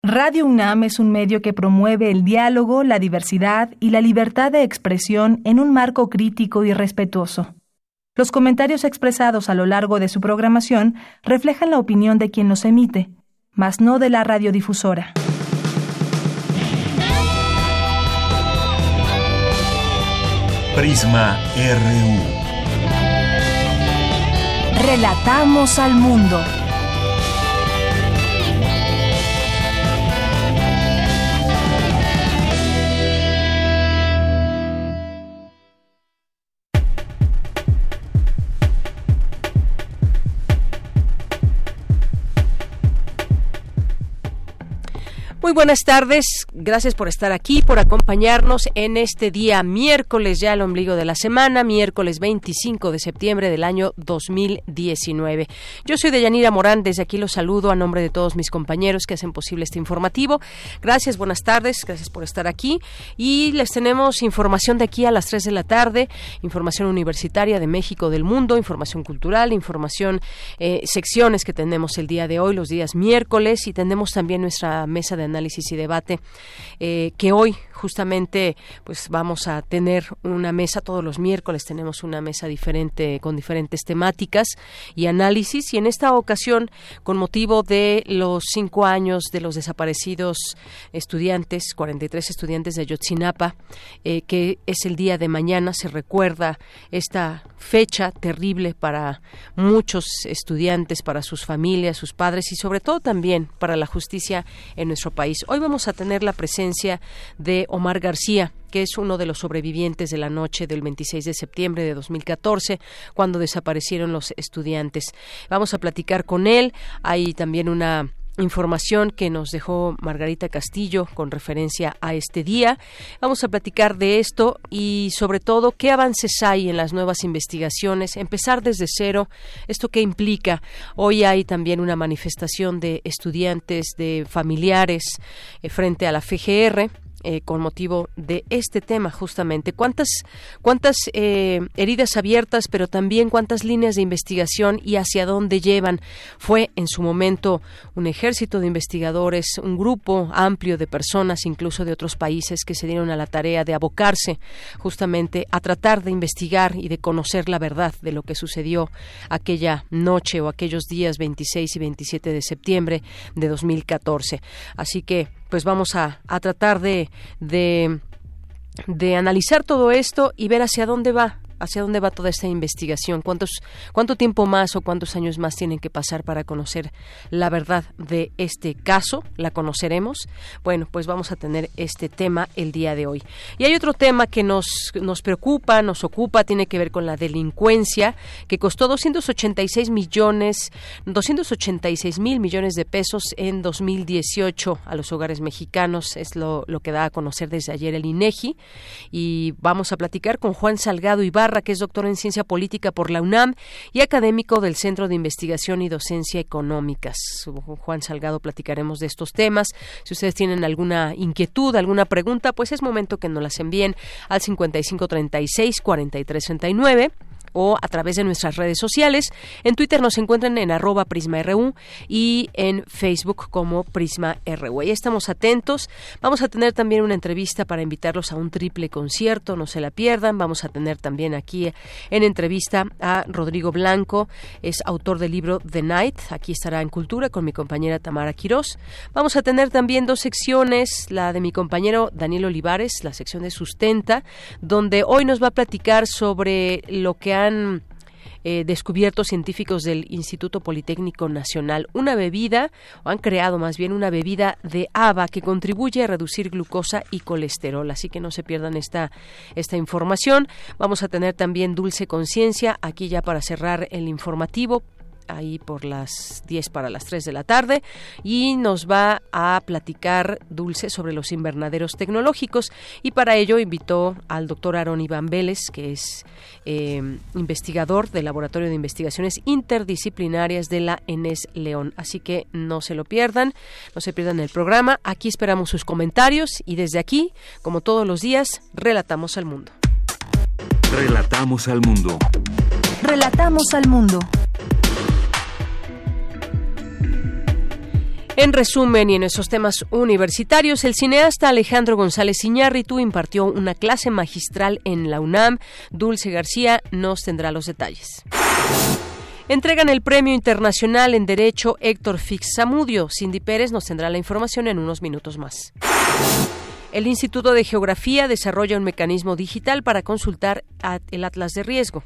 Radio UNAM es un medio que promueve el diálogo, la diversidad y la libertad de expresión en un marco crítico y respetuoso. Los comentarios expresados a lo largo de su programación reflejan la opinión de quien los emite, mas no de la radiodifusora. Prisma RU. Relatamos al mundo. Muy buenas tardes, gracias por estar aquí, por acompañarnos en este día miércoles, ya el ombligo de la semana, miércoles 25 de septiembre del año 2019. Yo soy Deyanira Morán, desde aquí los saludo a nombre de todos mis compañeros que hacen posible este informativo. Gracias, buenas tardes, gracias por estar aquí y les tenemos información de aquí a las 3 de la tarde, información universitaria de México, del mundo, información cultural, información, secciones que tenemos el día de hoy, los días miércoles, y tenemos también nuestra mesa de análisis y debate, que hoy justamente pues vamos a tener una mesa. Todos los miércoles tenemos una mesa diferente con diferentes temáticas y análisis, y en esta ocasión con motivo de los 5 años de los desaparecidos estudiantes, 43 estudiantes de Ayotzinapa, que es el día de mañana, se recuerda esta fecha terrible para muchos estudiantes, para sus familias, sus padres y sobre todo también para la justicia en nuestro país. Hoy vamos a tener la presencia de Omar García, que es uno de los sobrevivientes de la noche del 26 de septiembre de 2014, cuando desaparecieron los estudiantes. Vamos a platicar con él. Hay también una información que nos dejó Margarita Castillo con referencia a este día. Vamos a platicar de esto y sobre todo qué avances hay en las nuevas investigaciones, empezar desde cero, esto qué implica. Hoy hay también una manifestación de estudiantes, de familiares frente a la FGR, con motivo de este tema justamente. ¿Cuántas heridas abiertas, pero también cuántas líneas de investigación y hacia dónde llevan? Fue en su momento un ejército de investigadores, un grupo amplio de personas, incluso de otros países, que se dieron a la tarea de abocarse justamente a tratar de investigar y de conocer la verdad de lo que sucedió aquella noche o aquellos días 26 y 27 de septiembre de 2014. Así que pues vamos a tratar de analizar todo esto y ver hacia dónde va toda esta investigación, cuánto tiempo más o cuántos años más tienen que pasar para conocer la verdad de este caso. ¿La conoceremos? Bueno, pues vamos a tener este tema el día de hoy. Y hay otro tema que nos preocupa, nos ocupa, tiene que ver con la delincuencia, que costó 286 mil millones de pesos en 2018 a los hogares mexicanos. Es lo que da a conocer desde ayer el INEGI, y vamos a platicar con Juan Salgado Ibarra, que es doctor en Ciencia Política por la UNAM y académico del Centro de Investigación y Docencia Económicas. Juan Salgado, platicaremos de estos temas. Si ustedes tienen alguna inquietud, alguna pregunta, pues es momento que nos las envíen al 5536-4339 o a través de nuestras redes sociales. En Twitter nos encuentran en @PrismaRU y en Facebook como PrismaRU. Ya estamos atentos. Vamos a tener también una entrevista para invitarlos a un triple concierto, no se la pierdan. Vamos a tener también aquí en entrevista a Rodrigo Blanco, es autor del libro The Night. Aquí estará en Cultura con mi compañera Tamara Quirós. Vamos a tener también 2 secciones, la de mi compañero Daniel Olivares, la sección de Sustenta, donde hoy nos va a platicar sobre lo que han descubierto científicos del Instituto Politécnico Nacional, han creado más bien una bebida de haba que contribuye a reducir glucosa y colesterol, así que no se pierdan esta información. Vamos a tener también Dulce Conciencia, aquí ya para cerrar el informativo, ahí por las 10 para las 3 de la tarde, y nos va a platicar Dulce sobre los invernaderos tecnológicos, y para ello invitó al doctor Aarón Iván Vélez, que es investigador del Laboratorio de Investigaciones Interdisciplinarias de la ENES León. Así que no se lo pierdan, no se pierdan el programa. Aquí esperamos sus comentarios y desde aquí, como todos los días, relatamos al mundo. Relatamos al mundo. Relatamos al mundo. En resumen, y en esos temas universitarios, el cineasta Alejandro González Iñárritu impartió una clase magistral en la UNAM. Dulce García nos tendrá los detalles. Entregan el Premio Internacional en Derecho Héctor Fix Zamudio. Cindy Pérez nos tendrá la información en unos minutos más. El Instituto de Geografía desarrolla un mecanismo digital para consultar el Atlas de Riesgo.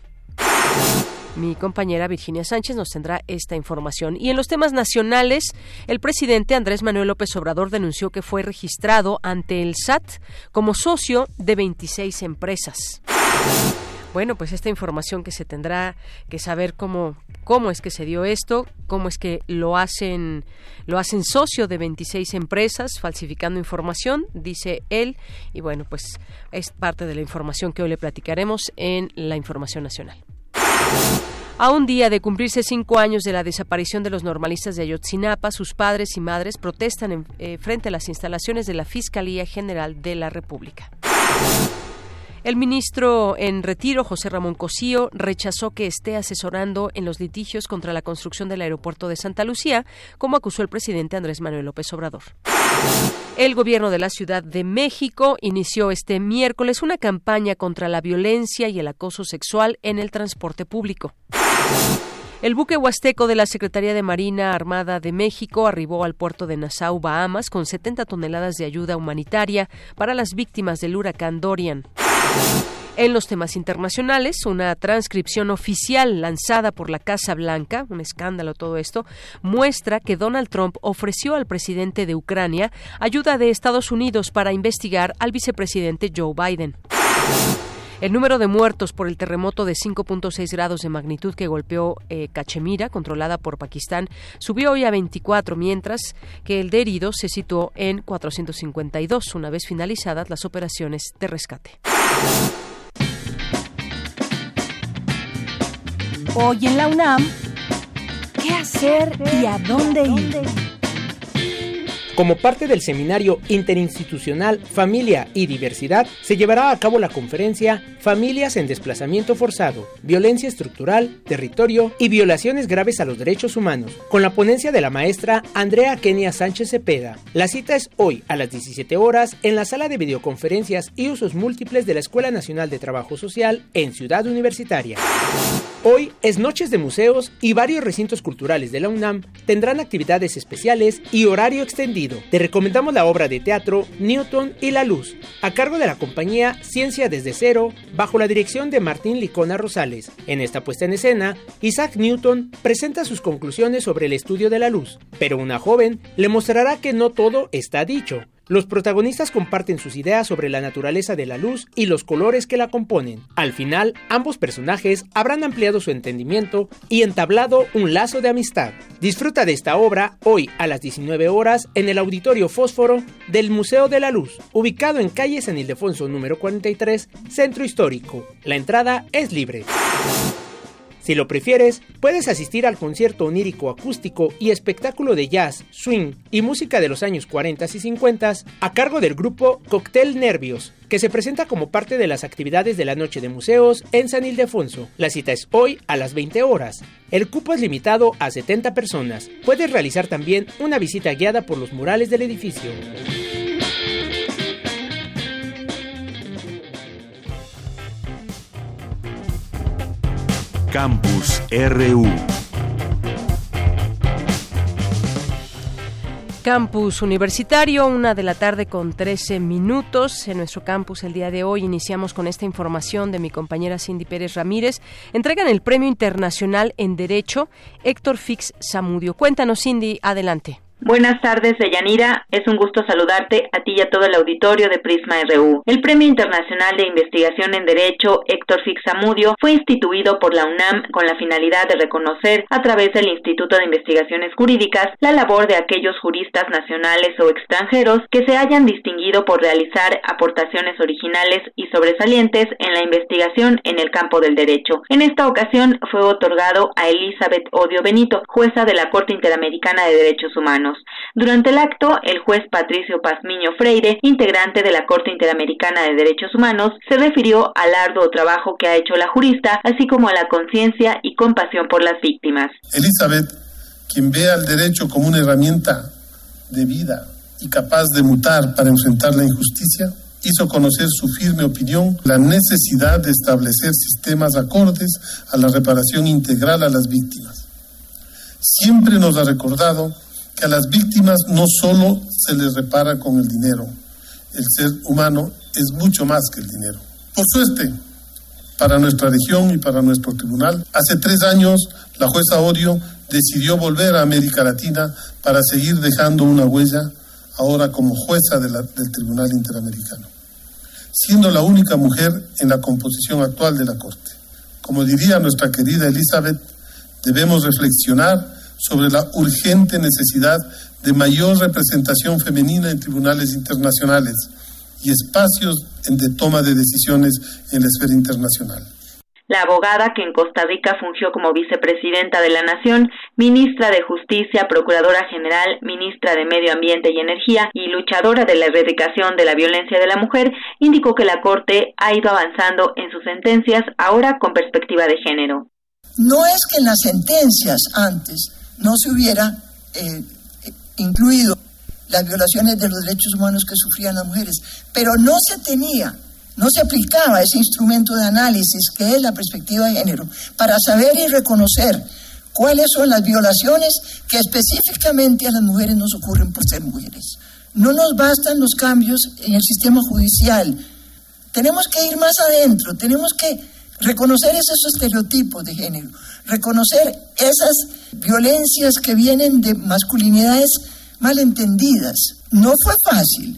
Mi compañera Virginia Sánchez nos tendrá esta información. Y en los temas nacionales, el presidente Andrés Manuel López Obrador denunció que fue registrado ante el SAT como socio de 26 empresas. Bueno, pues esta información que se tendrá que saber cómo es que se dio esto, cómo es que lo hacen socio de 26 empresas, falsificando información, dice él, y bueno, pues es parte de la información que hoy le platicaremos en la Información Nacional. A un día de cumplirse 5 años de la desaparición de los normalistas de Ayotzinapa, sus padres y madres protestan frente a las instalaciones de la Fiscalía General de la República. El ministro en retiro, José Ramón Cosío, rechazó que esté asesorando en los litigios contra la construcción del aeropuerto de Santa Lucía, como acusó el presidente Andrés Manuel López Obrador. El gobierno de la Ciudad de México inició este miércoles una campaña contra la violencia y el acoso sexual en el transporte público. El buque huasteco de la Secretaría de Marina Armada de México arribó al puerto de Nassau, Bahamas, con 70 toneladas de ayuda humanitaria para las víctimas del huracán Dorian. En los temas internacionales, una transcripción oficial lanzada por la Casa Blanca, un escándalo todo esto, muestra que Donald Trump ofreció al presidente de Ucrania ayuda de Estados Unidos para investigar al vicepresidente Joe Biden. El número de muertos por el terremoto de 5.6 grados de magnitud que golpeó Cachemira, controlada por Pakistán, subió hoy a 24, mientras que el de heridos se situó en 452, una vez finalizadas las operaciones de rescate. Hoy en la UNAM, ¿qué hacer y a dónde ir? Como parte del seminario interinstitucional Familia y Diversidad, se llevará a cabo la conferencia Familias en Desplazamiento Forzado, Violencia Estructural, Territorio y Violaciones Graves a los Derechos Humanos, con la ponencia de la maestra Andrea Kenia Sánchez Cepeda. La cita es hoy a las 17 horas en la sala de videoconferencias y usos múltiples de la Escuela Nacional de Trabajo Social en Ciudad Universitaria. Hoy es Noches de Museos y varios recintos culturales de la UNAM tendrán actividades especiales y horario extendido. Te recomendamos la obra de teatro Newton y la Luz, a cargo de la compañía Ciencia desde Cero, bajo la dirección de Martín Licona Rosales. En esta puesta en escena, Isaac Newton presenta sus conclusiones sobre el estudio de la luz, pero una joven le mostrará que no todo está dicho. Los protagonistas comparten sus ideas sobre la naturaleza de la luz y los colores que la componen. Al final, ambos personajes habrán ampliado su entendimiento y entablado un lazo de amistad. Disfruta de esta obra hoy a las 19 horas en el Auditorio Fósforo del Museo de la Luz, ubicado en calle San Ildefonso número 43, Centro Histórico. La entrada es libre. Si lo prefieres, puedes asistir al concierto onírico acústico y espectáculo de jazz, swing y música de los años 40 y 50 a cargo del grupo Cóctel Nervios, que se presenta como parte de las actividades de la Noche de Museos en San Ildefonso. La cita es hoy a las 20 horas. El cupo es limitado a 70 personas. Puedes realizar también una visita guiada por los murales del edificio. Campus RU. Campus Universitario, 1:00 p.m. con 13 minutos. En nuestro campus el día de hoy iniciamos con esta información de mi compañera Cindy Pérez Ramírez. Entregan el Premio Internacional en Derecho Héctor Fix Zamudio. Cuéntanos, Cindy, adelante. Buenas tardes, Deyanira. Es un gusto saludarte a ti y a todo el auditorio de Prisma RU. El Premio Internacional de Investigación en Derecho Héctor Fix Zamudio fue instituido por la UNAM con la finalidad de reconocer, a través del Instituto de Investigaciones Jurídicas, la labor de aquellos juristas nacionales o extranjeros que se hayan distinguido por realizar aportaciones originales y sobresalientes en la investigación en el campo del derecho. En esta ocasión fue otorgado a Elizabeth Odio Benito, jueza de la Corte Interamericana de Derechos Humanos. Durante el acto, el juez Patricio Pazmiño Freire, integrante de la Corte Interamericana de Derechos Humanos, se refirió al arduo trabajo que ha hecho la jurista, así como a la conciencia y compasión por las víctimas. Elizabeth, quien ve al derecho como una herramienta de vida y capaz de mutar para enfrentar la injusticia, hizo conocer su firme opinión la necesidad de establecer sistemas acordes a la reparación integral a las víctimas. Siempre nos ha recordado que a las víctimas no solo se les repara con el dinero, el ser humano es mucho más que el dinero. Por suerte, para nuestra región y para nuestro tribunal, hace 3 años la jueza Orio decidió volver a América Latina para seguir dejando una huella, ahora como jueza del Tribunal Interamericano, siendo la única mujer en la composición actual de la Corte. Como diría nuestra querida Elizabeth, debemos reflexionar sobre la urgente necesidad de mayor representación femenina en tribunales internacionales y espacios de toma de decisiones en la esfera internacional. La abogada, que en Costa Rica fungió como vicepresidenta de la Nación, ministra de Justicia, procuradora general, ministra de Medio Ambiente y Energía y luchadora de la erradicación de la violencia de la mujer, indicó que la Corte ha ido avanzando en sus sentencias, ahora con perspectiva de género. No es que en las sentencias antes no se hubiera incluido las violaciones de los derechos humanos que sufrían las mujeres, pero no se aplicaba ese instrumento de análisis que es la perspectiva de género para saber y reconocer cuáles son las violaciones que específicamente a las mujeres nos ocurren por ser mujeres. No nos bastan los cambios en el sistema judicial, tenemos que ir más adentro, tenemos que reconocer esos estereotipos de género, reconocer esas violencias que vienen de masculinidades malentendidas. No fue fácil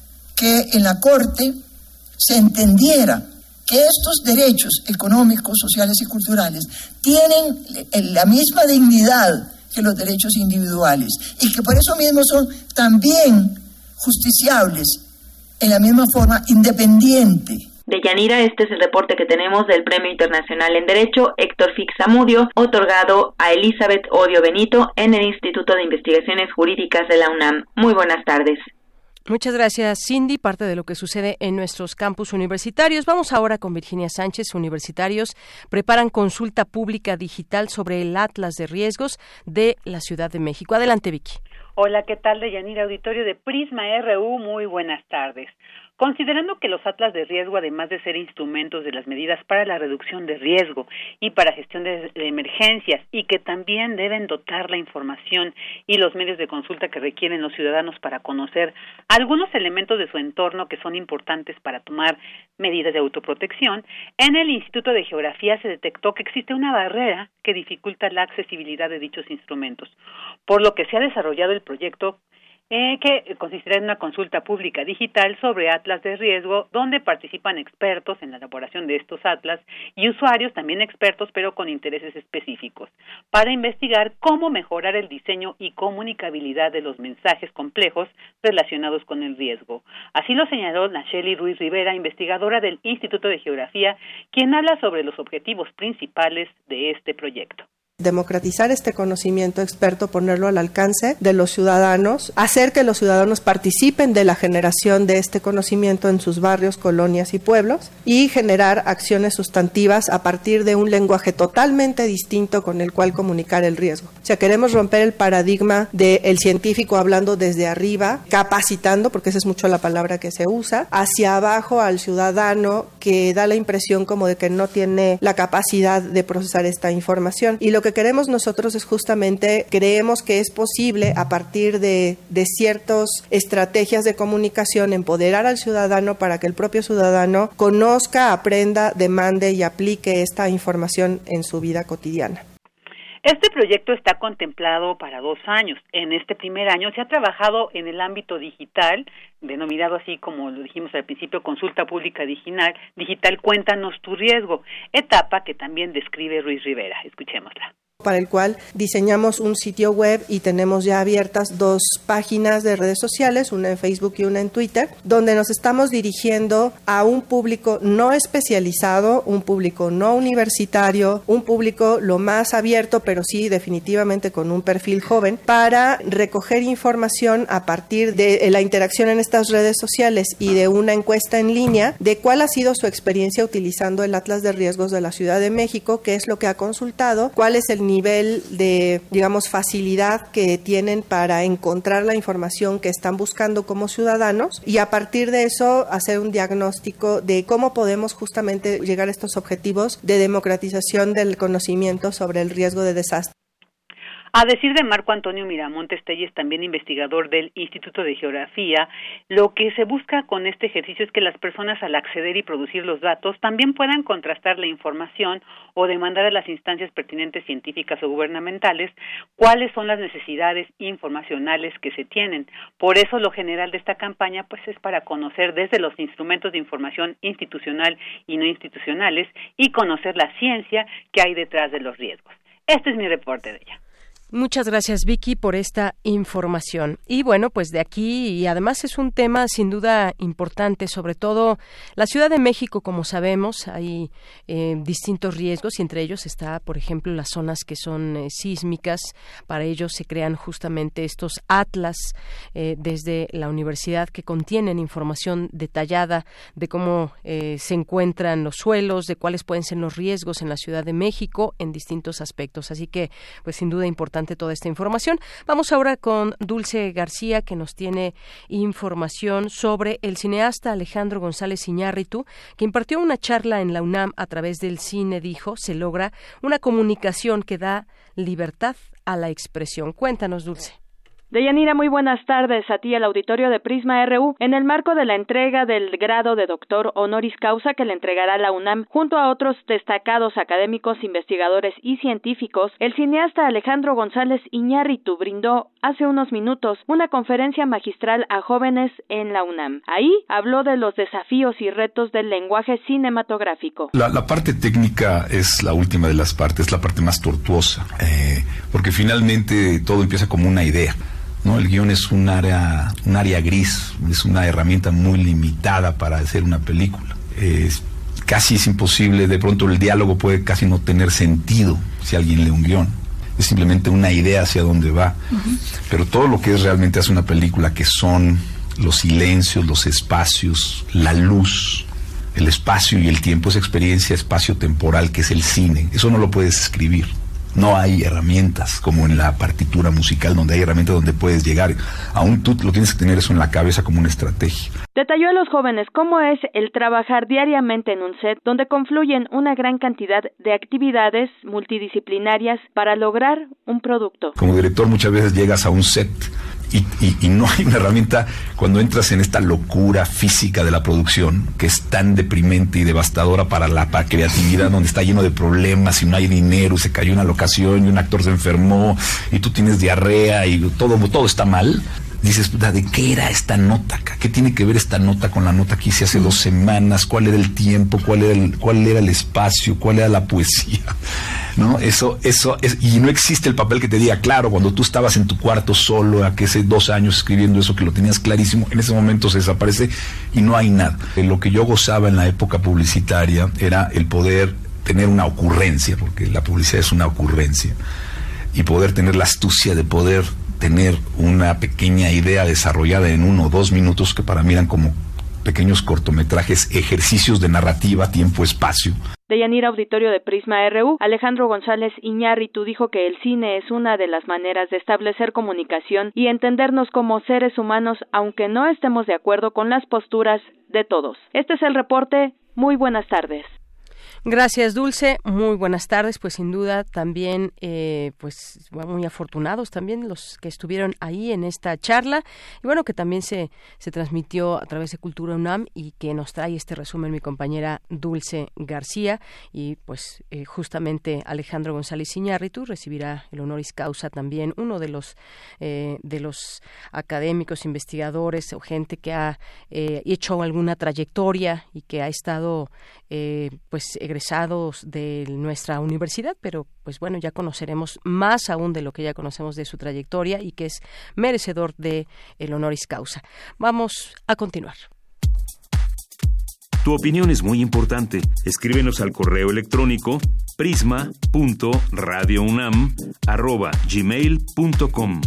que en la Corte se entendiera que estos derechos económicos, sociales y culturales tienen la misma dignidad que los derechos individuales y que por eso mismo son también justiciables en la misma forma independiente. Deyanira, este es el reporte que tenemos del Premio Internacional en Derecho Héctor Fix-Zamudio, otorgado a Elizabeth Odio Benito en el Instituto de Investigaciones Jurídicas de la UNAM. Muy buenas tardes. Muchas gracias, Cindy. Parte de lo que sucede en nuestros campus universitarios. Vamos ahora con Virginia Sánchez. Universitarios preparan consulta pública digital sobre el Atlas de Riesgos de la Ciudad de México. Adelante, Vicky. Hola, ¿qué tal? Deyanira, auditorio de Prisma RU, muy buenas tardes. Considerando que los atlas de riesgo, además de ser instrumentos de las medidas para la reducción de riesgo y para gestión de emergencias, y que también deben dotar la información y los medios de consulta que requieren los ciudadanos para conocer algunos elementos de su entorno que son importantes para tomar medidas de autoprotección, en el Instituto de Geografía se detectó que existe una barrera que dificulta la accesibilidad de dichos instrumentos, por lo que se ha desarrollado el proyecto que consistirá en una consulta pública digital sobre atlas de riesgo, donde participan expertos en la elaboración de estos atlas y usuarios también expertos, pero con intereses específicos, para investigar cómo mejorar el diseño y comunicabilidad de los mensajes complejos relacionados con el riesgo. Así lo señaló Nacheli Ruiz Rivera, investigadora del Instituto de Geografía, quien habla sobre los objetivos principales de este proyecto. Democratizar este conocimiento experto, ponerlo al alcance de los ciudadanos, hacer que los ciudadanos participen de la generación de este conocimiento en sus barrios, colonias y pueblos, y generar acciones sustantivas a partir de un lenguaje totalmente distinto con el cual comunicar el riesgo. O sea, queremos romper el paradigma del científico hablando desde arriba, capacitando, porque esa es mucho la palabra que se usa, hacia abajo al ciudadano, que da la impresión como de que no tiene la capacidad de procesar esta información. Y lo que queremos nosotros es justamente, creemos que es posible a partir de ciertas estrategias de comunicación empoderar al ciudadano para que el propio ciudadano conozca, aprenda, demande y aplique esta información en su vida cotidiana. Este proyecto está contemplado para 2 años. En este primer año se ha trabajado en el ámbito digital, denominado así como lo dijimos al principio, consulta pública digital, cuéntanos tu riesgo, etapa que también describe Ruiz Rivera. Escuchémosla. Para el cual diseñamos un sitio web y tenemos ya abiertas 2 páginas de redes sociales, una en Facebook y una en Twitter, donde nos estamos dirigiendo a un público no especializado, un público no universitario, un público lo más abierto, pero sí definitivamente con un perfil joven, para recoger información a partir de la interacción en estas redes sociales y de una encuesta en línea de cuál ha sido su experiencia utilizando el Atlas de Riesgos de la Ciudad de México, qué es lo que ha consultado, cuál es el nivel de, digamos, facilidad que tienen para encontrar la información que están buscando como ciudadanos y a partir de eso hacer un diagnóstico de cómo podemos justamente llegar a estos objetivos de democratización del conocimiento sobre el riesgo de desastre. A decir de Marco Antonio Miramontes Telles, también investigador del Instituto de Geografía, lo que se busca con este ejercicio es que las personas al acceder y producir los datos también puedan contrastar la información o demandar a las instancias pertinentes científicas o gubernamentales cuáles son las necesidades informacionales que se tienen. Por eso lo general de esta campaña pues es para conocer desde los instrumentos de información institucional y no institucionales y conocer la ciencia que hay detrás de los riesgos. Este es mi reporte de ella. Muchas gracias, Vicky, por esta información. Y bueno, pues de aquí, y además es un tema sin duda importante, sobre todo la Ciudad de México, como sabemos, hay distintos riesgos y entre ellos está, por ejemplo, las zonas que son sísmicas. Para ello se crean justamente estos atlas desde la universidad que contienen información detallada de cómo se encuentran los suelos, de cuáles pueden ser los riesgos en la Ciudad de México en distintos aspectos. Así que, pues sin duda importante toda esta información. Vamos ahora con Dulce García, que nos tiene información sobre el cineasta Alejandro González Iñárritu, que impartió una charla en la UNAM a través del cine. Dijo, se logra una comunicación que da libertad a la expresión. Cuéntanos, Dulce. Deyanira, muy buenas tardes a ti, al auditorio de Prisma RU. En el marco de la entrega del grado de doctor honoris causa que le entregará la UNAM junto a otros destacados académicos, investigadores y científicos, el cineasta Alejandro González Iñárritu brindó hace unos minutos una conferencia magistral a jóvenes en la UNAM. Ahí habló de los desafíos y retos del lenguaje cinematográfico. La parte técnica es la última de las partes, la parte más tortuosa, porque finalmente todo empieza como una idea. ¿No? El guión es un área gris, es una herramienta muy limitada para hacer una película. Casi es imposible, de pronto el diálogo puede casi no tener sentido si alguien lee un guión. Es simplemente una idea hacia dónde va. Uh-huh. Pero todo lo que es realmente hacer una película, que son los silencios, los espacios, la luz, el espacio y el tiempo, esa experiencia espacio-temporal que es el cine, eso no lo puedes escribir. No hay herramientas como en la partitura musical, donde hay herramientas donde puedes llegar. Aún tú lo tienes que tener eso en la cabeza como una estrategia. Detalló a los jóvenes cómo es el trabajar diariamente en un set donde confluyen una gran cantidad de actividades multidisciplinarias para lograr un producto. Como director muchas veces llegas a un set y no hay una herramienta cuando entras en esta locura física de la producción, que es tan deprimente y devastadora para la creatividad, donde está lleno de problemas y no hay dinero, y se cayó una locación y un actor se enfermó y tú tienes diarrea y todo está mal. Dices, ¿de qué era esta nota? ¿Qué tiene que ver esta nota con la nota que hice hace 2 semanas? ¿Cuál era el tiempo? ¿Cuál era el espacio? ¿Cuál era la poesía? ¿No? Eso es, y no existe el papel que te diga, claro, cuando tú estabas en tu cuarto solo, hace 2 años escribiendo eso, que lo tenías clarísimo, en ese momento se desaparece y no hay nada. Lo que yo gozaba en la época publicitaria era el poder tener una ocurrencia, porque la publicidad es una ocurrencia, y poder tener la astucia de poder tener una pequeña idea desarrollada en 1 o 2 minutos, que para mí eran como pequeños cortometrajes, ejercicios de narrativa, tiempo, espacio. Deyanira, auditorio de Prisma RU, Alejandro González Iñárritu dijo que el cine es una de las maneras de establecer comunicación y entendernos como seres humanos, aunque no estemos de acuerdo con las posturas de todos. Este es el reporte. Muy buenas tardes. Gracias, Dulce. Muy buenas tardes. Pues sin duda también, pues muy afortunados también los que estuvieron ahí en esta charla. Y bueno, que también se transmitió a través de Cultura UNAM y que nos trae este resumen mi compañera Dulce García. Y pues justamente Alejandro González Iñárritu recibirá el honoris causa también, uno de los académicos, investigadores o gente que ha hecho alguna trayectoria y que ha estado pues egresados de nuestra universidad, pero pues bueno, ya conoceremos más aún de lo que ya conocemos de su trayectoria y que es merecedor de el honoris causa. Vamos a continuar. Tu opinión es muy importante. Escríbenos al correo electrónico prisma.radiounam@gmail.com.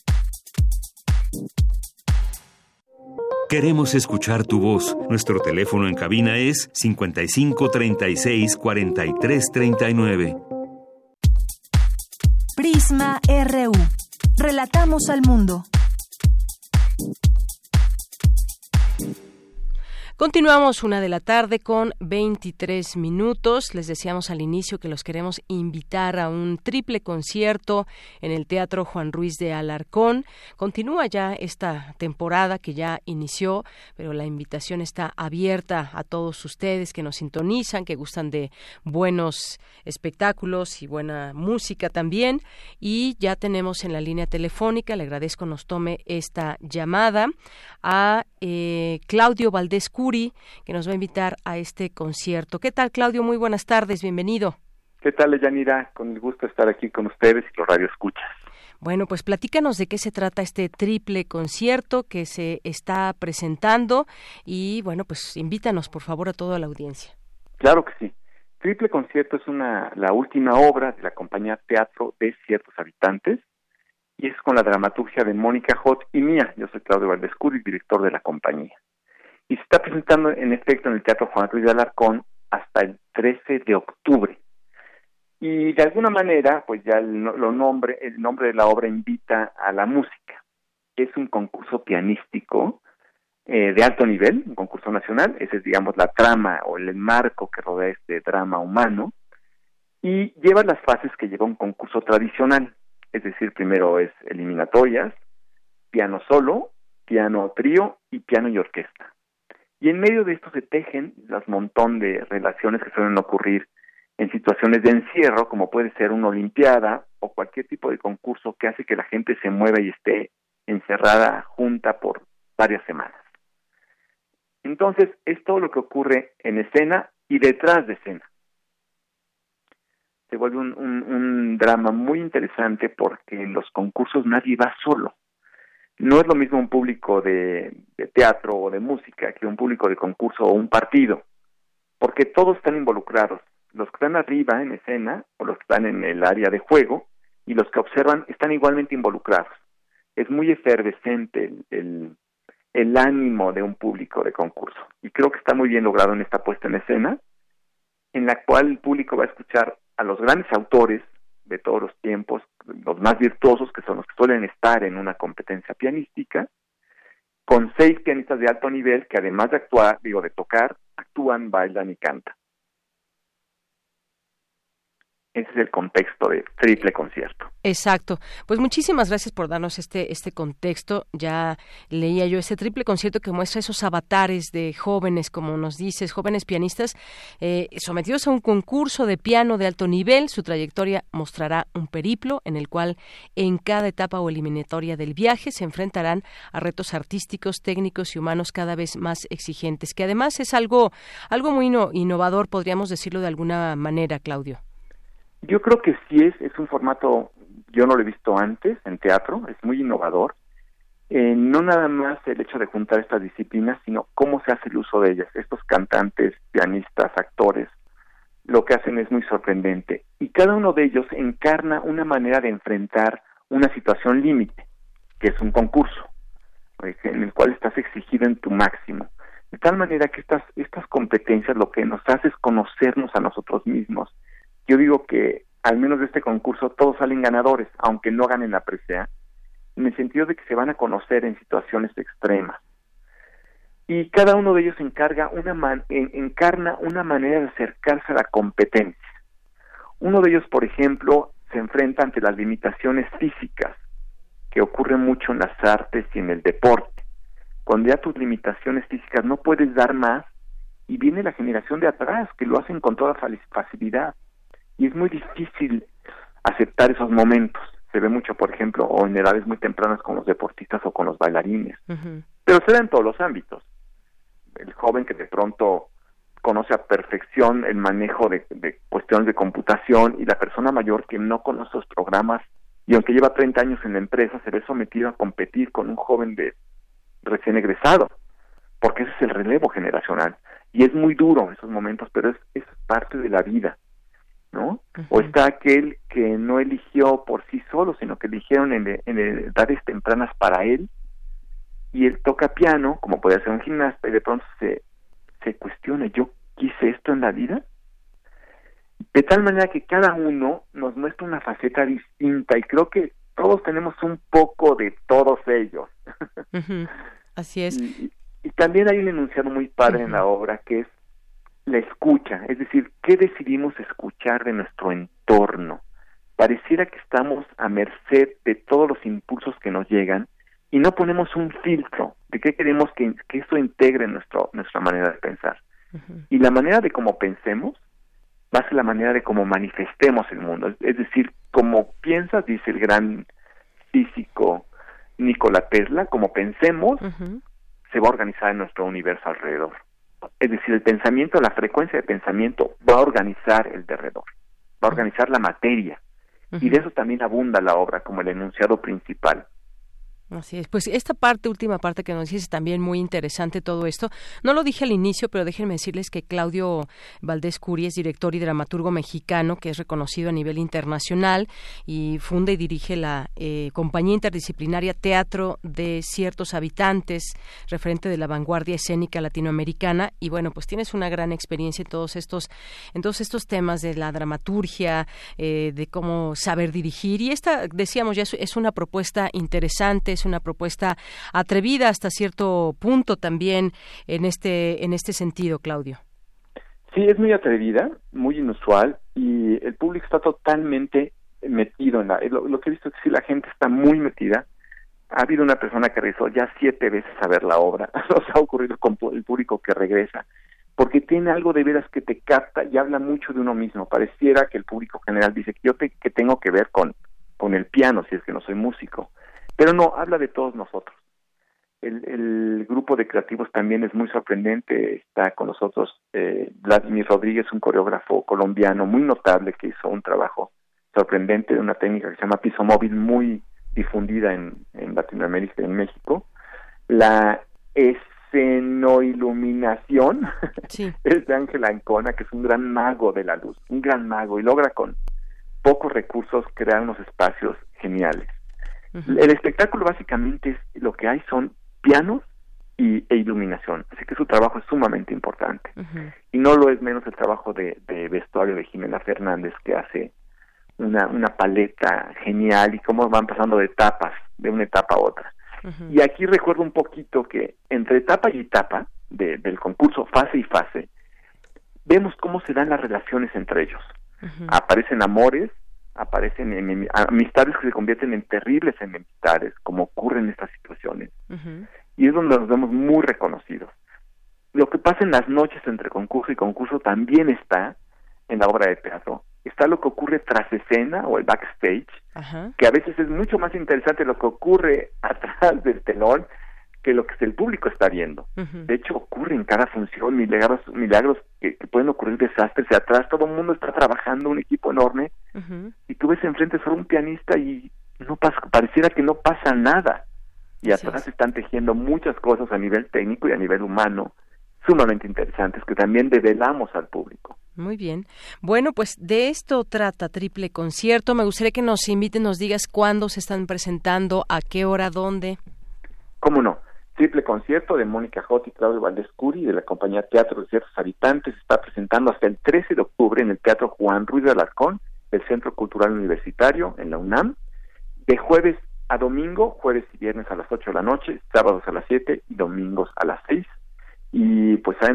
Queremos escuchar tu voz. Nuestro teléfono en cabina es 55 36 43 39. Prisma RU. Relatamos al mundo. Continuamos 1:00 p.m. con 23 minutos. Les decíamos al inicio que los queremos invitar a un triple concierto en el Teatro Juan Ruiz de Alarcón. Continúa ya esta temporada que ya inició, pero la invitación está abierta a todos ustedes que nos sintonizan, que gustan de buenos espectáculos y buena música también. Y ya tenemos en la línea telefónica, le agradezco nos tome esta llamada, a Claudio Valdés Curi, que nos va a invitar a este concierto. ¿Qué tal, Claudio? Muy buenas tardes, bienvenido. ¿Qué tal, Yanira? Con el gusto de estar aquí con ustedes y los radioescuchas. Bueno, pues platícanos de qué se trata este triple concierto que se está presentando y, bueno, pues invítanos, por favor, a toda la audiencia. Claro que sí. Triple concierto es la última obra de la compañía Teatro de Ciertos Habitantes y es con la dramaturgia de Mónica Hot y mía. Yo soy Claudio Valdés Curi, director de la compañía. Y se está presentando, en efecto, en el Teatro Juan Ruiz de Alarcón hasta el 13 de octubre. Y de alguna manera, pues ya el nombre de la obra invita a la música. Es un concurso pianístico de alto nivel, un concurso nacional. Esa es, digamos, la trama o el marco que rodea este drama humano. Y lleva las fases que lleva un concurso tradicional. Es decir, primero es eliminatorias, piano solo, piano trío y piano y orquesta. Y en medio de esto se tejen las montón de relaciones que suelen ocurrir en situaciones de encierro, como puede ser una olimpiada o cualquier tipo de concurso que hace que la gente se mueva y esté encerrada junta por varias semanas. Entonces, es todo lo que ocurre en escena y detrás de escena. Se vuelve un drama muy interesante porque en los concursos nadie va solo. No es lo mismo un público de teatro o de música que un público de concurso o un partido, porque todos están involucrados, los que están arriba en escena o los que están en el área de juego y los que observan están igualmente involucrados. Es muy efervescente el ánimo de un público de concurso y creo que está muy bien logrado en esta puesta en escena, en la cual el público va a escuchar a los grandes autores de todos los tiempos, los más virtuosos, que son los que suelen estar en una competencia pianística, con 6 pianistas de alto nivel que además de de tocar, actúan, bailan y cantan. Ese es el contexto de triple concierto. Exacto. Pues muchísimas gracias por darnos este contexto. Ya leía yo este triple concierto que muestra esos avatares de jóvenes, como nos dices, jóvenes pianistas, sometidos a un concurso de piano de alto nivel. Su trayectoria mostrará un periplo en el cual en cada etapa o eliminatoria del viaje se enfrentarán a retos artísticos, técnicos y humanos cada vez más exigentes, que además es algo muy innovador, podríamos decirlo de alguna manera, Claudio. Yo creo que sí es un formato, yo no lo he visto antes en teatro, es muy innovador. No nada más el hecho de juntar estas disciplinas, sino cómo se hace el uso de ellas. Estos cantantes, pianistas, actores, lo que hacen es muy sorprendente. Y cada uno de ellos encarna una manera de enfrentar una situación límite, que es un concurso, en el cual estás exigido en tu máximo. De tal manera que estas competencias lo que nos hace es conocernos a nosotros mismos. Yo digo que, al menos de este concurso, todos salen ganadores, aunque no ganen la presea, en el sentido de que se van a conocer en situaciones extremas. Y cada uno de ellos encarna una manera de acercarse a la competencia. Uno de ellos, por ejemplo, se enfrenta ante las limitaciones físicas, que ocurren mucho en las artes y en el deporte. Cuando ya tus limitaciones físicas no puedes dar más, y viene la generación de atrás, que lo hacen con toda facilidad. Y es muy difícil aceptar esos momentos. Se ve mucho, por ejemplo, o en edades muy tempranas con los deportistas o con los bailarines. Uh-huh. Pero se da en todos los ámbitos. El joven que de pronto conoce a perfección el manejo de cuestiones de computación y la persona mayor que no conoce los programas y aunque lleva 30 años en la empresa se ve sometido a competir con un joven de recién egresado, porque ese es el relevo generacional. Y es muy duro en esos momentos, pero es parte de la vida, ¿no? Uh-huh. O está aquel que no eligió por sí solo, sino que eligieron en edades tempranas para él, y él toca piano, como puede ser un gimnasta, y de pronto se cuestiona, ¿yo quise esto en la vida? de tal manera que cada uno nos muestra una faceta distinta, y creo que todos tenemos un poco de todos ellos. Uh-huh. Así es. Y también hay un enunciado muy padre en la obra, que es la escucha, es decir, ¿qué decidimos escuchar de nuestro entorno? Pareciera que estamos a merced de todos los impulsos que nos llegan y no ponemos un filtro de qué queremos que eso integre nuestra manera de pensar. Uh-huh. Y la manera de cómo pensemos va a ser la manera de cómo manifestemos el mundo. Es decir, como piensas, dice el gran físico Nikola Tesla, como pensemos, uh-huh, se va a organizar en nuestro universo alrededor. Es decir, el pensamiento, la frecuencia de pensamiento va a organizar el de alrededor, va a organizar la materia. Uh-huh. Y de eso también abunda la obra como el enunciado principal. Así es, pues esta última parte que nos dices, es también muy interesante todo esto. No lo dije al inicio, pero déjenme decirles que Claudio Valdés Curi es director y dramaturgo mexicano, que es reconocido a nivel internacional y funda y dirige la compañía interdisciplinaria Teatro de Ciertos Habitantes, referente de la vanguardia escénica latinoamericana. Y bueno, pues tienes una gran experiencia en todos estos temas de la dramaturgia, de cómo saber dirigir. Y esta, decíamos, ya es una propuesta interesante, es una propuesta atrevida hasta cierto punto también en este sentido, Claudio. Sí, es muy atrevida, muy inusual, y el público está totalmente metido en lo que he visto es que sí, la gente está muy metida. Ha habido una persona que regresó ya 7 veces a ver la obra. Nos ha ocurrido con el público que regresa, porque tiene algo de veras que te capta y habla mucho de uno mismo. Pareciera que el público general dice que tengo que ver con el piano, si es que no soy músico. Pero no, habla de todos nosotros. El grupo de creativos también es muy sorprendente. Está con nosotros Vladimir Rodríguez, un coreógrafo colombiano muy notable que hizo un trabajo sorprendente de una técnica que se llama piso móvil, muy difundida en Latinoamérica y en México. La escenoiluminación, sí, es de Ángel Ancona, que es un gran mago de la luz, un gran mago, y logra con pocos recursos crear unos espacios geniales. Uh-huh. El espectáculo básicamente lo que hay son pianos e iluminación, así que su trabajo es sumamente importante. Uh-huh. Y no lo es menos el trabajo de vestuario de Jimena Fernández, que hace una paleta genial y cómo van pasando de etapas, de una etapa a otra. Uh-huh. Y aquí recuerdo un poquito que entre etapa y etapa del concurso, fase y fase, vemos cómo se dan las relaciones entre ellos. Uh-huh. Aparecen amores, aparecen amistades que se convierten en terribles enemistades, como ocurre en estas situaciones. Uh-huh. Y es donde nos vemos muy reconocidos. Lo que pasa en las noches entre concurso y concurso también está en la obra de teatro. Está lo que ocurre tras escena o el backstage, uh-huh, que a veces es mucho más interesante lo que ocurre atrás del telón que lo que el público está viendo. Uh-huh. De hecho, ocurre en cada función milagros que pueden ocurrir, desastres, y atrás todo el mundo está trabajando, un equipo enorme, uh-huh, y tú ves enfrente solo un pianista y no pareciera que no pasa nada. Y atrás están tejiendo muchas cosas a nivel técnico y a nivel humano, sumamente interesantes, que también develamos al público. Muy bien. Bueno, pues de esto trata Triple Concierto. Me gustaría que nos invites, nos digas cuándo se están presentando, a qué hora, dónde. ¿Cómo no? Triple Concierto de Mónica Jot y Claudio Valdés Curi, de la compañía Teatro de Ciertos Habitantes, está presentando hasta el 13 de octubre en el Teatro Juan Ruiz de Alarcón, del Centro Cultural Universitario, en la UNAM, de jueves a domingo, jueves y viernes a las 8 de la noche, sábados a las 7 y domingos a las 6. Y pues va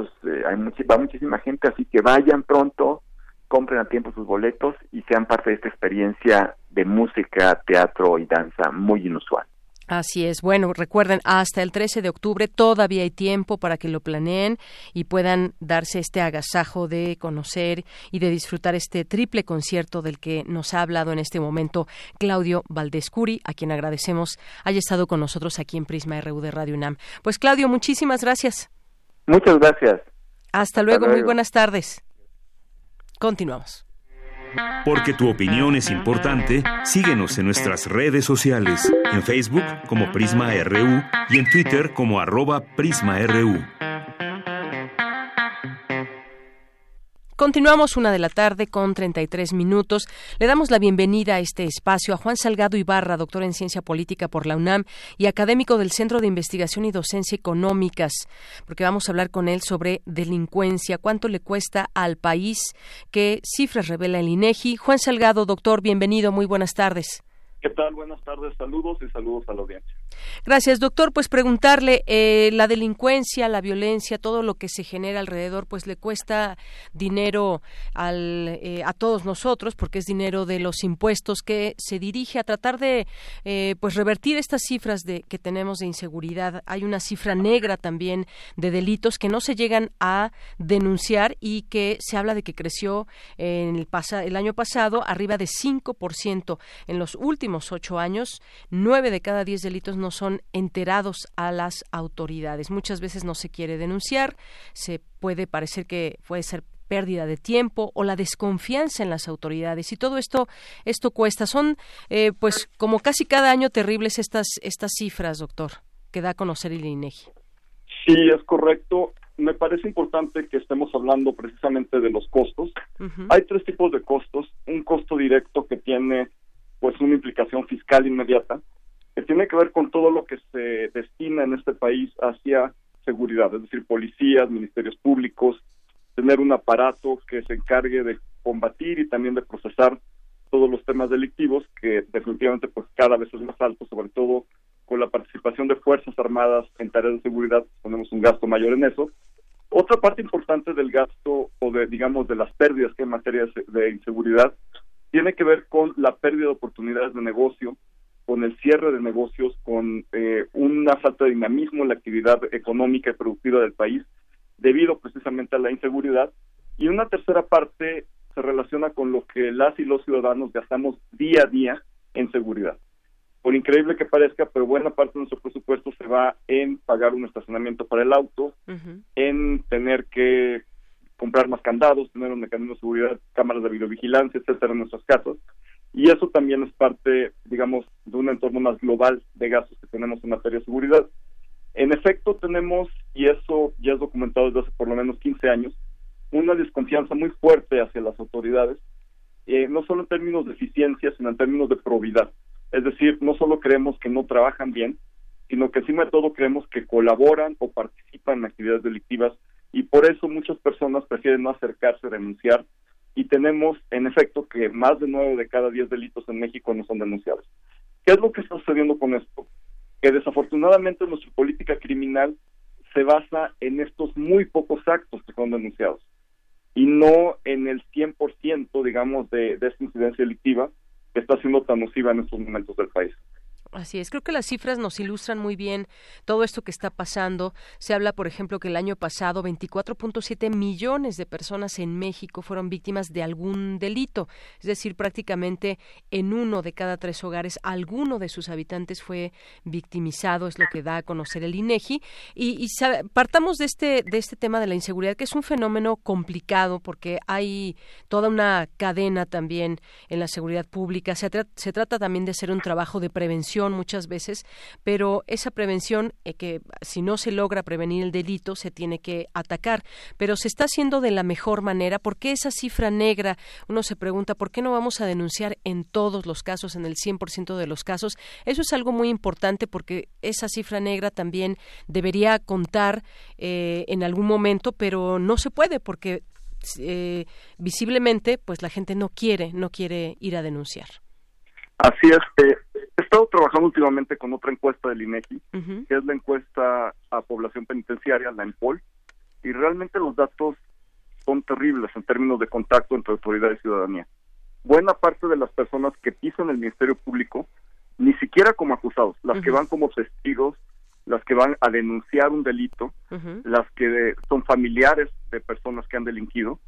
muchísima gente, así que vayan pronto, compren a tiempo sus boletos y sean parte de esta experiencia de música, teatro y danza muy inusual. Así es. Bueno, recuerden, hasta el 13 de octubre todavía hay tiempo para que lo planeen y puedan darse este agasajo de conocer y de disfrutar este triple concierto del que nos ha hablado en este momento Claudio Valdés Curi, a quien agradecemos haya estado con nosotros aquí en Prisma RU de Radio UNAM. Pues Claudio, muchísimas gracias. Muchas gracias. Hasta luego, muy buenas tardes. Continuamos. Porque tu opinión es importante, síguenos en nuestras redes sociales, en Facebook como Prisma RU y en Twitter como @PrismaRU. Continuamos 1:33 p.m. Le damos la bienvenida a este espacio a Juan Salgado Ibarra, doctor en Ciencia Política por la UNAM y académico del Centro de Investigación y Docencia Económicas, porque vamos a hablar con él sobre delincuencia, cuánto le cuesta al país, qué cifras revela el INEGI. Juan Salgado, doctor, bienvenido, muy buenas tardes. ¿Qué tal? Buenas tardes, saludos y saludos a la audiencia. Gracias, doctor. Pues preguntarle, la delincuencia, la violencia, todo lo que se genera alrededor, pues le cuesta dinero a todos nosotros, porque es dinero de los impuestos que se dirige a tratar de pues revertir estas cifras que tenemos de inseguridad. Hay una cifra negra también de delitos que no se llegan a denunciar y que se habla de que creció el año pasado arriba de 5%. En los últimos 8 años, 9 de cada 10 delitos no son enterados a las autoridades. Muchas veces no se quiere denunciar, se puede parecer que puede ser pérdida de tiempo o la desconfianza en las autoridades, y todo esto cuesta. Son pues como casi cada año terribles estas cifras, doctor, que da a conocer el INEGI. Sí, es correcto. Me parece importante que estemos hablando precisamente de los costos. Uh-huh. Hay 3 tipos de costos. Un costo directo que tiene pues una implicación fiscal inmediata, que tiene que ver con todo lo que se destina en este país hacia seguridad, es decir, policías, ministerios públicos, tener un aparato que se encargue de combatir y también de procesar todos los temas delictivos, que definitivamente pues cada vez es más alto, sobre todo con la participación de Fuerzas Armadas en tareas de seguridad, ponemos un gasto mayor en eso. Otra parte importante del gasto o de las pérdidas que hay en materia de inseguridad tiene que ver con la pérdida de oportunidades de negocio, con el cierre de negocios, con una falta de dinamismo en la actividad económica y productiva del país, debido precisamente a la inseguridad. Y una tercera parte se relaciona con lo que las y los ciudadanos gastamos día a día en seguridad. Por increíble que parezca, pero buena parte de nuestro presupuesto se va en pagar un estacionamiento para el auto, uh-huh, en tener que comprar más candados, tener un mecanismo de seguridad, cámaras de videovigilancia, etcétera, en nuestras casas. Y eso también es parte, digamos, de un entorno más global de gastos que tenemos en materia de seguridad. En efecto, tenemos, y eso ya es documentado desde hace por lo menos 15 años, una desconfianza muy fuerte hacia las autoridades, no solo en términos de eficiencia, sino en términos de probidad. Es decir, no solo creemos que no trabajan bien, sino que encima de todo creemos que colaboran o participan en actividades delictivas, y por eso muchas personas prefieren no acercarse a denunciar, y tenemos, en efecto, que más de 9 de cada 10 delitos en México no son denunciables. ¿Qué es lo que está sucediendo con esto? Que desafortunadamente nuestra política criminal se basa en estos muy pocos actos que son denunciados, y no en el 100%, digamos, de esta incidencia delictiva que está siendo tan nociva en estos momentos del país. Así es, creo que las cifras nos ilustran muy bien todo esto que está pasando. Se habla, por ejemplo, que el año pasado 24.7 millones de personas en México fueron víctimas de algún delito, es decir, prácticamente en 1 de cada 3 hogares alguno de sus habitantes fue victimizado, es lo que da a conocer el INEGI. Partamos de este tema de la inseguridad, que es un fenómeno complicado porque hay toda una cadena también en la seguridad pública. Se trata también de hacer un trabajo de prevención muchas veces, pero esa prevención, que si no se logra prevenir el delito, se tiene que atacar, pero se está haciendo de la mejor manera. ¿Por qué esa cifra negra? Uno se pregunta, ¿por qué no vamos a denunciar en todos los casos, en el 100% de los casos? Eso es algo muy importante, porque esa cifra negra también debería contar en algún momento, pero no se puede porque visiblemente pues la gente no quiere ir a denunciar. Así es. He estado trabajando últimamente con otra encuesta del INEGI, uh-huh, que es la encuesta a población penitenciaria, la EMPOL, y realmente los datos son terribles en términos de contacto entre autoridad y ciudadanía. Buena parte de las personas que pisan el Ministerio Público, ni siquiera como acusados, las uh-huh, que van como testigos, las que van a denunciar un delito, uh-huh, las que son familiares de personas que han delinquido,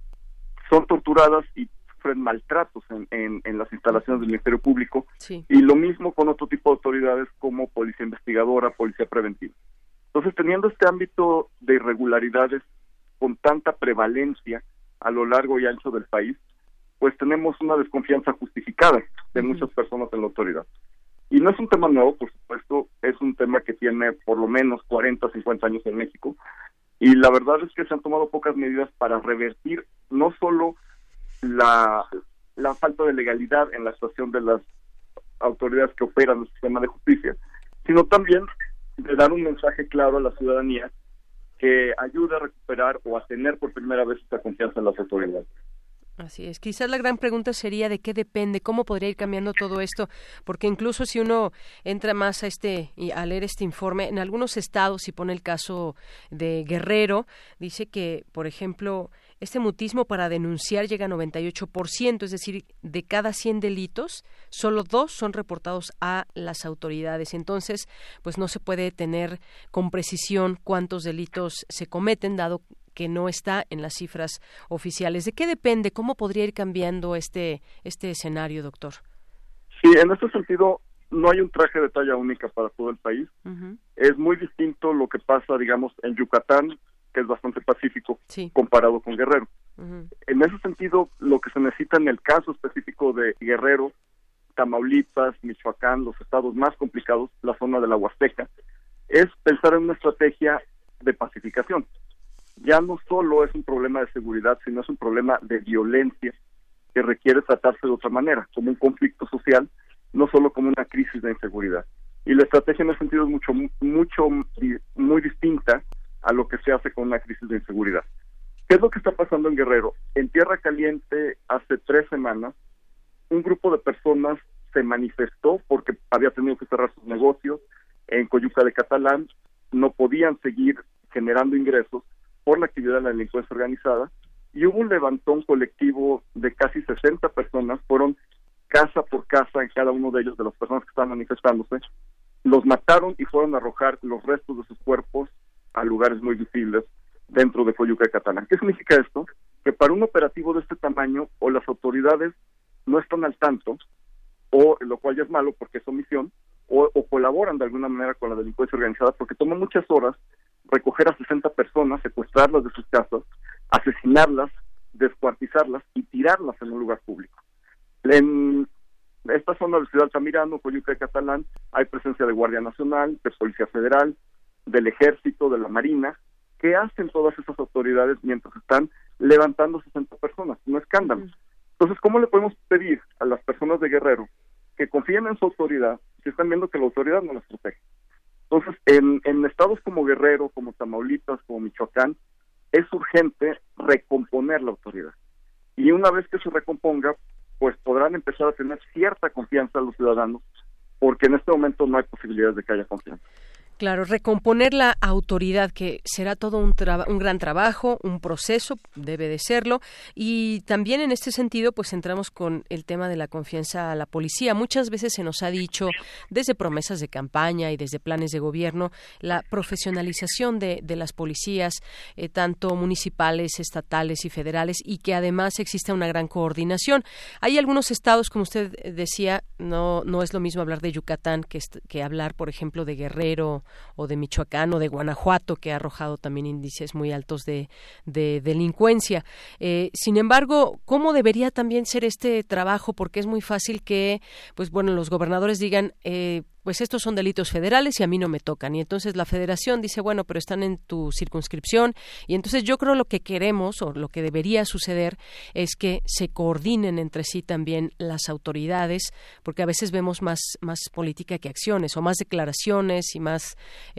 son torturadas y sufren maltratos en las instalaciones del Ministerio Público, sí, y lo mismo con otro tipo de autoridades como policía investigadora, policía preventiva. Entonces, teniendo este ámbito de irregularidades con tanta prevalencia a lo largo y ancho del país, pues tenemos una desconfianza justificada de muchas personas en la autoridad. Y no es un tema nuevo, por supuesto, es un tema que tiene por lo menos 40, 50 años en México, Y la verdad es que se han tomado pocas medidas para revertir no solo la falta de legalidad en la actuación de las autoridades que operan el sistema de justicia, sino también de dar un mensaje claro a la ciudadanía que ayude a recuperar o a tener por primera vez esta confianza en las autoridades. Así es. Quizás la gran pregunta sería de qué depende, cómo podría ir cambiando todo esto, porque incluso si uno entra más a leer este informe, en algunos estados, si pone el caso de Guerrero, dice que, por ejemplo, este mutismo para denunciar llega a 98%, es decir, de cada 100 delitos, solo 2 son reportados a las autoridades. Entonces, pues no se puede tener con precisión cuántos delitos se cometen, dado que no está en las cifras oficiales. ¿De qué depende? ¿Cómo podría ir cambiando este escenario, doctor? Sí, en este sentido, no hay un traje de talla única para todo el país. Uh-huh. Es muy distinto lo que pasa, digamos, en Yucatán, que es bastante pacífico, comparado con Guerrero. Uh-huh. En ese sentido, lo que se necesita en el caso específico de Guerrero, Tamaulipas, Michoacán, los estados más complicados, la zona de la Huasteca, es pensar en una estrategia de pacificación. Ya no solo es un problema de seguridad, sino es un problema de violencia que requiere tratarse de otra manera, como un conflicto social, no solo como una crisis de inseguridad. Y la estrategia en ese sentido es muy distinta a lo que se hace con una crisis de inseguridad. ¿Qué es lo que está pasando en Guerrero? En Tierra Caliente, hace 3 semanas, un grupo de personas se manifestó porque había tenido que cerrar sus negocios. En Coyuca de Catalán no podían seguir generando ingresos por la actividad de la delincuencia organizada, y hubo un levantón colectivo de casi 60 personas, fueron casa por casa en cada uno de ellos, de las personas que estaban manifestándose, los mataron y fueron a arrojar los restos de sus cuerpos a lugares muy visibles dentro de Coyuca de Catalán. ¿Qué significa esto? Que para un operativo de este tamaño, o las autoridades no están al tanto, o lo cual ya es malo porque es omisión, o colaboran de alguna manera con la delincuencia organizada, porque toma muchas horas recoger a 60 personas, secuestrarlas de sus casas, asesinarlas, descuartizarlas y tirarlas en un lugar público. En esta zona de Ciudad Altamirano, Coyuca de Catalán, hay presencia de Guardia Nacional, de Policía Federal, del Ejército, de la Marina. ¿Qué hacen todas esas autoridades mientras están levantando 60 personas? Un escándalo. Entonces, ¿cómo le podemos pedir a las personas de Guerrero que confíen en su autoridad si están viendo que la autoridad no las protege? Entonces, en estados como Guerrero, como Tamaulipas, como Michoacán, es urgente recomponer la autoridad. Y una vez que se recomponga, pues podrán empezar a tener cierta confianza a los ciudadanos, porque en este momento no hay posibilidades de que haya confianza. Claro, recomponer la autoridad, que será todo un gran trabajo, un proceso, debe de serlo, y también en este sentido, pues entramos con el tema de la confianza a la policía. Muchas veces se nos ha dicho, desde promesas de campaña y desde planes de gobierno, la profesionalización de las policías, tanto municipales, estatales y federales, y que además exista una gran coordinación. Hay algunos estados, como usted decía, no es lo mismo hablar de Yucatán que hablar, por ejemplo, de Guerrero o de Michoacán o de Guanajuato, que ha arrojado también índices muy altos de delincuencia. Sin embargo, ¿cómo debería también ser este trabajo? Porque es muy fácil que, pues bueno, los gobernadores digan, pues estos son delitos federales y a mí no me tocan. Y entonces la federación dice, bueno, pero están en tu circunscripción. Y entonces yo creo lo que queremos o lo que debería suceder es que se coordinen entre sí también las autoridades, porque a veces vemos más política que acciones, o más declaraciones y más,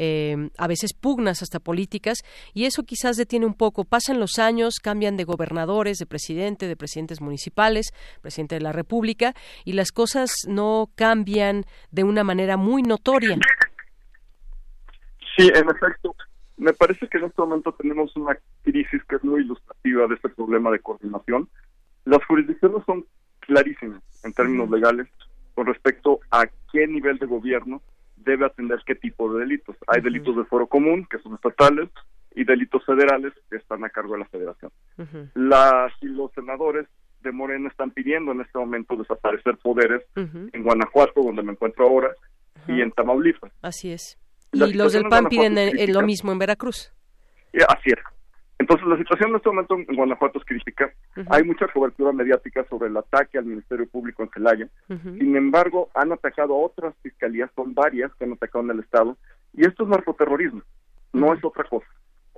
a veces pugnas hasta políticas, y eso quizás detiene un poco. Pasan los años, cambian de gobernadores, de presidentes municipales, presidente de la República, y las cosas no cambian de una manera muy notoria. Sí, en efecto, me parece que en este momento tenemos una crisis que es muy ilustrativa de este problema de coordinación. Las jurisdicciones son clarísimas en términos legales con respecto a qué nivel de gobierno debe atender qué tipo de delitos. Hay delitos de foro común, que son estatales, y delitos federales, que están a cargo de la federación. Los senadores de Morena están pidiendo en este momento desaparecer poderes en Guanajuato, donde me encuentro ahora, y en Tamaulipas. Así es. Y los del PAN piden lo mismo en Veracruz. Así es. Entonces, la situación en este momento en Guanajuato es crítica. Hay mucha cobertura mediática sobre el ataque al Ministerio Público en Celaya. Sin embargo, han atacado a otras fiscalías, son varias que han atacado en el Estado, y esto es narcoterrorismo, no es otra cosa. O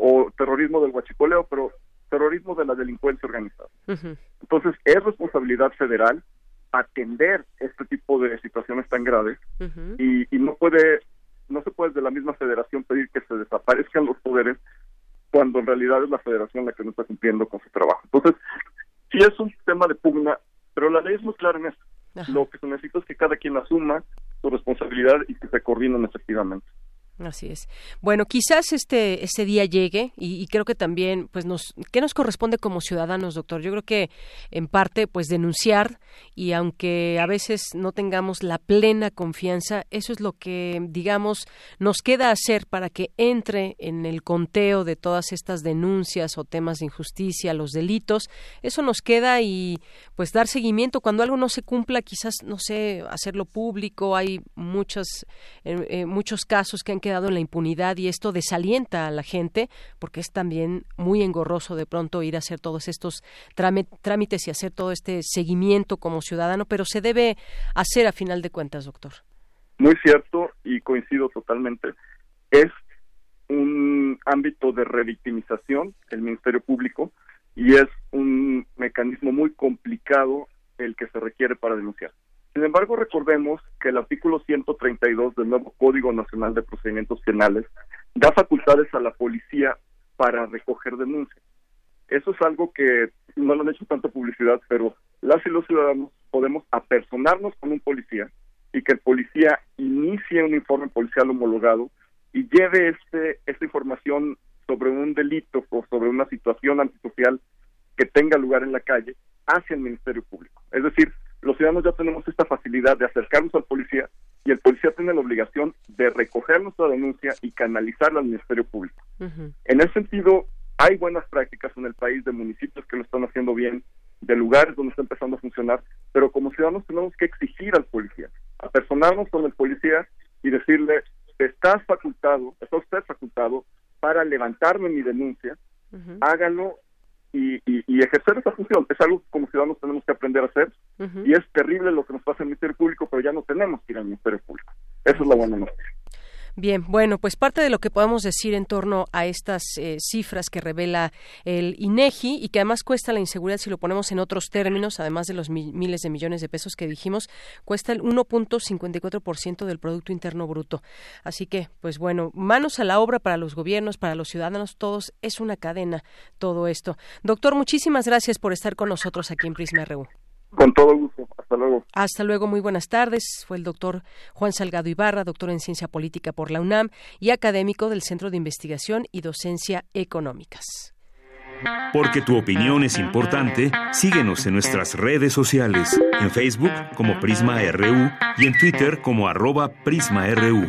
terrorismo del huachicoleo, pero terrorismo de la delincuencia organizada. Entonces, es responsabilidad federal atender este tipo de situaciones tan graves y no se puede de la misma federación pedir que se desaparezcan los poderes cuando en realidad es la federación la que no está cumpliendo con su trabajo. Entonces, sí es un tema de pugna, pero la ley es muy clara en esto. Lo que se necesita es que cada quien asuma su responsabilidad y que se coordinen efectivamente. Así es. Bueno, quizás ese día llegue y creo que también, pues, ¿qué nos corresponde como ciudadanos, doctor? Yo creo que en parte, pues, denunciar, y aunque a veces no tengamos la plena confianza, eso es lo que, digamos, nos queda hacer para que entre en el conteo de todas estas denuncias o temas de injusticia, los delitos. Eso nos queda y, pues, dar seguimiento. Cuando algo no se cumpla, quizás, no sé, hacerlo público. Hay muchos casos que han quedado en la impunidad y esto desalienta a la gente porque es también muy engorroso de pronto ir a hacer todos estos trámites y hacer todo este seguimiento como ciudadano, pero se debe hacer a final de cuentas, doctor. Muy cierto y coincido totalmente. Es un ámbito de revictimización el Ministerio Público y es un mecanismo muy complicado el que se requiere para denunciar. Sin embargo, recordemos que el artículo 132 del nuevo Código Nacional de Procedimientos Penales da facultades a la policía para recoger denuncias. Eso es algo que no le han hecho tanta publicidad, pero las y los ciudadanos podemos apersonarnos con un policía y que el policía inicie un informe policial homologado y lleve esta información sobre un delito o sobre una situación antisocial que tenga lugar en la calle hacia el Ministerio Público. Es decir, los ciudadanos ya tenemos esta facilidad de acercarnos al policía y el policía tiene la obligación de recoger nuestra denuncia y canalizarla al Ministerio Público. En ese sentido, hay buenas prácticas en el país de municipios que lo están haciendo bien, de lugares donde está empezando a funcionar, pero como ciudadanos tenemos que exigir al policía, apersonarnos con el policía y decirle, está usted facultado para levantarme mi denuncia, hágalo y ejercer esa función. Es algo que como ciudadanos tenemos que aprender a hacer y es terrible lo que nos pasa en el Ministerio Público, pero ya no tenemos que ir al Ministerio Público. Esa es la buena noticia. Bien, bueno, pues parte de lo que podemos decir en torno a estas cifras que revela el INEGI y que además cuesta la inseguridad, si lo ponemos en otros términos, además de los miles de millones de pesos que dijimos, cuesta el 1.54% del Producto Interno Bruto. Así que, pues bueno, manos a la obra para los gobiernos, para los ciudadanos, todos, es una cadena todo esto. Doctor, muchísimas gracias por estar con nosotros aquí en Prisma RU. Con todo gusto. Hasta luego. Hasta luego, muy buenas tardes. Fue el doctor Juan Salgado Ibarra, doctor en Ciencia Política por la UNAM y académico del Centro de Investigación y Docencia Económicas. Porque tu opinión es importante, síguenos en nuestras redes sociales, en Facebook como Prisma RU y en Twitter como @PrismaRU.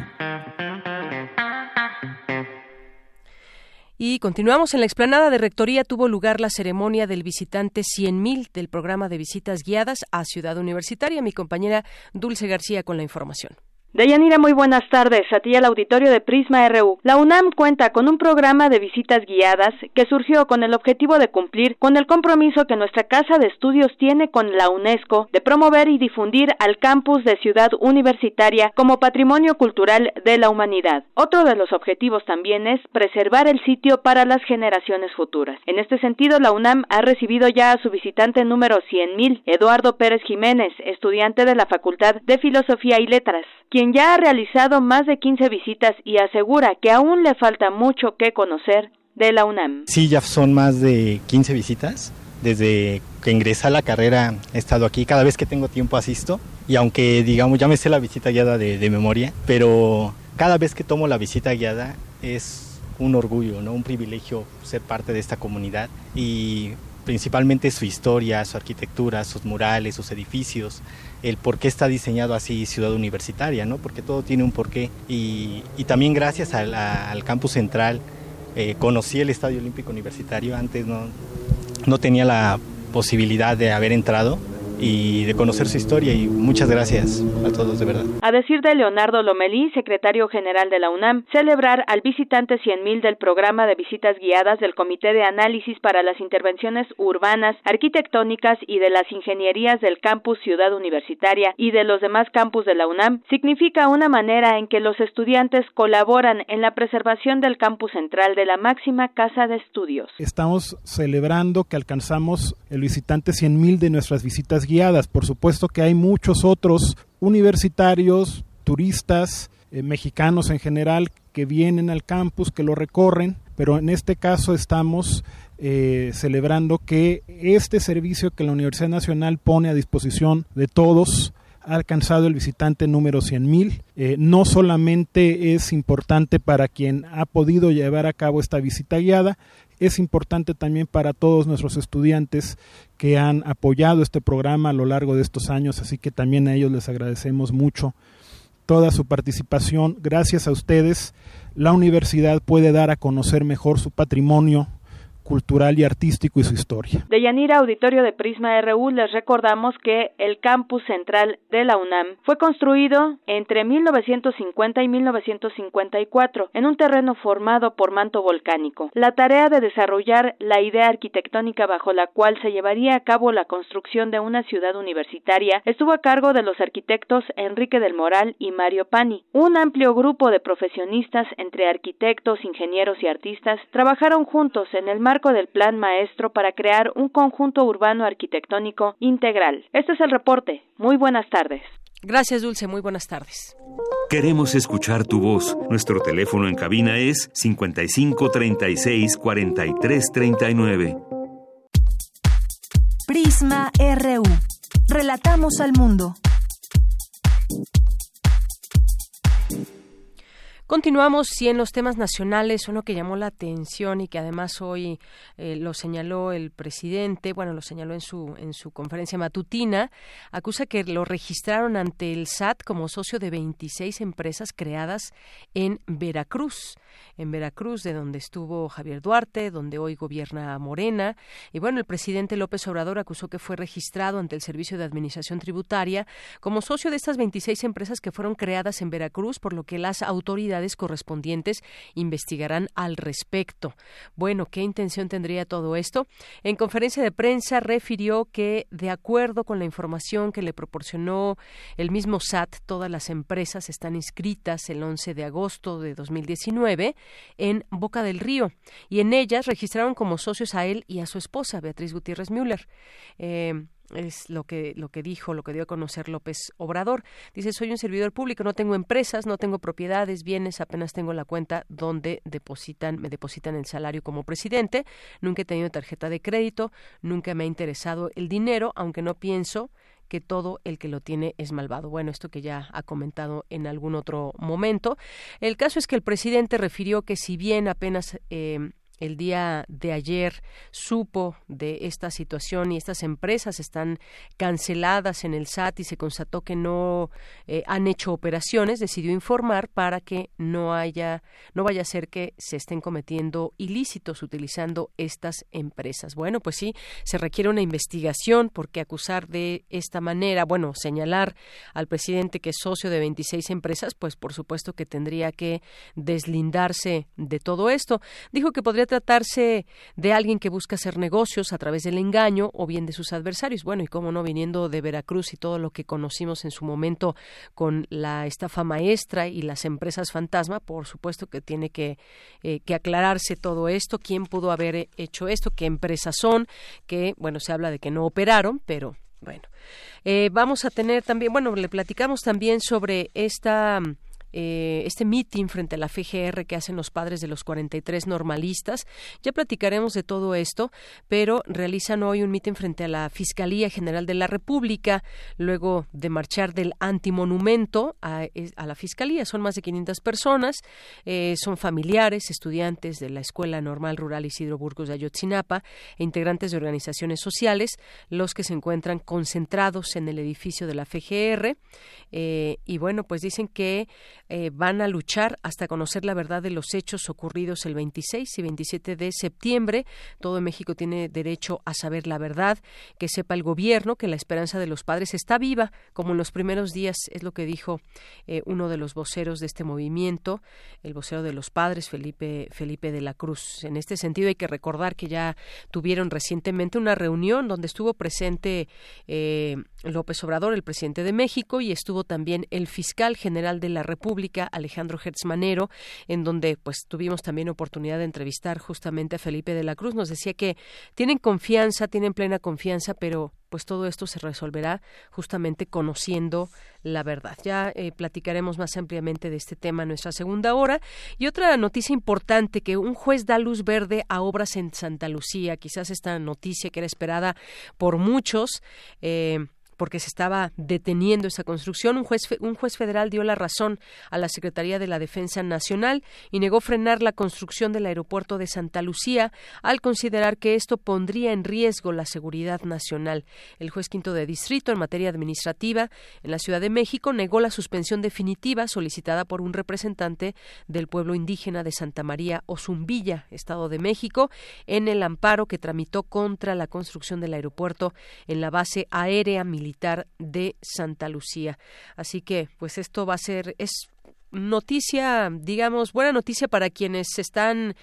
Y continuamos. En la explanada de Rectoría tuvo lugar la ceremonia del visitante 100.000 del programa de visitas guiadas a Ciudad Universitaria. Mi compañera Dulce García con la información. Deyanira, muy buenas tardes. A ti al auditorio de Prisma RU. La UNAM cuenta con un programa de visitas guiadas que surgió con el objetivo de cumplir con el compromiso que nuestra Casa de Estudios tiene con la UNESCO de promover y difundir al campus de Ciudad Universitaria como patrimonio cultural de la humanidad. Otro de los objetivos también es preservar el sitio para las generaciones futuras. En este sentido, la UNAM ha recibido ya a su visitante número 100.000, Eduardo Pérez Jiménez, estudiante de la Facultad de Filosofía y Letras, quien ya ha realizado más de 15 visitas y asegura que aún le falta mucho que conocer de la UNAM. Sí, ya son más de 15 visitas. Desde que ingresé a la carrera he estado aquí, cada vez que tengo tiempo asisto, y aunque digamos ya me sé la visita guiada de memoria, pero cada vez que tomo la visita guiada es un orgullo, ¿no? Un privilegio ser parte de esta comunidad y principalmente su historia, su arquitectura, sus murales, sus edificios, el por qué está diseñado así Ciudad Universitaria, ¿no? Porque todo tiene un porqué y también gracias al campus central conocí el Estadio Olímpico Universitario. Antes no tenía la posibilidad de haber entrado y de conocer su historia, y muchas gracias a todos, de verdad. A decir de Leonardo Lomelí, secretario general de la UNAM, celebrar al visitante 100,000 del programa de visitas guiadas del Comité de Análisis para las Intervenciones Urbanas, Arquitectónicas y de las Ingenierías del Campus Ciudad Universitaria y de los demás campus de la UNAM significa una manera en que los estudiantes colaboran en la preservación del campus central de la máxima casa de estudios. Estamos celebrando que alcanzamos el visitante 100,000 de nuestras visitas guiadas. Por supuesto que hay muchos otros universitarios, turistas, mexicanos en general, que vienen al campus, que lo recorren, pero en este caso estamos celebrando que este servicio que la Universidad Nacional pone a disposición de todos ha alcanzado el visitante número 100,000. No solamente es importante para quien ha podido llevar a cabo esta visita guiada, es importante también para todos nuestros estudiantes que han apoyado este programa a lo largo de estos años, así que también a ellos les agradecemos mucho toda su participación. Gracias a ustedes, la universidad puede dar a conocer mejor su patrimonio cultural y artístico y su historia. De Yanira, auditorio de Prisma RU, les recordamos que el campus central de la UNAM fue construido entre 1950 y 1954 en un terreno formado por manto volcánico. La tarea de desarrollar la idea arquitectónica bajo la cual se llevaría a cabo la construcción de una ciudad universitaria estuvo a cargo de los arquitectos Enrique del Moral y Mario Pani. Un amplio grupo de profesionistas entre arquitectos, ingenieros y artistas trabajaron juntos en el marco del Plan Maestro para crear un conjunto urbano arquitectónico integral. Este es el reporte. Muy buenas tardes. Gracias, Dulce. Muy buenas tardes. Queremos escuchar tu voz. Nuestro teléfono en cabina es 55 36 43 39. Prisma RU. Relatamos al mundo. Continuamos, sí, en los temas nacionales, uno que llamó la atención y que además hoy lo señaló el presidente, lo señaló en su conferencia matutina, acusa que lo registraron ante el SAT como socio de 26 empresas creadas en Veracruz, de donde estuvo Javier Duarte, donde hoy gobierna Morena. Y el presidente López Obrador acusó que fue registrado ante el Servicio de Administración Tributaria como socio de estas 26 empresas que fueron creadas en Veracruz, por lo que las autoridades correspondientes investigarán al respecto. ¿Qué intención tendría todo esto? En conferencia de prensa refirió que, de acuerdo con la información que le proporcionó el mismo SAT, todas las empresas están inscritas el 11 de agosto de 2019 en Boca del Río, y en ellas registraron como socios a él y a su esposa, Beatriz Gutiérrez Müller. Es lo que dio a conocer López Obrador. Dice: soy un servidor público, no tengo empresas, no tengo propiedades, bienes, apenas tengo la cuenta donde me depositan el salario como presidente. Nunca he tenido tarjeta de crédito, nunca me ha interesado el dinero, aunque no pienso que todo el que lo tiene es malvado. Esto que ya ha comentado en algún otro momento. El caso es que el presidente refirió que, si bien apenas el día de ayer supo de esta situación y estas empresas están canceladas en el SAT y se constató que no han hecho operaciones, decidió informar para que no vaya a ser que se estén cometiendo ilícitos utilizando estas empresas. Pues sí, se requiere una investigación, porque acusar de esta manera, señalar al presidente que es socio de 26 empresas, pues por supuesto que tendría que deslindarse de todo esto. Dijo que podría tratarse de alguien que busca hacer negocios a través del engaño o bien de sus adversarios. Y cómo no, viniendo de Veracruz y todo lo que conocimos en su momento con la estafa maestra y las empresas fantasma, por supuesto que tiene que aclararse todo esto, quién pudo haber hecho esto, qué empresas son, que se habla de que no operaron, pero vamos a tener también, le platicamos también sobre este mitin frente a la FGR que hacen los padres de los 43 normalistas. Ya platicaremos de todo esto, pero realizan hoy un mitin frente a la Fiscalía General de la República, luego de marchar del antimonumento a la Fiscalía. Son más de 500 personas, son familiares, estudiantes de la Escuela Normal Rural Isidro Burgos de Ayotzinapa e integrantes de organizaciones sociales, los que se encuentran concentrados en el edificio de la FGR. Pues dicen que van a luchar hasta conocer la verdad de los hechos ocurridos el 26 y 27 de septiembre. Todo México tiene derecho a saber la verdad, que sepa el gobierno que la esperanza de los padres está viva, como en los primeros días, es lo que dijo uno de los voceros de este movimiento, el vocero de los padres, Felipe de la Cruz. En este sentido hay que recordar que ya tuvieron recientemente una reunión donde estuvo presente López Obrador, el presidente de México, y estuvo también el fiscal general de la República, Alejandro Gertz Manero, en donde pues tuvimos también oportunidad de entrevistar justamente a Felipe de la Cruz. Nos decía que tienen plena confianza, pero pues todo esto se resolverá justamente conociendo la verdad. Ya platicaremos más ampliamente de este tema en nuestra segunda hora. Y otra noticia importante, que un juez da luz verde a obras en Santa Lucía. Quizás esta noticia que era esperada por muchos, porque se estaba deteniendo esa construcción. Un juez federal dio la razón a la Secretaría de la Defensa Nacional y negó frenar la construcción del aeropuerto de Santa Lucía al considerar que esto pondría en riesgo la seguridad nacional. El juez quinto de distrito en materia administrativa en la Ciudad de México negó la suspensión definitiva solicitada por un representante del pueblo indígena de Santa María Ozumbilla, Estado de México, en el amparo que tramitó contra la construcción del aeropuerto en la base aérea militar de Santa Lucía. Así que, pues esto va a ser, es noticia, digamos, buena noticia para quienes están,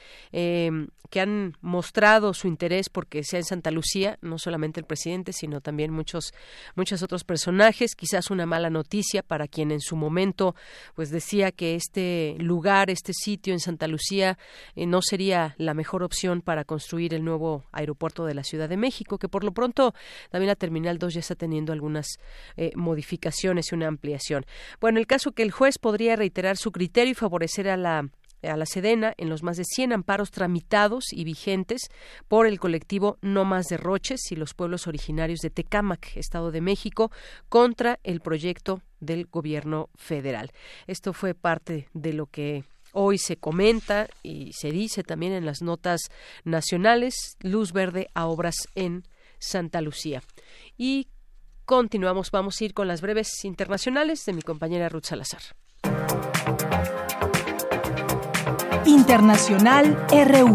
que han mostrado su interés porque sea en Santa Lucía, no solamente el presidente, sino también muchos otros personajes. Quizás una mala noticia para quien en su momento pues decía que este lugar, este sitio en Santa Lucía no sería la mejor opción para construir el nuevo aeropuerto de la Ciudad de México, que por lo pronto también la Terminal 2 ya está teniendo algunas modificaciones y una ampliación. Bueno, el caso que el juez podría reiterar su criterio y favorecer a la Sedena en los más de 100 amparos tramitados y vigentes por el colectivo No Más Derroches y los pueblos originarios de Tecámac, Estado de México, contra el proyecto del gobierno federal. Esto fue parte de lo que hoy se comenta y se dice también en las notas nacionales, luz verde a obras en Santa Lucía. Y continuamos, vamos a ir con las breves internacionales de mi compañera Ruth Salazar. Internacional RU.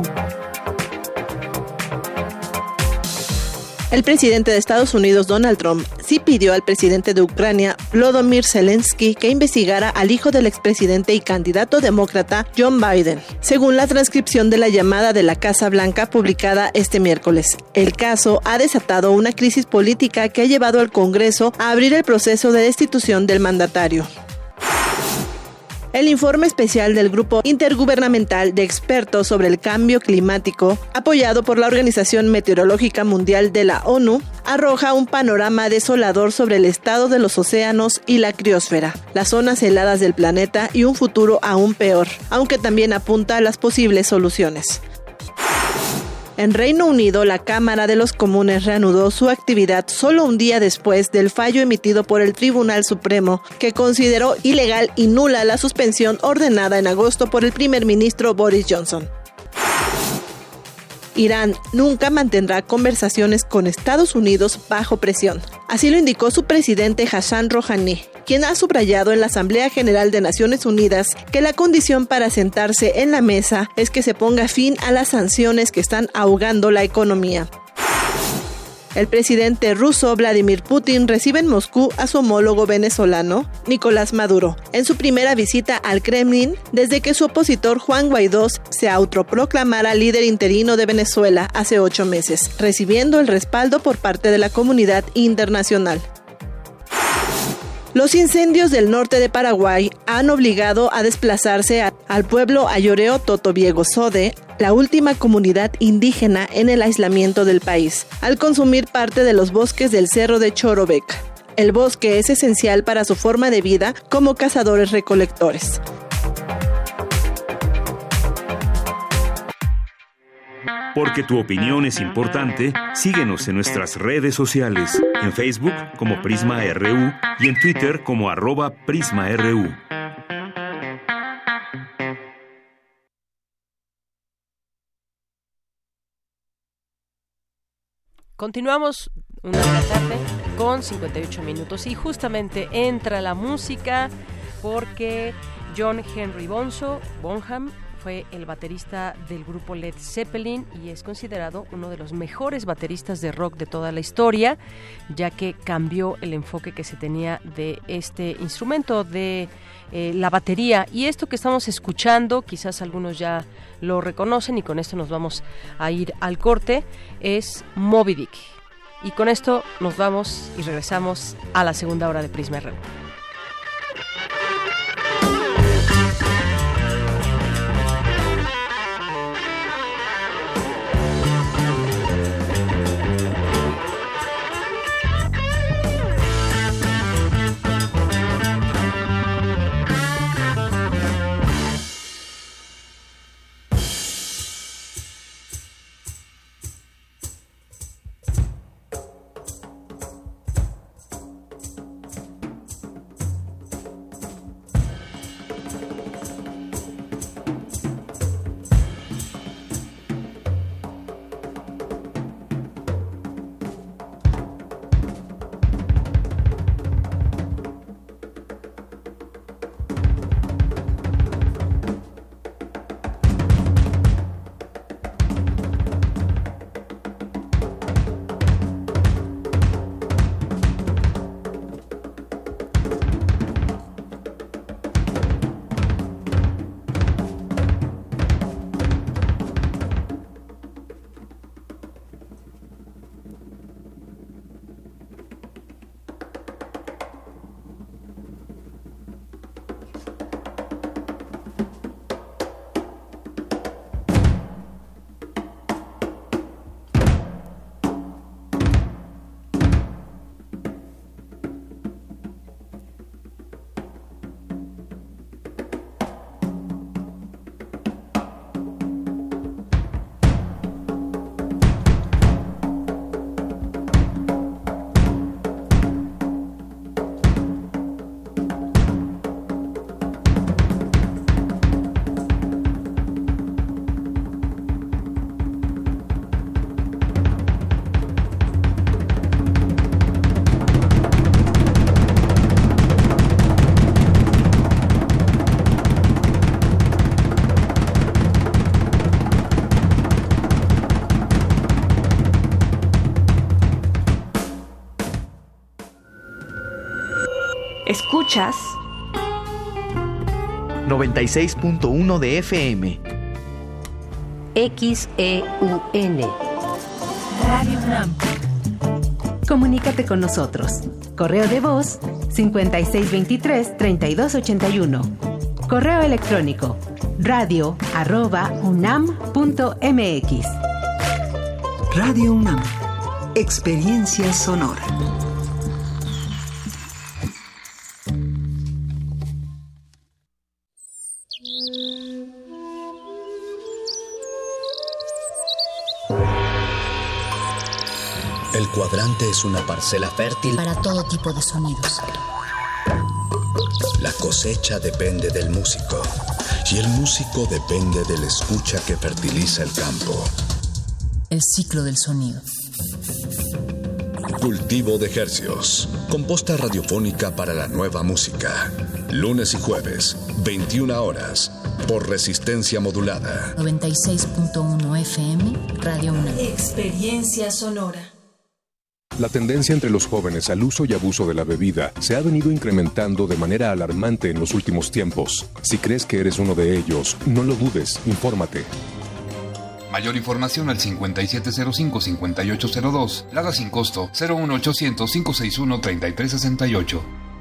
El presidente de Estados Unidos, Donald Trump, sí pidió al presidente de Ucrania, Volodymyr Zelensky, que investigara al hijo del expresidente y candidato demócrata John Biden, según la transcripción de la llamada de la Casa Blanca publicada este miércoles. El caso ha desatado una crisis política que ha llevado al Congreso a abrir el proceso de destitución del mandatario. El informe especial del Grupo Intergubernamental de Expertos sobre el Cambio Climático, apoyado por la Organización Meteorológica Mundial de la ONU, arroja un panorama desolador sobre el estado de los océanos y la criosfera, las zonas heladas del planeta y un futuro aún peor, aunque también apunta a las posibles soluciones. En Reino Unido, la Cámara de los Comunes reanudó su actividad solo un día después del fallo emitido por el Tribunal Supremo, que consideró ilegal y nula la suspensión ordenada en agosto por el primer ministro Boris Johnson. Irán nunca mantendrá conversaciones con Estados Unidos bajo presión. Así lo indicó su presidente Hassan Rouhani, quien ha subrayado en la Asamblea General de Naciones Unidas que la condición para sentarse en la mesa es que se ponga fin a las sanciones que están ahogando la economía. El presidente ruso Vladimir Putin recibe en Moscú a su homólogo venezolano, Nicolás Maduro, en su primera visita al Kremlin desde que su opositor Juan Guaidó se autoproclamara líder interino de Venezuela hace 8 meses, recibiendo el respaldo por parte de la comunidad internacional. Los incendios del norte de Paraguay han obligado a desplazarse al pueblo ayoreo Totobiego Sode, la última comunidad indígena en el aislamiento del país, al consumir parte de los bosques del cerro de Chorobec. El bosque es esencial para su forma de vida como cazadores-recolectores. Porque tu opinión es importante, síguenos en nuestras redes sociales, en Facebook como Prisma RU y en Twitter como @PrismaRU. Continuamos 1 de la tarde con 58 minutos y justamente entra la música porque John Henry Bonham fue el baterista del grupo Led Zeppelin y es considerado uno de los mejores bateristas de rock de toda la historia, ya que cambió el enfoque que se tenía de este instrumento, de la batería. Y esto que estamos escuchando, quizás algunos ya lo reconocen y con esto nos vamos a ir al corte, es Moby Dick. Y con esto nos vamos y regresamos a la segunda hora de Prisma RU. Escuchas 96.1 de FM. XEUN Radio UNAM. Comunícate con nosotros. Correo de voz 5623-3281. Correo electrónico radio@unam.mx. Radio UNAM. Experiencia sonora. El cuadrante es una parcela fértil para todo tipo de sonidos. La cosecha depende del músico y el músico depende del escucha que fertiliza el campo. El ciclo del sonido. Cultivo de hercios. Composta radiofónica para la nueva música. Lunes y jueves, 21 horas, por resistencia modulada. 96.1 FM, Radio UNAM. Experiencia sonora. La tendencia entre los jóvenes al uso y abuso de la bebida se ha venido incrementando de manera alarmante en los últimos tiempos. Si crees que eres uno de ellos, no lo dudes, infórmate. Mayor información al 5705-5802. Lada sin costo 01800-561-3368.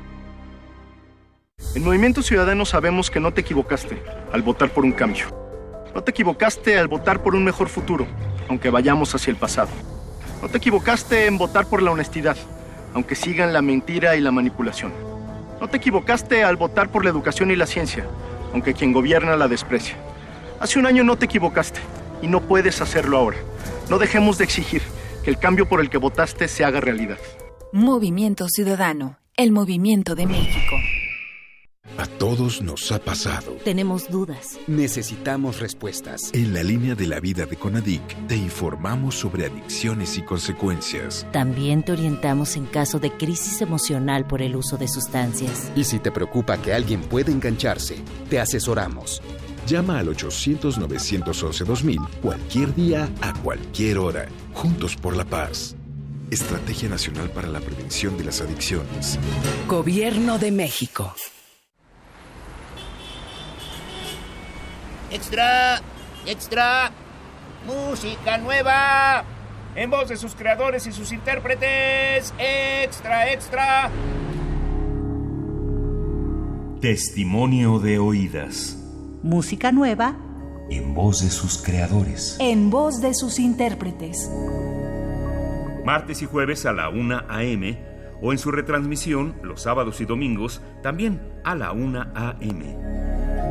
En Movimiento Ciudadano sabemos que no te equivocaste al votar por un cambio. No te equivocaste al votar por un mejor futuro, aunque vayamos hacia el pasado. No te equivocaste en votar por la honestidad, aunque sigan la mentira y la manipulación. No te equivocaste al votar por la educación y la ciencia, aunque quien gobierna la desprecia. Hace un año no te equivocaste y no puedes hacerlo ahora. No dejemos de exigir que el cambio por el que votaste se haga realidad. Movimiento Ciudadano, el movimiento de México. A todos nos ha pasado. Tenemos dudas. Necesitamos respuestas. En la línea de la vida de CONADIC te informamos sobre adicciones y consecuencias. También te orientamos en caso de crisis emocional por el uso de sustancias. Y si te preocupa que alguien pueda engancharse, te asesoramos. Llama al 800-911-2000 cualquier día, a cualquier hora. Juntos por la paz. Estrategia Nacional para la Prevención de las Adicciones. Gobierno de México. ¡Extra! ¡Extra! ¡Música nueva! En voz de sus creadores y sus intérpretes. ¡Extra, extra! Testimonio de oídas. Música nueva. En voz de sus creadores. En voz de sus intérpretes. Martes y jueves a la 1 a.m. o en su retransmisión los sábados y domingos también a la 1 a.m.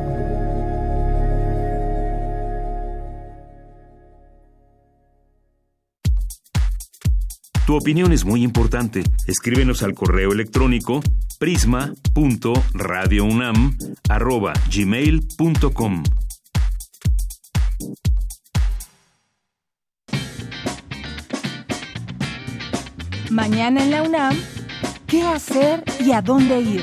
Tu opinión es muy importante. Escríbenos al correo electrónico prisma.radiounam@gmail.com. Mañana en la UNAM, ¿qué hacer y a dónde ir?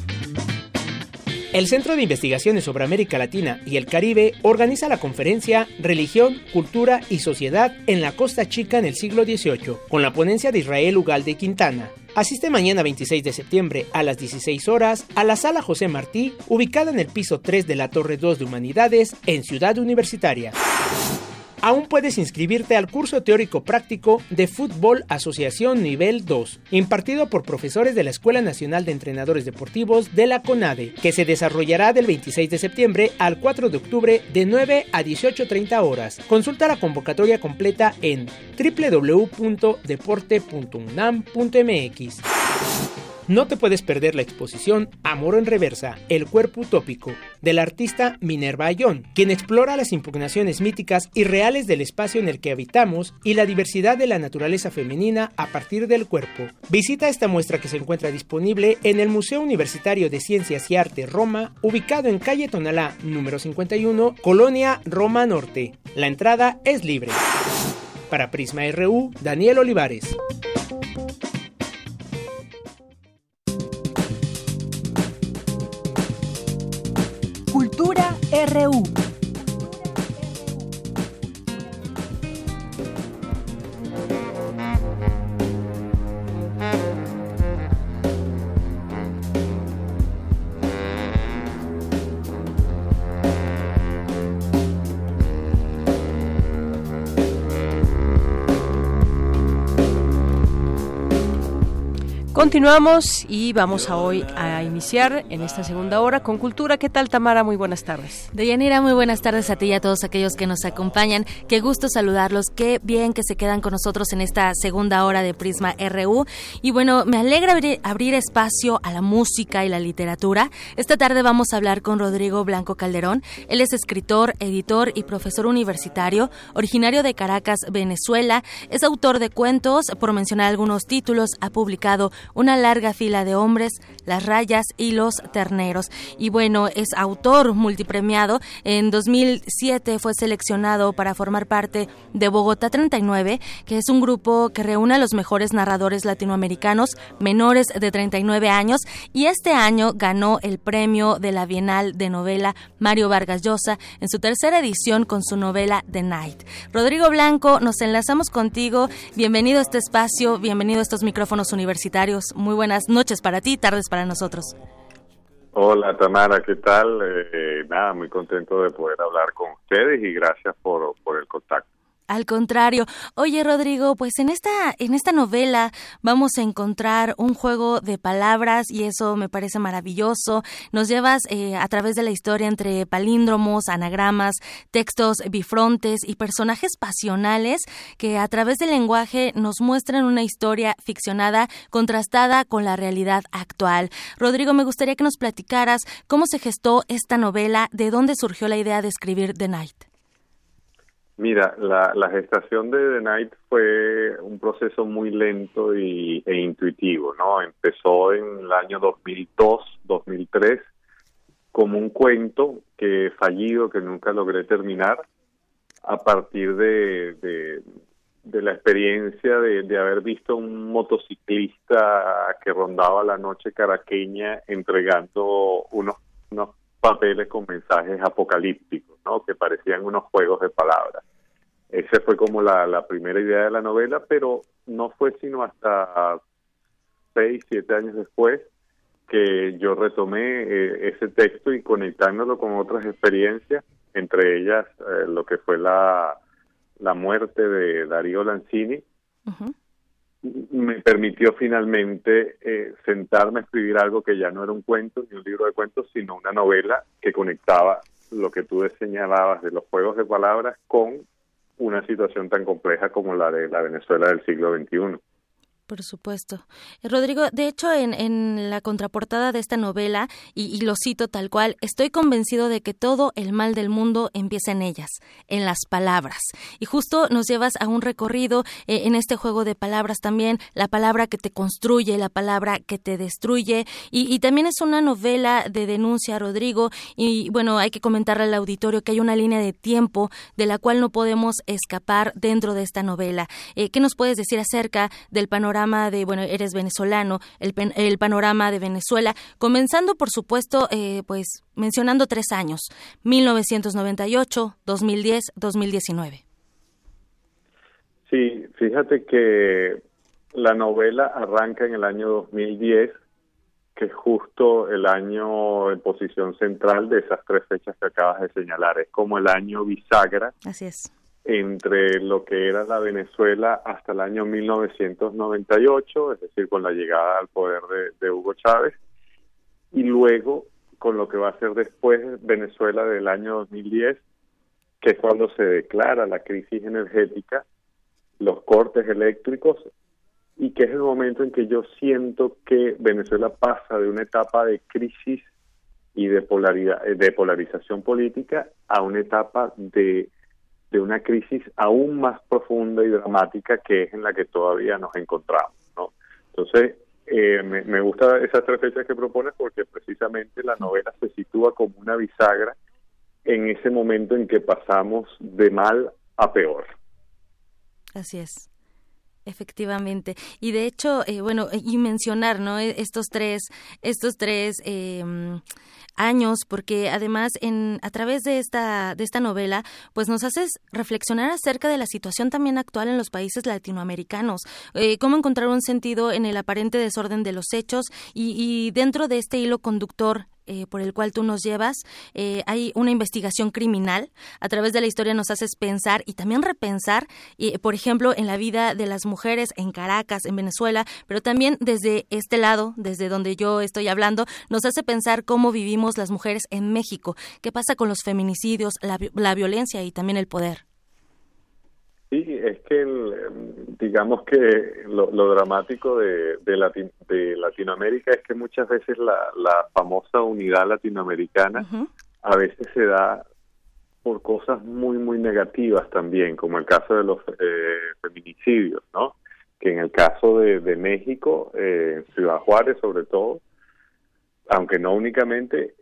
El Centro de Investigaciones sobre América Latina y el Caribe organiza la conferencia Religión, Cultura y Sociedad en la Costa Chica en el siglo XVIII, con la ponencia de Israel Ugalde Quintana. Asiste mañana 26 de septiembre a las 16 horas a la Sala José Martí, ubicada en el piso 3 de la Torre 2 de Humanidades, en Ciudad Universitaria. Aún puedes inscribirte al curso teórico práctico de Fútbol Asociación Nivel 2, impartido por profesores de la Escuela Nacional de Entrenadores Deportivos de la CONADE, que se desarrollará del 26 de septiembre al 4 de octubre de 9 a 18:30 horas. Consulta la convocatoria completa en www.deporte.unam.mx. No te puedes perder la exposición Amor en Reversa, el cuerpo utópico, del artista Minerva Ayón, quien explora las impugnaciones míticas y reales del espacio en el que habitamos y la diversidad de la naturaleza femenina a partir del cuerpo. Visita esta muestra que se encuentra disponible en el Museo Universitario de Ciencias y Arte Roma, ubicado en calle Tonalá, número 51, Colonia Roma Norte. La entrada es libre. Para Prisma RU, Daniel Olivares. Cultura RU. Continuamos y vamos hoy a iniciar en esta segunda hora con Cultura. ¿Qué tal, Tamara? Muy buenas tardes. Deyanira, muy buenas tardes a ti y a todos aquellos que nos acompañan. Qué gusto saludarlos, qué bien que se quedan con nosotros en esta segunda hora de Prisma RU. Y bueno, me alegra abrir espacio a la música y la literatura. Esta tarde vamos a hablar con Rodrigo Blanco Calderón. Él es escritor, editor y profesor universitario, originario de Caracas, Venezuela. Es autor de cuentos, por mencionar algunos títulos, ha publicado Una larga fila de hombres, Las rayas y los terneros. Y bueno, es autor multipremiado. En 2007 fue seleccionado para formar parte de Bogotá 39, que es un grupo que reúne a los mejores narradores latinoamericanos menores de 39 años. Y este año ganó el premio de la Bienal de Novela Mario Vargas Llosa en su tercera edición con su novela The Night. Rodrigo Blanco, nos enlazamos contigo. Bienvenido a este espacio, bienvenido a estos micrófonos universitarios. Muy buenas noches para ti, tardes para nosotros. Hola Tamara, ¿qué tal? Nada, muy contento de poder hablar con ustedes y gracias por el contacto. Al contrario. Oye, Rodrigo, pues en esta novela vamos a encontrar un juego de palabras y eso me parece maravilloso. Nos llevas a través de la historia entre palíndromos, anagramas, textos bifrontes y personajes pasionales que a través del lenguaje nos muestran una historia ficcionada contrastada con la realidad actual. Rodrigo, me gustaría que nos platicaras cómo se gestó esta novela, de dónde surgió la idea de escribir The Night. Mira, la gestación de The Night fue un proceso muy lento e intuitivo, ¿no? Empezó en el año 2002, 2003, como un cuento que fallido, que nunca logré terminar, a partir de la experiencia de haber visto un motociclista que rondaba la noche caraqueña entregando unos papeles con mensajes apocalípticos, ¿no? Que parecían unos juegos de palabras. Esa fue como la primera idea de la novela, pero no fue sino hasta 6, 7 años después que yo retomé ese texto y conectándolo con otras experiencias, entre ellas lo que fue la muerte de Darío Lanzini, me permitió finalmente sentarme a escribir algo que ya no era un cuento ni un libro de cuentos, sino una novela que conectaba lo que tú señalabas de los juegos de palabras con una situación tan compleja como la de la Venezuela del siglo XXI. Por supuesto. Rodrigo, de hecho, en la contraportada de esta novela, y lo cito tal cual, estoy convencido de que todo el mal del mundo empieza en ellas, en las palabras. Y justo nos llevas a un recorrido en este juego de palabras también, la palabra que te construye, la palabra que te destruye, y también es una novela de denuncia, Rodrigo, y bueno, hay que comentarle al auditorio que hay una línea de tiempo de la cual no podemos escapar dentro de esta novela. ¿Qué nos puedes decir acerca del panorama de, bueno, eres venezolano, el panorama de Venezuela, comenzando por supuesto, pues mencionando 3 años, 1998, 2010, 2019? Sí, fíjate que la novela arranca en el año 2010, que es justo el año en posición central de esas 3 fechas que acabas de señalar. Es como el año bisagra. Así es. Entre lo que era la Venezuela hasta el año 1998, es decir, con la llegada al poder de Hugo Chávez, y luego con lo que va a ser después Venezuela del año 2010, que es cuando se declara la crisis energética, los cortes eléctricos, y que es el momento en que yo siento que Venezuela pasa de una etapa de crisis y de polarización política a una etapa de una crisis aún más profunda y dramática, que es en la que todavía nos encontramos, ¿no? Entonces, me gusta esas 3 fechas que propones, porque precisamente la novela se sitúa como una bisagra en ese momento en que pasamos de mal a peor. Así es. Efectivamente. Y de hecho, bueno, y mencionar, ¿no?, estos tres años, porque además a través de esta novela, pues nos haces reflexionar acerca de la situación también actual en los países latinoamericanos, cómo encontrar un sentido en el aparente desorden de los hechos, y dentro de este hilo conductor por el cual tú nos llevas, hay una investigación criminal. A través de la historia nos haces pensar y también repensar, por ejemplo, en la vida de las mujeres en Caracas, en Venezuela, pero también desde este lado, desde donde yo estoy hablando, nos hace pensar cómo vivimos las mujeres en México, qué pasa con los feminicidios, la violencia y también el poder. Sí, es que digamos que lo dramático de Latinoamérica es que muchas veces la famosa unidad latinoamericana a veces se da por cosas muy, muy negativas también, como el caso de los feminicidios, ¿no? Que en el caso de México, en Ciudad Juárez sobre todo, aunque no únicamente,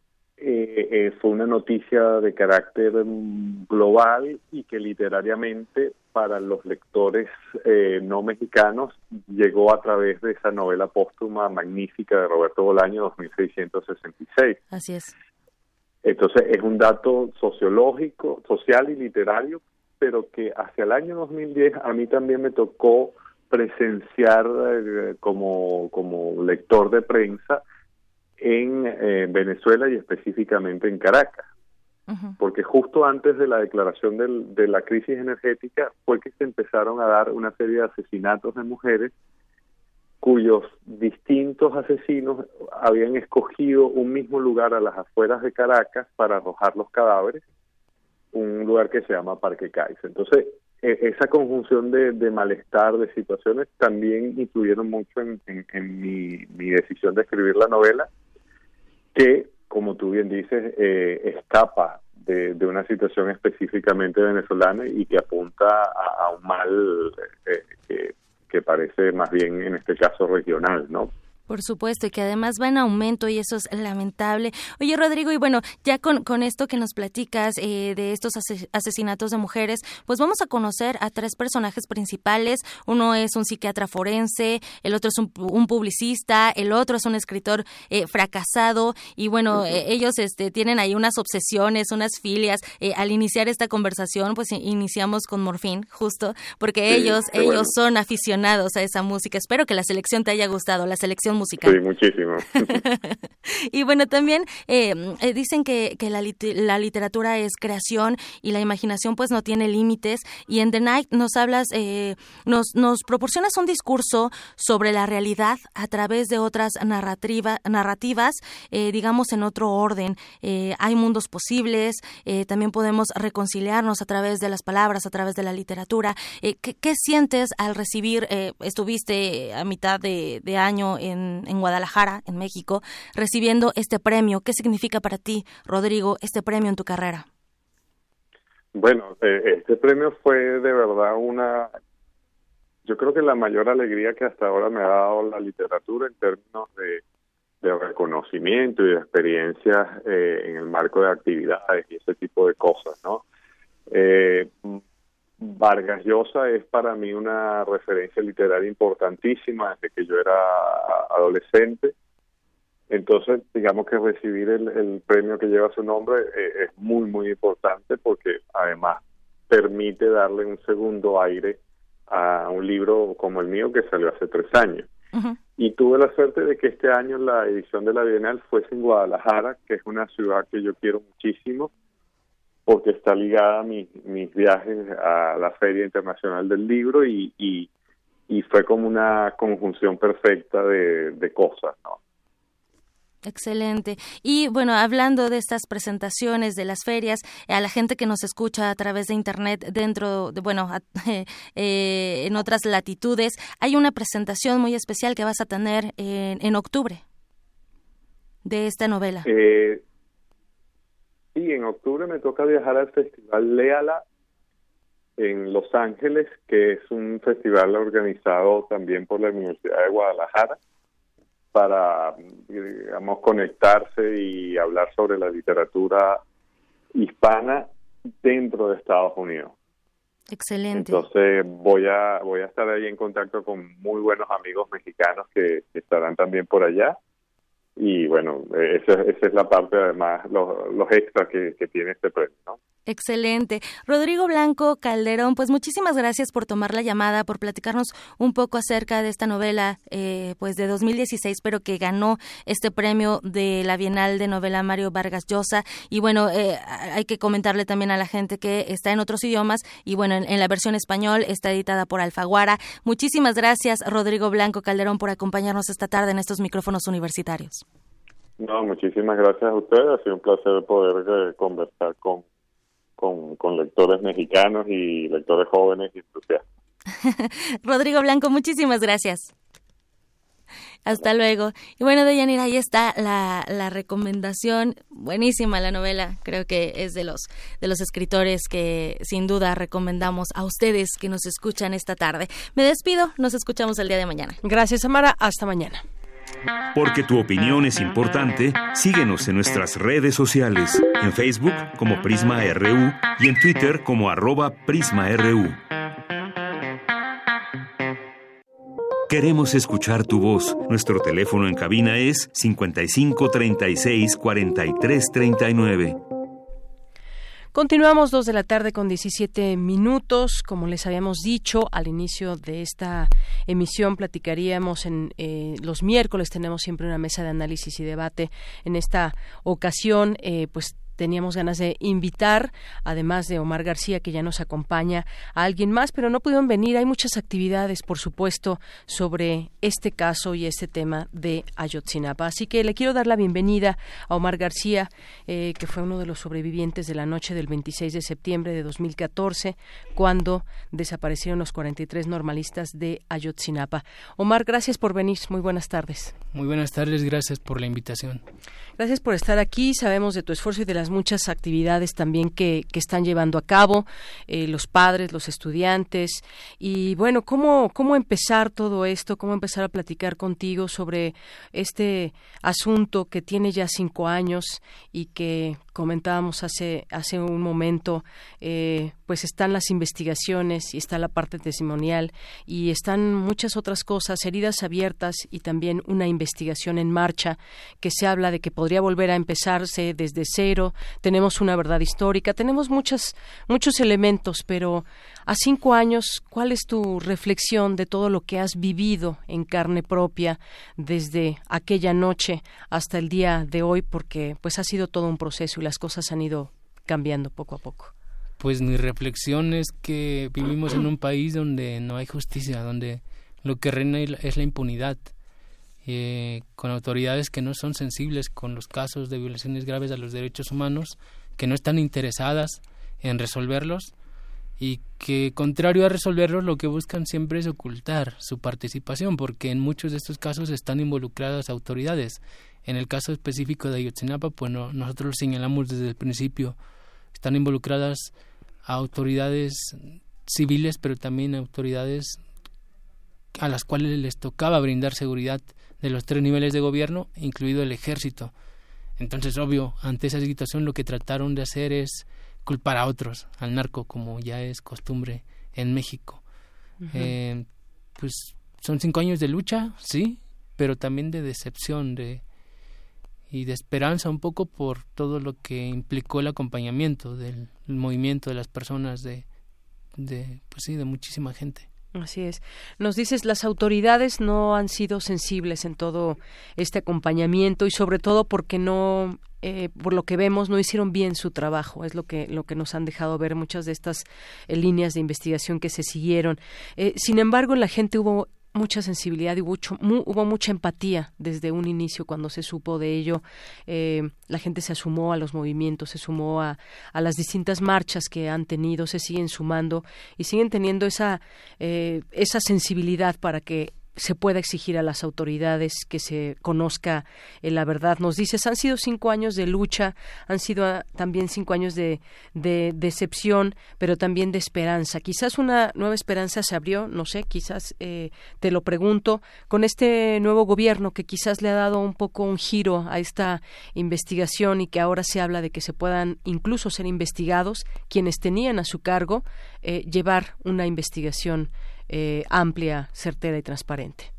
fue una noticia de carácter global y que literariamente para los lectores no mexicanos llegó a través de esa novela póstuma magnífica de Roberto Bolaño, 2666. Así es. Entonces es un dato sociológico, social y literario, pero que hacia el año 2010 a mí también me tocó presenciar como lector de prensa en Venezuela y específicamente en Caracas, porque justo antes de la declaración de la crisis energética fue que se empezaron a dar una serie de asesinatos de mujeres cuyos distintos asesinos habían escogido un mismo lugar a las afueras de Caracas para arrojar los cadáveres, un lugar que se llama Parque Cáiz. Entonces, esa conjunción de malestar, de situaciones, también influyeron mucho en mi decisión de escribir la novela, que, como tú bien dices, escapa de una situación específicamente venezolana y que apunta a un mal que parece más bien, en este caso, regional, ¿no? Por supuesto, y que además va en aumento y eso es lamentable. Oye, Rodrigo, y bueno, ya con esto que nos platicas de estos asesinatos de mujeres, pues vamos a conocer a 3 personajes principales. Uno es un psiquiatra forense, el otro es un publicista, el otro es un escritor fracasado, y bueno, ellos tienen ahí unas obsesiones, unas filias. Al iniciar esta conversación, pues iniciamos con Morfín, justo, porque ellos son aficionados a esa música. Espero que la selección te haya gustado, la selección musical. Sí, muchísimo. Y bueno, también dicen que la literatura es creación y la imaginación pues no tiene límites, y en The Night nos hablas, nos proporcionas un discurso sobre la realidad a través de otras narrativas, digamos en otro orden. Hay mundos posibles, también podemos reconciliarnos a través de las palabras, a través de la literatura. ¿Qué sientes al recibir, estuviste a mitad de año en Guadalajara, en México, recibiendo este premio? ¿Qué significa para ti, Rodrigo, este premio en tu carrera? Bueno, este premio fue de verdad yo creo que la mayor alegría que hasta ahora me ha dado la literatura en términos de reconocimiento y de experiencias en el marco de actividades y ese tipo de cosas, ¿no? Vargas Llosa es para mí una referencia literaria importantísima desde que yo era adolescente. Entonces, digamos que recibir el premio que lleva su nombre es muy, muy importante, porque además permite darle un segundo aire a un libro como el mío, que salió hace 3 años. Uh-huh. Y tuve la suerte de que este año la edición de la Bienal fuese en Guadalajara, que es una ciudad que yo quiero muchísimo, porque está ligada a mis viajes a la Feria Internacional del Libro, y fue como una conjunción perfecta de cosas, ¿no? Excelente. Y bueno, hablando de estas presentaciones, de las ferias, a la gente que nos escucha a través de internet en otras latitudes, hay una presentación muy especial que vas a tener en octubre de esta novela. Sí, en octubre me toca viajar al Festival Léala en Los Ángeles, que es un festival organizado también por la Universidad de Guadalajara, para, digamos, conectarse y hablar sobre la literatura hispana dentro de Estados Unidos. Excelente. Entonces voy a estar ahí en contacto con muy buenos amigos mexicanos que estarán también por allá. Y bueno, esa es la parte, además, los extras que tiene este premio, ¿no? Excelente. Rodrigo Blanco Calderón, pues muchísimas gracias por tomar la llamada, por platicarnos un poco acerca de esta novela pues de 2016, pero que ganó este premio de la Bienal de Novela Mario Vargas Llosa. Y bueno, hay que comentarle también a la gente que está en otros idiomas, y bueno, en la versión español está editada por Alfaguara. Muchísimas gracias, Rodrigo Blanco Calderón, por acompañarnos esta tarde en estos micrófonos universitarios. No, muchísimas gracias a ustedes. Ha sido un placer poder conversar con lectores mexicanos y lectores jóvenes y entusiastas. Rodrigo Blanco, muchísimas gracias. Hasta luego. Y bueno, Deyanira, ahí está la recomendación. Buenísima la novela. Creo que es de los escritores que sin duda recomendamos a ustedes que nos escuchan esta tarde. Me despido. Nos escuchamos el día de mañana. Gracias, Amara. Hasta mañana. Porque tu opinión es importante, síguenos en nuestras redes sociales, en Facebook como Prisma RU y en Twitter como @PrismaRU. Queremos escuchar tu voz. Nuestro teléfono en cabina es 55 36 43 39. Continuamos 2 de la tarde con 17 minutos. Como les habíamos dicho al inicio de esta emisión, platicaríamos los miércoles, tenemos siempre una mesa de análisis y debate. En esta ocasión, pues teníamos ganas de invitar, además de Omar García, que ya nos acompaña, a alguien más, pero no pudieron venir. Hay muchas actividades, por supuesto, sobre este caso y este tema de Ayotzinapa. Así que le quiero dar la bienvenida a Omar García, que fue uno de los sobrevivientes de la noche del 26 de septiembre de 2014, cuando desaparecieron los 43 normalistas de Ayotzinapa. Omar, gracias por venir. Muy buenas tardes. Muy buenas tardes, gracias por la invitación. Gracias por estar aquí. Sabemos de tu esfuerzo y de las muchas actividades también que están llevando a cabo los padres, los estudiantes. Y bueno, ¿cómo empezar todo esto? ¿Cómo empezar a platicar contigo sobre este asunto que tiene ya 5 años y que comentábamos hace un momento? Pues están las investigaciones y está la parte testimonial y están muchas otras cosas, heridas abiertas y también una investigación en marcha que se habla de que podría volver a empezarse desde cero. Tenemos una verdad histórica, tenemos muchos elementos, pero a 5 años, ¿cuál es tu reflexión de todo lo que has vivido en carne propia desde aquella noche hasta el día de hoy? Porque pues ha sido todo un proceso y las cosas han ido cambiando poco a poco. Pues mi reflexión es que vivimos en un país donde no hay justicia, donde lo que reina es la impunidad, con autoridades que no son sensibles con los casos de violaciones graves a los derechos humanos, que no están interesadas en resolverlos y que, contrario a resolverlos, lo que buscan siempre es ocultar su participación, porque en muchos de estos casos están involucradas autoridades. En el caso específico de Ayotzinapa, pues nosotros lo señalamos desde el principio, están involucradas autoridades civiles, pero también autoridades a las cuales les tocaba brindar seguridad de los 3 niveles de gobierno, incluido el ejército. Entonces, obvio, ante esa situación lo que trataron de hacer es culpar a otros, al narco, como ya es costumbre en México. Uh-huh. Pues son 5 años de lucha, sí, pero también de decepción y de esperanza un poco por todo lo que implicó el acompañamiento del movimiento de las personas, de muchísima gente. Así es. Nos dices, las autoridades no han sido sensibles en todo este acompañamiento y sobre todo porque no, por lo que vemos, no hicieron bien su trabajo. Es lo que nos han dejado ver muchas de estas líneas de investigación que se siguieron. Sin embargo, en la gente hubo mucha sensibilidad y hubo mucha empatía desde un inicio cuando se supo de ello. La gente se sumó a los movimientos, se sumó a las distintas marchas que han tenido, se siguen sumando y siguen teniendo esa sensibilidad para que se pueda exigir a las autoridades que se conozca la verdad. Nos dices, han sido 5 años de lucha, han sido también 5 años de decepción, pero también de esperanza. Quizás una nueva esperanza se abrió, no sé, quizás te lo pregunto, con este nuevo gobierno que quizás le ha dado un poco un giro a esta investigación y que ahora se habla de que se puedan incluso ser investigados quienes tenían a su cargo llevar una investigación amplia, certera y transparente.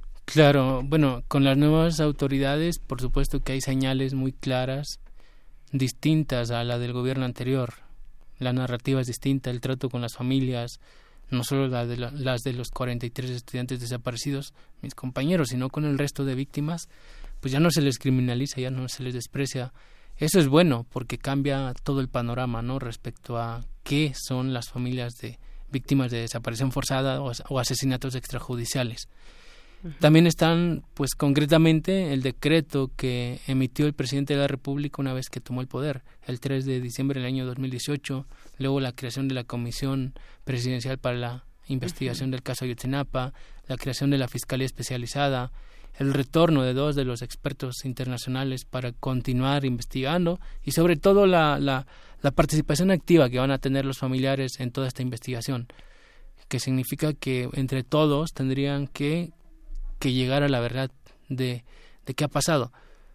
Claro, bueno, con las nuevas autoridades, por supuesto que hay señales muy claras, distintas a la del gobierno anterior. La narrativa es distinta, el trato con las familias, no solo las de los 43 estudiantes desaparecidos, mis compañeros, sino con el resto de víctimas, pues ya no se les criminaliza, ya no se les desprecia. Eso es bueno, porque cambia todo el panorama, ¿no?, respecto a qué son las familias de víctimas de desaparición forzada o asesinatos extrajudiciales. Uh-huh. También están, pues concretamente, el decreto que emitió el presidente de la República una vez que tomó el poder, el 3 de diciembre del año 2018, luego la creación de la Comisión Presidencial para la Investigación del caso Ayotzinapa, la creación de la Fiscalía Especializada, el retorno de 2 de los expertos internacionales para continuar investigando y sobre todo la participación activa que van a tener los familiares en toda esta investigación, que significa que entre todos tendrían que llegar a la verdad de qué ha pasado.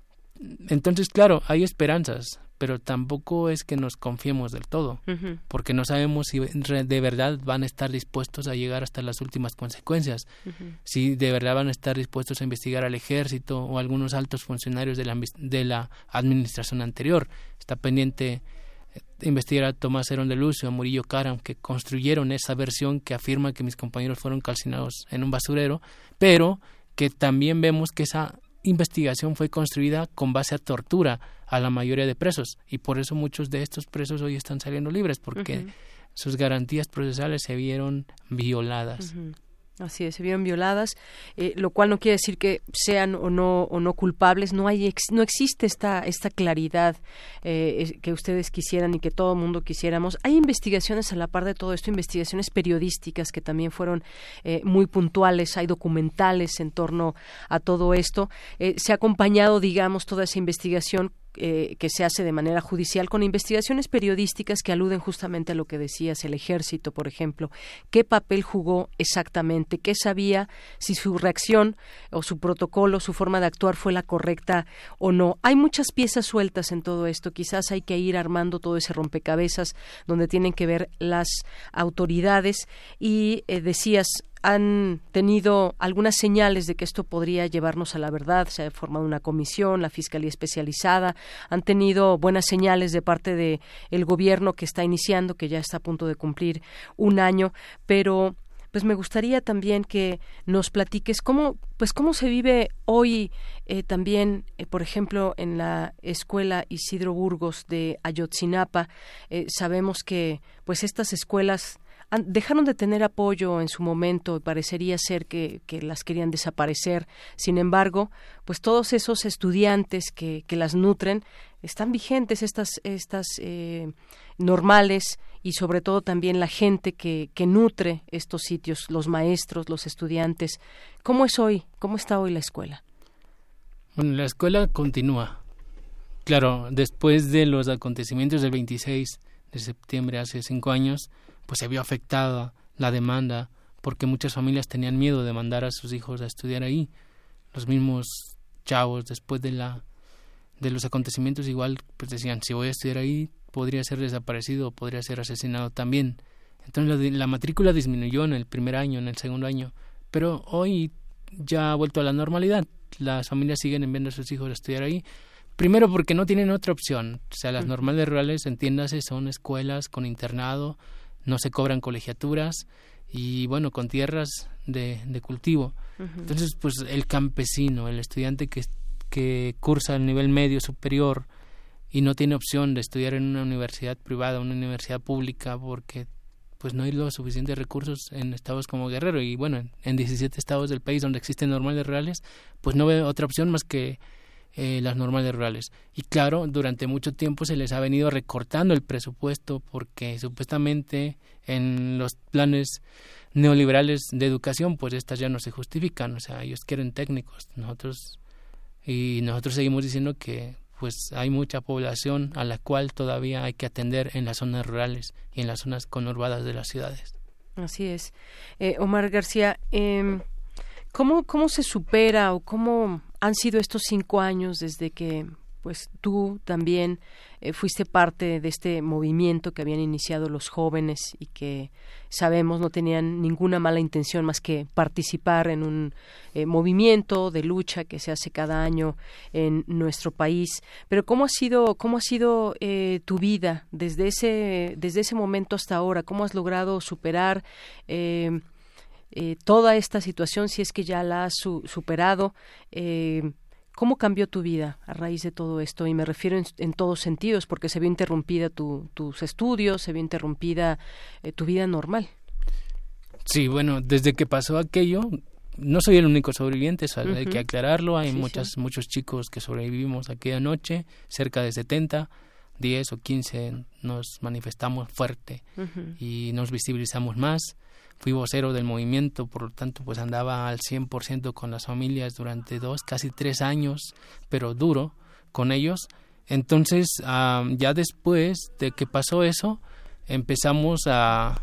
Entonces, claro, hay esperanzas, pero tampoco es que nos confiemos del todo, uh-huh, porque no sabemos si de verdad van a estar dispuestos a llegar hasta las últimas consecuencias, uh-huh, si de verdad van a estar dispuestos a investigar al ejército o algunos altos funcionarios de la administración anterior. Está pendiente investigar a Tomás Herón de Lucio, a Murillo Karam, que construyeron esa versión que afirma que mis compañeros fueron calcinados en un basurero, pero que también vemos que esa investigación fue construida con base a tortura a la mayoría de presos y por eso muchos de estos presos hoy están saliendo libres porque uh-huh, sus garantías procesales se vieron violadas. Uh-huh. Así es, se vieron violadas, lo cual no quiere decir que sean o no culpables. No existe esta claridad que ustedes quisieran y que todo el mundo quisiéramos. Hay investigaciones a la par de todo esto, investigaciones periodísticas que también fueron muy puntuales. Hay documentales en torno a todo esto. Se ha acompañado, digamos, toda esa investigación que se hace de manera judicial, con investigaciones periodísticas que aluden justamente a lo que decías, el ejército, por ejemplo. ¿Qué papel jugó exactamente? ¿Qué sabía? Si su reacción o su protocolo, su forma de actuar fue la correcta o no. Hay muchas piezas sueltas en todo esto. Quizás hay que ir armando todo ese rompecabezas donde tienen que ver las autoridades. Y decías, han tenido algunas señales de que esto podría llevarnos a la verdad. Se ha formado una comisión, la Fiscalía Especializada. Han tenido buenas señales de parte de el gobierno que está iniciando, que ya está a punto de cumplir un año, pero pues me gustaría también que nos platiques cómo se vive hoy también, por ejemplo, en la Escuela Isidro Burgos de Ayotzinapa. Sabemos que pues estas escuelas dejaron de tener apoyo en su momento y parecería ser que las querían desaparecer. Sin embargo, pues todos esos estudiantes que las nutren están vigentes, estas normales, y sobre todo también la gente que nutre estos sitios, los maestros, los estudiantes. ¿Cómo es hoy? ¿Cómo está hoy la escuela? Bueno, la escuela continúa. Claro, después de los acontecimientos del 26 de septiembre, hace 5 años, pues se vio afectada la demanda, porque muchas familias tenían miedo de mandar a sus hijos a estudiar ahí. Los mismos chavos, después de los acontecimientos, igual pues decían, si voy a estudiar ahí, podría ser desaparecido, podría ser asesinado también. Entonces la matrícula disminuyó en el primer año, en el segundo año, pero hoy ya ha vuelto a la normalidad. Las familias siguen enviando a sus hijos a estudiar ahí. Primero porque no tienen otra opción. O sea, las normales rurales, entiéndase, son escuelas con internado, no se cobran colegiaturas y bueno, con tierras de cultivo. Entonces, pues el campesino, el estudiante que cursa el nivel medio superior y no tiene opción de estudiar en una universidad privada, una universidad pública, porque pues no hay los suficientes recursos en estados como Guerrero y bueno, en 17 estados del país donde existen normales rurales, pues no ve otra opción más que las normales rurales. Y claro, durante mucho tiempo se les ha venido recortando el presupuesto porque supuestamente en los planes neoliberales de educación pues estas ya no se justifican, o sea, ellos quieren técnicos, nosotros seguimos diciendo que pues hay mucha población a la cual todavía hay que atender en las zonas rurales y en las zonas conurbadas de las ciudades. Así es. Omar García, ¿cómo se supera o cómo han sido estos 5 años desde que pues tú también fuiste parte de este movimiento que habían iniciado los jóvenes y que sabemos no tenían ninguna mala intención más que participar en un movimiento de lucha que se hace cada año en nuestro país? Pero ¿cómo ha sido tu vida desde ese momento hasta ahora? ¿Cómo has logrado superar toda esta situación, si es que ya la has superado? ¿Cómo cambió tu vida a raíz de todo esto? Y me refiero en todos sentidos, porque se vio interrumpida tus estudios, se vio interrumpida tu vida normal. Sí, bueno, desde que pasó aquello, no soy el único sobreviviente, hay que aclararlo, hay muchos chicos que sobrevivimos aquella noche, cerca de 70, 10 o 15 nos manifestamos fuerte y nos visibilizamos más. Fui vocero del movimiento, por lo tanto pues andaba al 100% con las familias durante 2, casi 3 años, pero duro con ellos. Entonces ya después de que pasó eso, empezamos a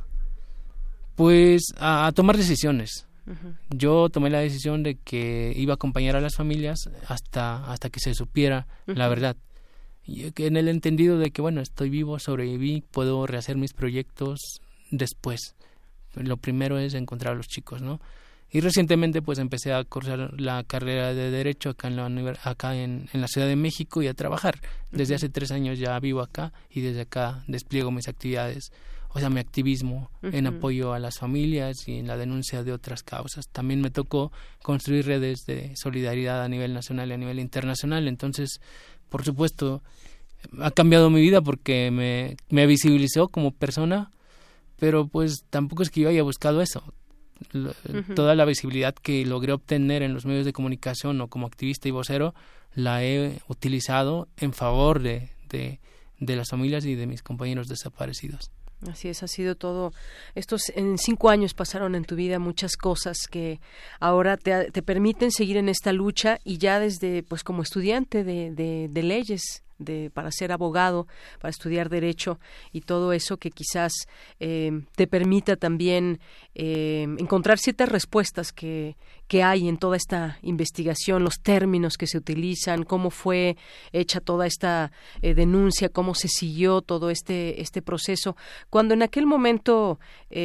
tomar decisiones. Yo tomé la decisión de que iba a acompañar a las familias hasta que se supiera la verdad. Y en el entendido de que bueno, estoy vivo, sobreviví, puedo rehacer mis proyectos después. Lo primero es encontrar a los chicos, ¿no? Y recientemente pues empecé a cursar la carrera de Derecho acá en la Ciudad de México y a trabajar. Desde hace 3 años ya vivo acá y desde acá despliego mis actividades, o sea, mi activismo en apoyo a las familias y en la denuncia de otras causas. También me tocó construir redes de solidaridad a nivel nacional y a nivel internacional. Entonces, por supuesto, ha cambiado mi vida porque me visibilizó como persona, pero pues tampoco es que yo haya buscado eso. Toda la visibilidad que logré obtener en los medios de comunicación o como activista y vocero la he utilizado en favor de las familias y de mis compañeros desaparecidos. Así es, ha sido todo. En 5 años pasaron en tu vida muchas cosas que ahora te permiten seguir en esta lucha y ya desde, pues como estudiante de leyes, para ser abogado, para estudiar derecho y todo eso que quizás te permita también encontrar ciertas respuestas que hay en toda esta investigación, los términos que se utilizan, cómo fue hecha toda esta denuncia, cómo se siguió todo este proceso. Cuando en aquel momento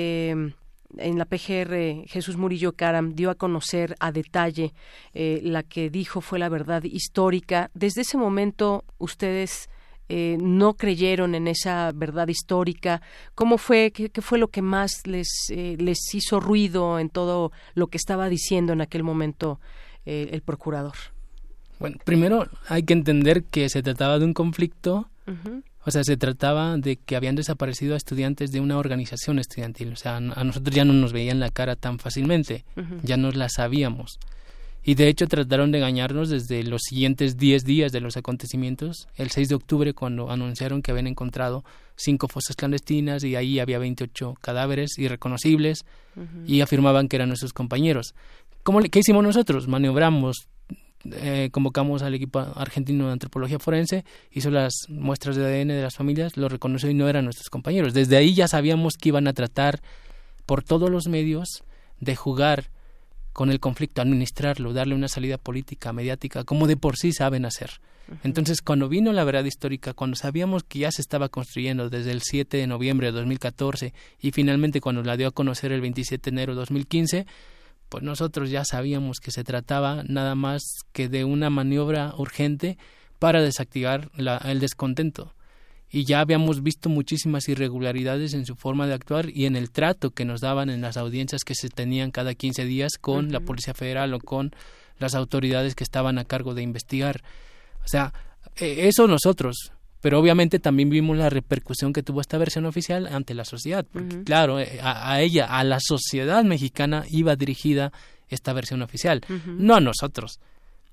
en la PGR Jesús Murillo Caram dio a conocer a detalle la que dijo fue la verdad histórica, desde ese momento ustedes no creyeron en esa verdad histórica. ¿Cómo fue? ¿Qué fue lo que más les hizo ruido en todo lo que estaba diciendo en aquel momento el procurador? Bueno, primero hay que entender que se trataba de un conflicto. Uh-huh. O sea, se trataba de que habían desaparecido a estudiantes de una organización estudiantil. O sea, a nosotros ya no nos veían la cara tan fácilmente, ya nos la sabíamos. Y de hecho trataron de engañarnos desde los siguientes 10 días de los acontecimientos. El 6 de octubre, cuando anunciaron que habían encontrado 5 fosas clandestinas y ahí había 28 cadáveres irreconocibles, y afirmaban que eran nuestros compañeros. ¿Qué hicimos nosotros? Maniobramos. Convocamos al equipo argentino de antropología forense, hizo las muestras de ADN de las familias, lo reconoció y no eran nuestros compañeros. Desde ahí ya sabíamos que iban a tratar por todos los medios de jugar con el conflicto, administrarlo, darle una salida política, mediática, como de por sí saben hacer. Entonces, cuando vino la verdad histórica, cuando sabíamos que ya se estaba construyendo desde el 7 de noviembre de 2014 y finalmente cuando la dio a conocer el 27 de enero de 2015, pues nosotros ya sabíamos que se trataba nada más que de una maniobra urgente para desactivar el descontento. Y ya habíamos visto muchísimas irregularidades en su forma de actuar y en el trato que nos daban en las audiencias que se tenían cada 15 días con la Policía Federal o con las autoridades que estaban a cargo de investigar. O sea, eso nosotros. Pero obviamente también vimos la repercusión que tuvo esta versión oficial ante la sociedad. Porque, claro, a la sociedad mexicana iba dirigida esta versión oficial, no a nosotros.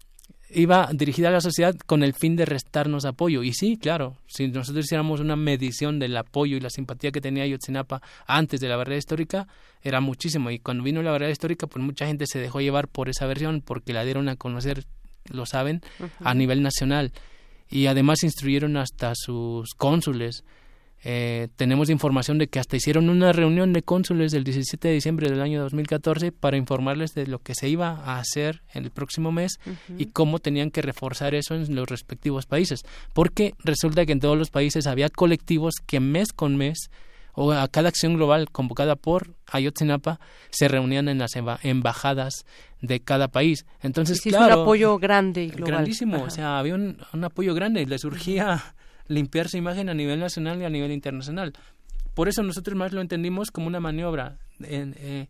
Iba dirigida a la sociedad con el fin de restarnos apoyo. Y sí, claro, si nosotros hiciéramos una medición del apoyo y la simpatía que tenía Ayotzinapa antes de la verdad histórica, era muchísimo. Y cuando vino la verdad histórica, pues mucha gente se dejó llevar por esa versión porque la dieron a conocer, lo saben, a nivel nacional. Y además instruyeron hasta sus cónsules. Tenemos información de que hasta hicieron una reunión de cónsules el 17 de diciembre del año 2014 para informarles de lo que se iba a hacer en el próximo mes y cómo tenían que reforzar eso en los respectivos países. Porque resulta que en todos los países había colectivos que mes con mes o a cada acción global convocada por Ayotzinapa se reunían en las embajadas de cada país. Entonces, claro, un apoyo grande y global. Grandísimo, o sea, había un apoyo grande y le surgía limpiar su imagen a nivel nacional y a nivel internacional. Por eso nosotros más lo entendimos como una maniobra que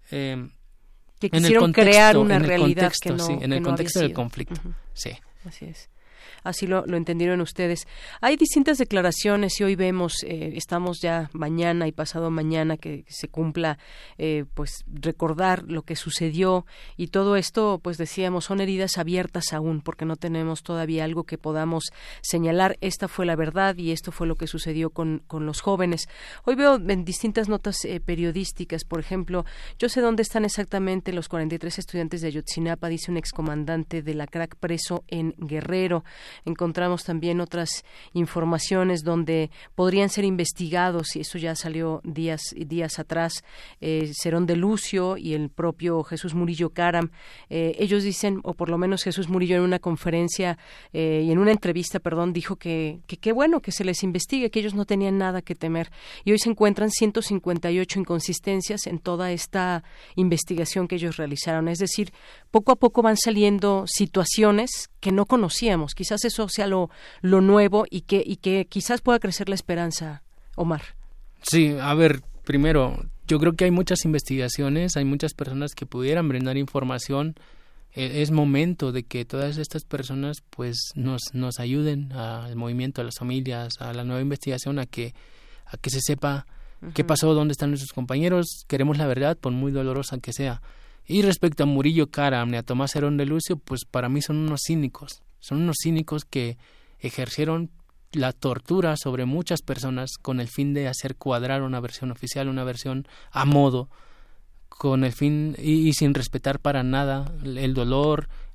quisieron crear una realidad que no, sí, en el contexto del conflicto. Sí. Así es. Así lo entendieron ustedes. Hay distintas declaraciones y hoy vemos, estamos ya mañana y pasado mañana que se cumpla, pues recordar lo que sucedió y todo esto, pues decíamos, son heridas abiertas aún porque no tenemos todavía algo que podamos señalar. Esta fue la verdad y esto fue lo que sucedió con los jóvenes. Hoy veo en distintas notas periodísticas, por ejemplo, yo sé dónde están exactamente los 43 estudiantes de Ayotzinapa, dice un excomandante de la CRAC preso en Guerrero. Encontramos también otras informaciones donde podrían ser investigados, y eso ya salió días atrás, Cerón de Lucio y el propio Jesús Murillo Caram. Ellos dicen, o por lo menos Jesús Murillo en una conferencia y en una entrevista, dijo que qué bueno que se les investigue, que ellos no tenían nada que temer. Y hoy se encuentran 158 inconsistencias en toda esta investigación que ellos realizaron. Es decir, poco a poco van saliendo situaciones que no conocíamos. Quizás eso sea lo nuevo y que quizás pueda crecer la esperanza, Omar. Sí, a ver, primero, yo creo que hay muchas investigaciones, hay muchas personas que pudieran brindar información. Es momento de que todas estas personas pues nos ayuden al movimiento, a las familias, a la nueva investigación, a que se sepa qué pasó, dónde están nuestros compañeros. Queremos la verdad, por muy dolorosa que sea. Y respecto a Murillo Caram y a Tomás Cerón de Lucio, pues para mí son unos cínicos que ejercieron la tortura sobre muchas personas con el fin de hacer cuadrar una versión oficial, una versión a modo, con el fin y sin respetar para nada el dolor,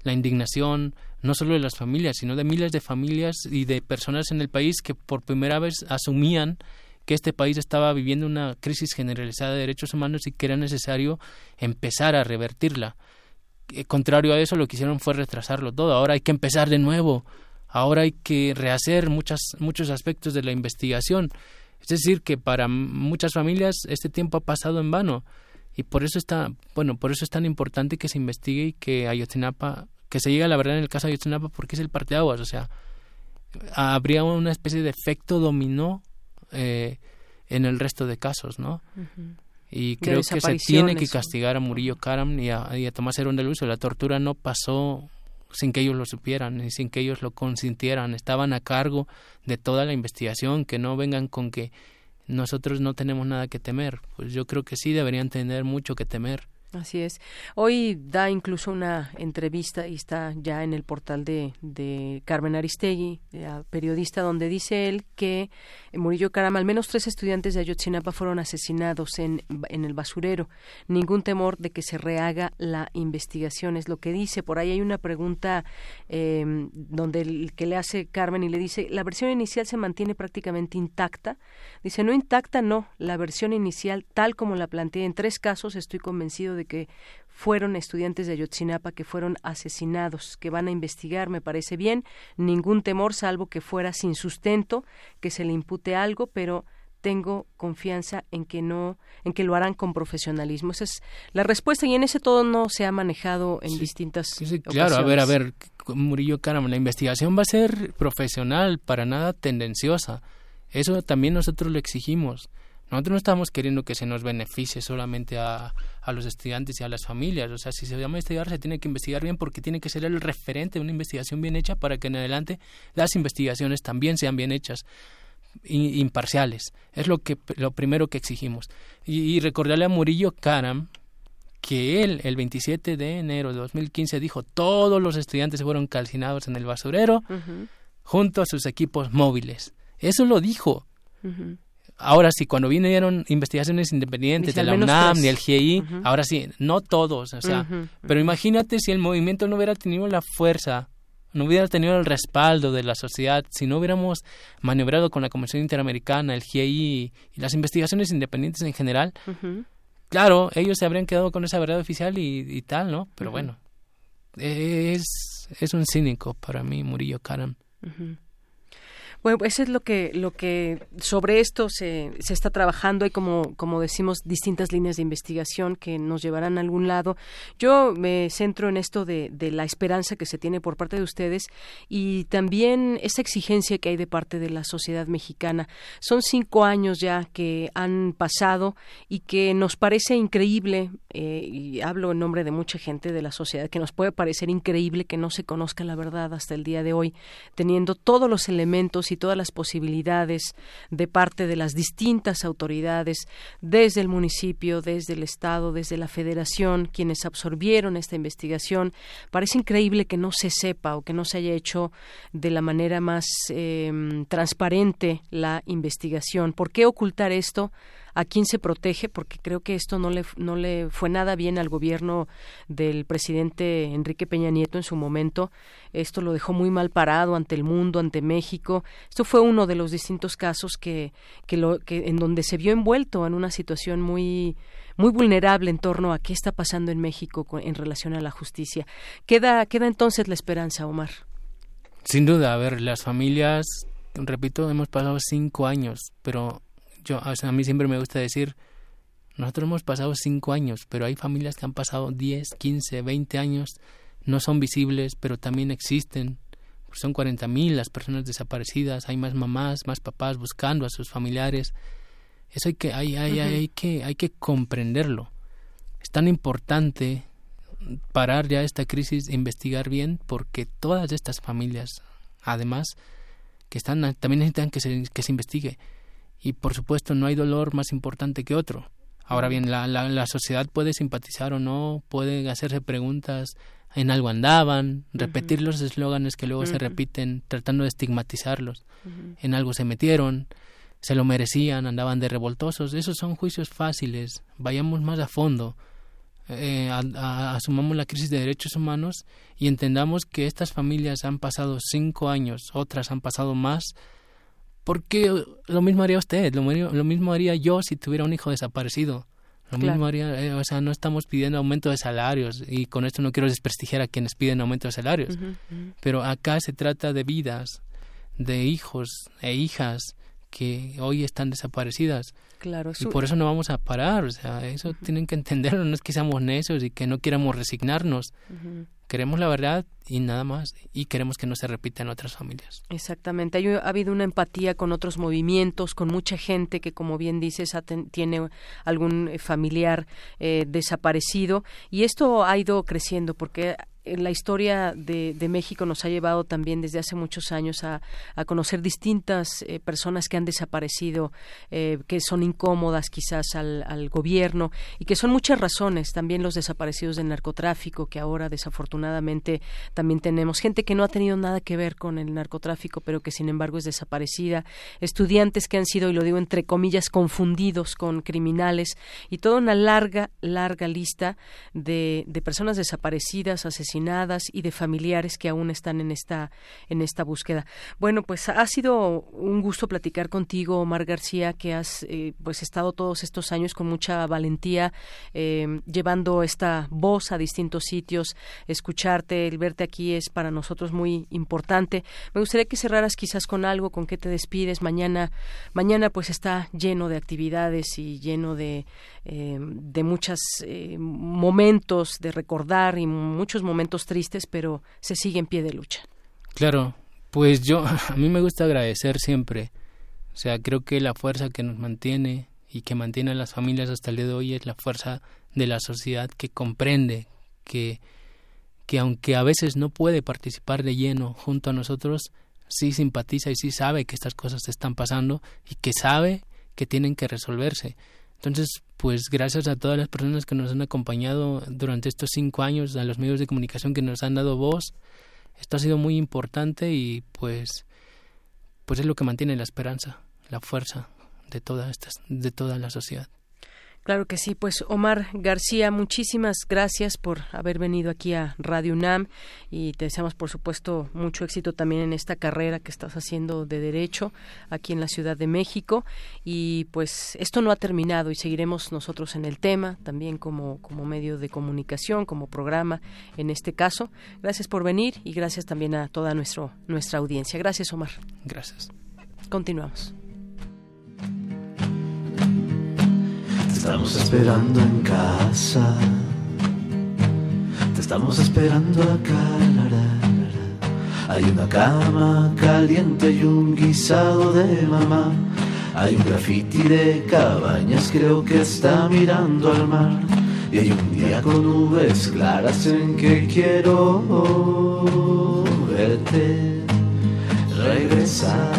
la indignación, no solo de las familias, sino de miles de familias y de personas en el país que por primera vez asumían que este país estaba viviendo una crisis generalizada de derechos humanos y que era necesario empezar a revertirla. Contrario a eso, lo que hicieron fue retrasarlo todo. Ahora hay que empezar de nuevo. Ahora hay que rehacer muchos aspectos de la investigación. Es decir, que para muchas familias este tiempo ha pasado en vano. Y por eso es tan importante que se investigue y que Ayotzinapa, que se llegue a la verdad en el caso de Ayotzinapa, porque es el parteaguas. O sea, habría una especie de efecto dominó en el resto de casos, ¿no? Uh-huh. Y creo que se tiene que castigar a Murillo Karam y a Tomás Herón del Uso. La tortura no pasó sin que ellos lo supieran y sin que ellos lo consintieran. Estaban a cargo de toda la investigación. Que no vengan con que nosotros no tenemos nada que temer. Pues yo creo que sí deberían tener mucho que temer. Así es. Hoy da incluso una entrevista y está ya en el portal de Carmen Aristegui, la periodista, donde dice él que Murillo Karam, al menos 3 estudiantes de Ayotzinapa fueron asesinados en el basurero. Ningún temor de que se rehaga la investigación, es lo que dice. Por ahí hay una pregunta donde el que le hace Carmen y le dice, ¿la versión inicial se mantiene prácticamente intacta? Dice, no intacta, no. La versión inicial, tal como la planteé en 3 casos, estoy convencido de que fueron estudiantes de Ayotzinapa que fueron asesinados, que van a investigar, me parece bien, ningún temor salvo que fuera sin sustento, que se le impute algo, pero tengo confianza en que lo harán con profesionalismo. Esa es la respuesta y en ese todo no se ha manejado en distintas claro, ocasiones. a ver, Murillo Karam, la investigación va a ser profesional, para nada tendenciosa. Eso también nosotros lo exigimos. Nosotros no estamos queriendo que se nos beneficie solamente a los estudiantes y a las familias. O sea, si se llama a investigar, se tiene que investigar bien porque tiene que ser el referente de una investigación bien hecha para que en adelante las investigaciones también sean bien hechas, imparciales. Es lo primero que exigimos. Y recordarle a Murillo Karam que él, el 27 de enero de 2015, dijo todos los estudiantes se fueron calcinados en el basurero junto a sus equipos móviles. Eso lo dijo. Uh-huh. Ahora sí, cuando vinieron investigaciones independientes de la UNAM ni el GIEI, ahora sí, no todos, o sea, pero imagínate si el movimiento no hubiera tenido la fuerza, no hubiera tenido el respaldo de la sociedad, si no hubiéramos maniobrado con la Convención Interamericana, el GIEI y las investigaciones independientes en general, claro, ellos se habrían quedado con esa verdad oficial y tal, ¿no? Pero bueno, es un cínico para mí, Murillo Karam. Bueno, pues es lo que sobre esto se está trabajando. Hay como decimos distintas líneas de investigación que nos llevarán a algún lado. Yo me centro en esto de la esperanza que se tiene por parte de ustedes y también esa exigencia que hay de parte de la sociedad mexicana. Son 5 años ya que han pasado y que nos parece increíble, y hablo en nombre de mucha gente de la sociedad, que nos puede parecer increíble que no se conozca la verdad hasta el día de hoy, teniendo todos los elementos y todas las posibilidades de parte de las distintas autoridades, desde el municipio, desde el Estado, desde la Federación, quienes absorbieron esta investigación. Parece increíble que no se sepa o que no se haya hecho de la manera más transparente la investigación. ¿Por qué ocultar esto? ¿A quién se protege? Porque creo que esto no le fue nada bien al gobierno del presidente Enrique Peña Nieto en su momento. Esto lo dejó muy mal parado ante el mundo, ante México. Esto fue uno de los distintos casos que en donde se vio envuelto en una situación muy vulnerable en torno a qué está pasando en México en relación a la justicia. Queda entonces la esperanza, Omar. Sin duda, a ver, las familias, repito, hemos pasado 5 años, pero a mí siempre me gusta decir, nosotros hemos pasado 5 años, pero hay familias que han pasado 10, 15, 20 años, no son visibles, pero también existen. Son 40,000 las personas desaparecidas, hay más mamás, más papás buscando a sus familiares. Eso hay que comprenderlo. Es tan importante parar ya esta crisis, investigar bien, porque todas estas familias, además, también necesitan que se investigue. Y por supuesto no hay dolor más importante que otro. Ahora bien, la sociedad puede simpatizar o no, puede hacerse preguntas, en algo andaban, repetir los eslóganes que luego se repiten tratando de estigmatizarlos, en algo se metieron, se lo merecían, andaban de revoltosos. Esos son juicios fáciles, vayamos más a fondo. asumamos la crisis de derechos humanos y entendamos que estas familias han pasado 5 años, otras han pasado más, porque lo mismo haría usted, lo mismo haría yo si tuviera un hijo desaparecido. Lo mismo haría, no estamos pidiendo aumento de salarios, y con esto no quiero desprestigiar a quienes piden aumento de salarios, pero acá se trata de vidas, de hijos e hijas que hoy están desaparecidas. Claro, y por eso no vamos a parar, eso tienen que entenderlo, no es que seamos necios y que no queramos resignarnos. Queremos la verdad y nada más, y queremos que no se repita en otras familias. Exactamente, ha habido una empatía con otros movimientos, con mucha gente que, como bien dices, tiene algún familiar desaparecido, y esto ha ido creciendo porque la historia de México nos ha llevado también desde hace muchos años a conocer distintas personas que han desaparecido, que son incómodas quizás al gobierno, y que son muchas razones, también los desaparecidos del narcotráfico, que ahora desafortunadamente también tenemos gente que no ha tenido nada que ver con el narcotráfico, pero que sin embargo es desaparecida, estudiantes que han sido, y lo digo entre comillas, confundidos con criminales, y toda una larga lista de personas desaparecidas, asesinadas, y de familiares que aún están en esta búsqueda. Bueno, pues ha sido un gusto platicar contigo, Omar García, que has pues estado todos estos años con mucha valentía, llevando esta voz a distintos sitios. Escucharte, el verte aquí es para nosotros muy importante. Me gustaría que cerraras quizás con algo, con qué te despides. Mañana pues está lleno de actividades y lleno de muchos momentos de recordar y muchos momentos tristes, pero se sigue en pie de lucha. Claro, pues a mí me gusta agradecer siempre. Creo que la fuerza que nos mantiene y que mantiene a las familias hasta el día de hoy es la fuerza de la sociedad, que comprende que aunque a veces no puede participar de lleno junto a nosotros, sí simpatiza y sí sabe que estas cosas están pasando y que sabe que tienen que resolverse. Entonces, pues gracias a todas las personas que nos han acompañado durante estos 5 años, a los medios de comunicación que nos han dado voz, esto ha sido muy importante, y pues es lo que mantiene la esperanza, la fuerza de toda la sociedad. Claro que sí, pues Omar García, muchísimas gracias por haber venido aquí a Radio UNAM, y te deseamos por supuesto mucho éxito también en esta carrera que estás haciendo de Derecho aquí en la Ciudad de México, y pues esto no ha terminado y seguiremos nosotros en el tema también como medio de comunicación, como programa en este caso. Gracias por venir y gracias también a toda nuestra audiencia. Gracias, Omar. Gracias. Continuamos. Te estamos esperando en casa, te estamos esperando acá. Hay una cama caliente y un guisado de mamá. Hay un grafiti de cabañas, creo que está mirando al mar. Y hay un día con nubes claras en que quiero verte regresar.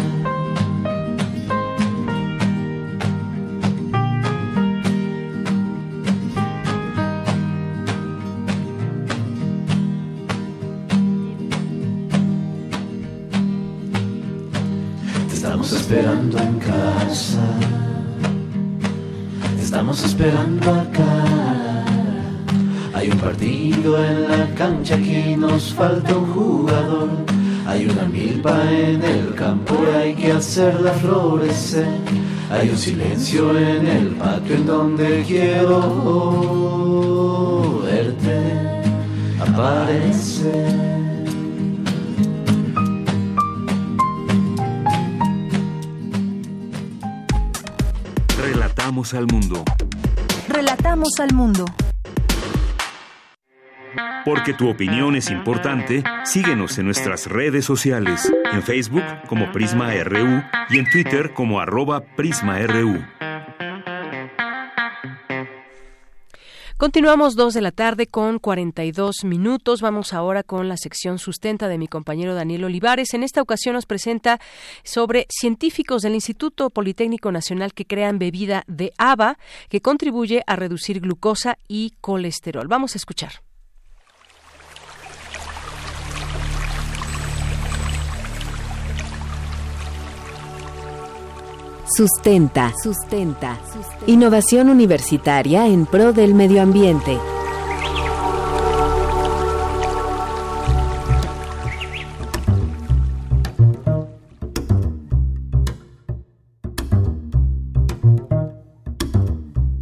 Esperando en casa, te estamos esperando acá. Hay un partido en la cancha, aquí nos falta un jugador. Hay una milpa en el campo y hay que hacerla florecer. Hay un silencio en el patio en donde quiero verte aparecer. Relatamos al mundo. Relatamos al mundo. Porque tu opinión es importante, síguenos en nuestras redes sociales, en Facebook como Prisma RU y en Twitter como @PrismaRU. Continuamos 2 de la tarde con 42 minutos. Vamos ahora con la sección Sustenta de mi compañero Daniel Olivares. En esta ocasión nos presenta sobre científicos del Instituto Politécnico Nacional que crean bebida de haba que contribuye a reducir glucosa y colesterol. Vamos a escuchar. Sustenta. Innovación universitaria en pro del medio ambiente.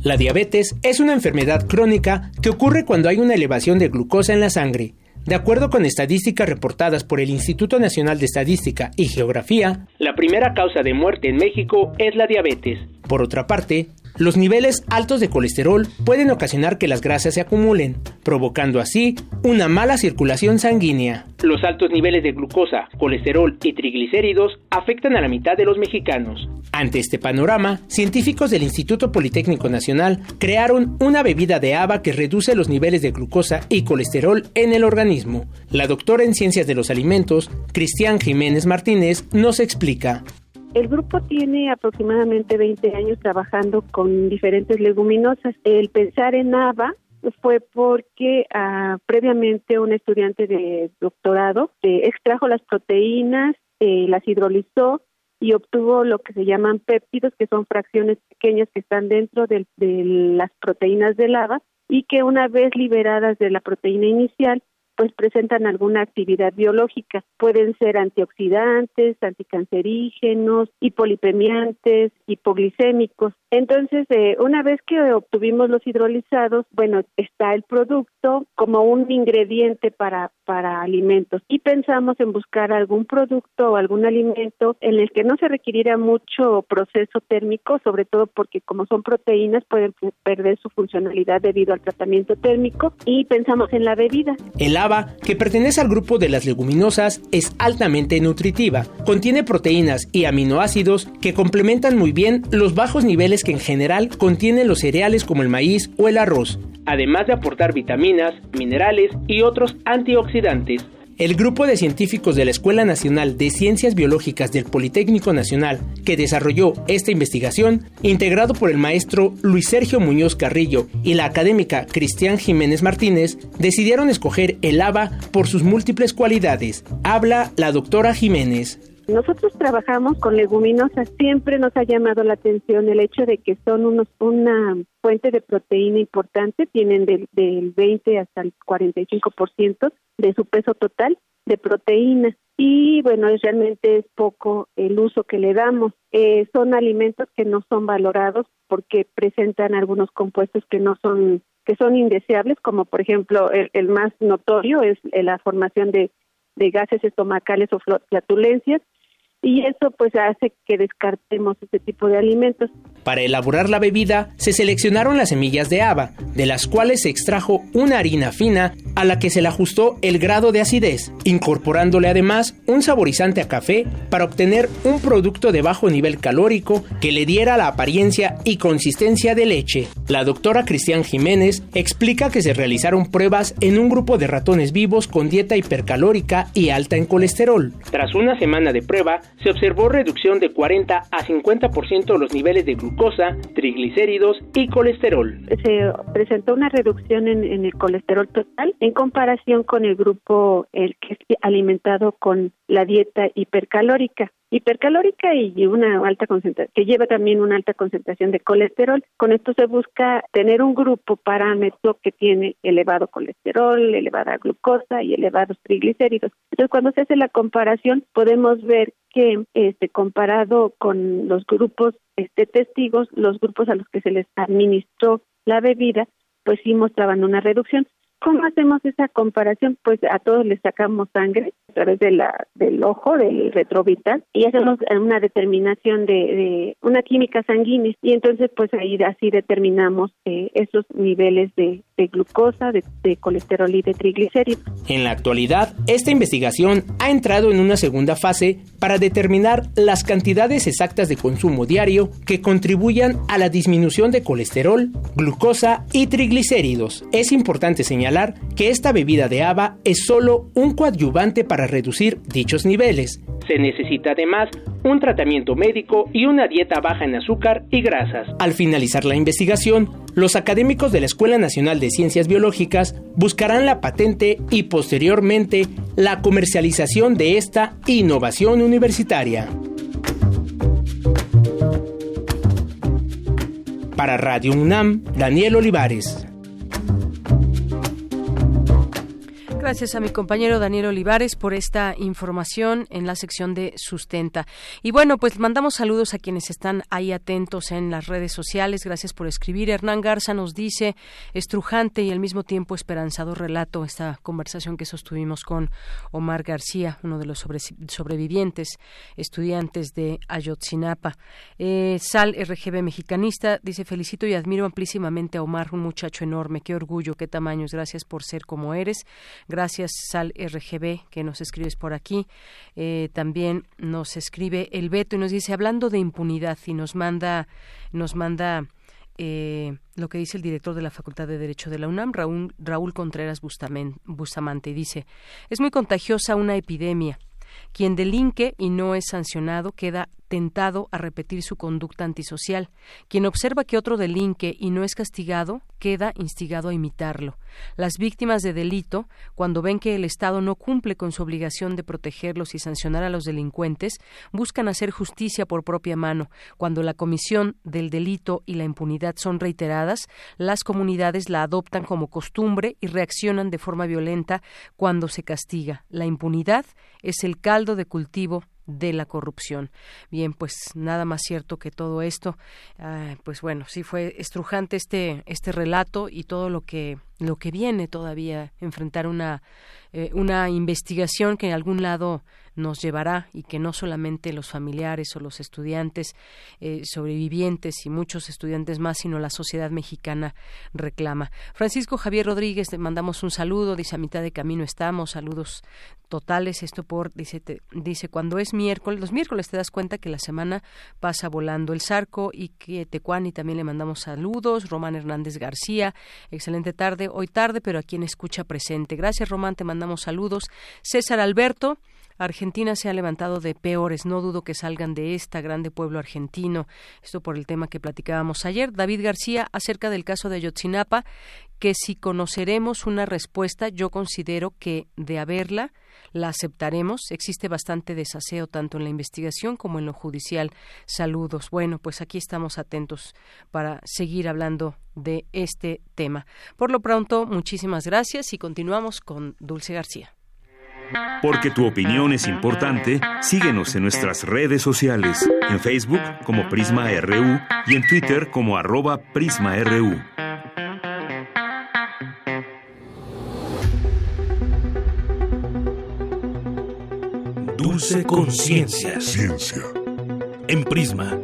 La diabetes es una enfermedad crónica que ocurre cuando hay una elevación de glucosa en la sangre. De acuerdo con estadísticas reportadas por el Instituto Nacional de Estadística y Geografía, la primera causa de muerte en México es la diabetes. Por otra parte, los niveles altos de colesterol pueden ocasionar que las grasas se acumulen, provocando así una mala circulación sanguínea. Los altos niveles de glucosa, colesterol y triglicéridos afectan a la mitad de los mexicanos. Ante este panorama, científicos del Instituto Politécnico Nacional crearon una bebida de haba que reduce los niveles de glucosa y colesterol en el organismo. La doctora en Ciencias de los Alimentos, Cristian Jiménez Martínez, nos explica. El grupo tiene aproximadamente 20 años trabajando con diferentes leguminosas. El pensar en haba fue porque previamente un estudiante de doctorado extrajo las proteínas, las hidrolizó y obtuvo lo que se llaman péptidos, que son fracciones pequeñas que están dentro de las proteínas del haba y que una vez liberadas de la proteína inicial, pues presentan alguna actividad biológica. Pueden ser antioxidantes, anticancerígenos, hipolipemiantes, hipoglicémicos. Entonces, una vez que obtuvimos los hidrolizados, bueno, está el producto como un ingrediente para alimentos. Y pensamos en buscar algún producto o algún alimento en el que no se requiriera mucho proceso térmico, sobre todo porque como son proteínas pueden perder su funcionalidad debido al tratamiento térmico, y pensamos en la bebida. El haba, que pertenece al grupo de las leguminosas, es altamente nutritiva. Contiene proteínas y aminoácidos que complementan muy bien los bajos niveles que en general contienen los cereales como el maíz o el arroz, además de aportar vitaminas, minerales y otros antioxidantes. El grupo de científicos de la Escuela Nacional de Ciencias Biológicas del Politécnico Nacional, que desarrolló esta investigación, integrado por el maestro Luis Sergio Muñoz Carrillo y la académica Cristian Jiménez Martínez, decidieron escoger el haba por sus múltiples cualidades. Habla la doctora Jiménez. Nosotros trabajamos con leguminosas. Siempre nos ha llamado la atención el hecho de que son una fuente de proteína importante. Tienen del 20 hasta el 45% de su peso total de proteína. Y bueno, realmente es poco el uso que le damos. Son alimentos que no son valorados porque presentan algunos compuestos que son indeseables, como por ejemplo el más notorio es la formación de gases estomacales o flatulencias, y eso pues hace que descartemos este tipo de alimentos. Para elaborar la bebida se seleccionaron las semillas de haba, de las cuales se extrajo una harina fina a la que se le ajustó el grado de acidez, incorporándole además un saborizante a café para obtener un producto de bajo nivel calórico que le diera la apariencia y consistencia de leche. La doctora Cristian Jiménez explica que se realizaron pruebas en un grupo de ratones vivos con dieta hipercalórica y alta en colesterol. Tras una semana de prueba, se observó reducción de 40 a 50% de los niveles de glucosa, triglicéridos y colesterol. Se presentó una reducción en el colesterol total en comparación con el grupo el que es alimentado con la dieta hipercalórica y una alta concentración, que lleva también una alta concentración de colesterol. Con esto se busca tener un grupo parámetro que tiene elevado colesterol, elevada glucosa y elevados triglicéridos. Entonces, cuando se hace la comparación, podemos ver que comparado con los grupos testigos, los grupos a los que se les administró la bebida, pues sí mostraban una reducción. ¿Cómo hacemos esa comparación? Pues a todos les sacamos sangre a través del ojo, del retrovital, y hacemos una determinación de una química sanguínea, y entonces pues ahí así determinamos esos niveles de glucosa, de colesterol y de triglicéridos. En la actualidad, esta investigación ha entrado en una segunda fase para determinar las cantidades exactas de consumo diario que contribuyan a la disminución de colesterol, glucosa y triglicéridos. Es importante señalar que esta bebida de haba es solo un coadyuvante para reducir dichos niveles. Se necesita además un tratamiento médico y una dieta baja en azúcar y grasas. Al finalizar la investigación, los académicos de la Escuela Nacional de Ciencias Biológicas buscarán la patente y posteriormente la comercialización de esta innovación universitaria. Para Radio UNAM, Daniel Olivares. Gracias a mi compañero Daniel Olivares por esta información en la sección de Sustenta. Y bueno, pues mandamos saludos a quienes están ahí atentos en las redes sociales. Gracias por escribir. Hernán Garza nos dice, estrujante y al mismo tiempo esperanzador relato, esta conversación que sostuvimos con Omar García, uno de los sobrevivientes, estudiantes de Ayotzinapa. Sal RGB Mexicanista dice, felicito y admiro amplísimamente a Omar, un muchacho enorme. Qué orgullo, qué tamaños. Gracias por ser como eres. Gracias, Sal RGB, que nos escribes por aquí. También nos escribe el Beto y nos dice, hablando de impunidad, y nos manda lo que dice el director de la Facultad de Derecho de la UNAM, Raúl Contreras Bustamante, y dice, es muy contagiosa una epidemia. Quien delinque y no es sancionado queda tentado a repetir su conducta antisocial. Quien observa que otro delinque y no es castigado, queda instigado a imitarlo. Las víctimas de delito, cuando ven que el Estado no cumple con su obligación de protegerlos y sancionar a los delincuentes, buscan hacer justicia por propia mano. Cuando la comisión del delito y la impunidad son reiteradas, las comunidades la adoptan como costumbre y reaccionan de forma violenta cuando se castiga. La impunidad es el caldo de cultivo de la corrupción. Bien, pues nada más cierto que todo esto. Pues bueno, sí fue estrujante este relato y todo lo que viene todavía, enfrentar una investigación que en algún lado nos llevará, y que no solamente los familiares o los estudiantes sobrevivientes y muchos estudiantes más, sino la sociedad mexicana reclama. Francisco Javier Rodríguez, le mandamos un saludo, dice, a mitad de camino estamos, saludos totales. Esto dice cuando es miércoles, los miércoles te das cuenta que la semana pasa volando. El Zarco y que Tecuani también le mandamos saludos. Román Hernández García, excelente tarde, hoy tarde, pero a quien escucha presente. Gracias, Román, te mandamos saludos. César Alberto, Argentina se ha levantado de peores, no dudo que salgan de esta, grande pueblo argentino. Esto por el tema que platicábamos ayer. David García, acerca del caso de Ayotzinapa, que si conoceremos una respuesta, yo considero que de haberla, la aceptaremos. Existe bastante desaseo tanto en la investigación como en lo judicial. Saludos. Bueno, pues aquí estamos atentos para seguir hablando de este tema. Por lo pronto, muchísimas gracias y continuamos con Dulce García. Porque tu opinión es importante, síguenos en nuestras redes sociales, en Facebook como Prisma RU y en Twitter como @PrismaRU. Dulce Conciencia. Ciencia. En Prisma.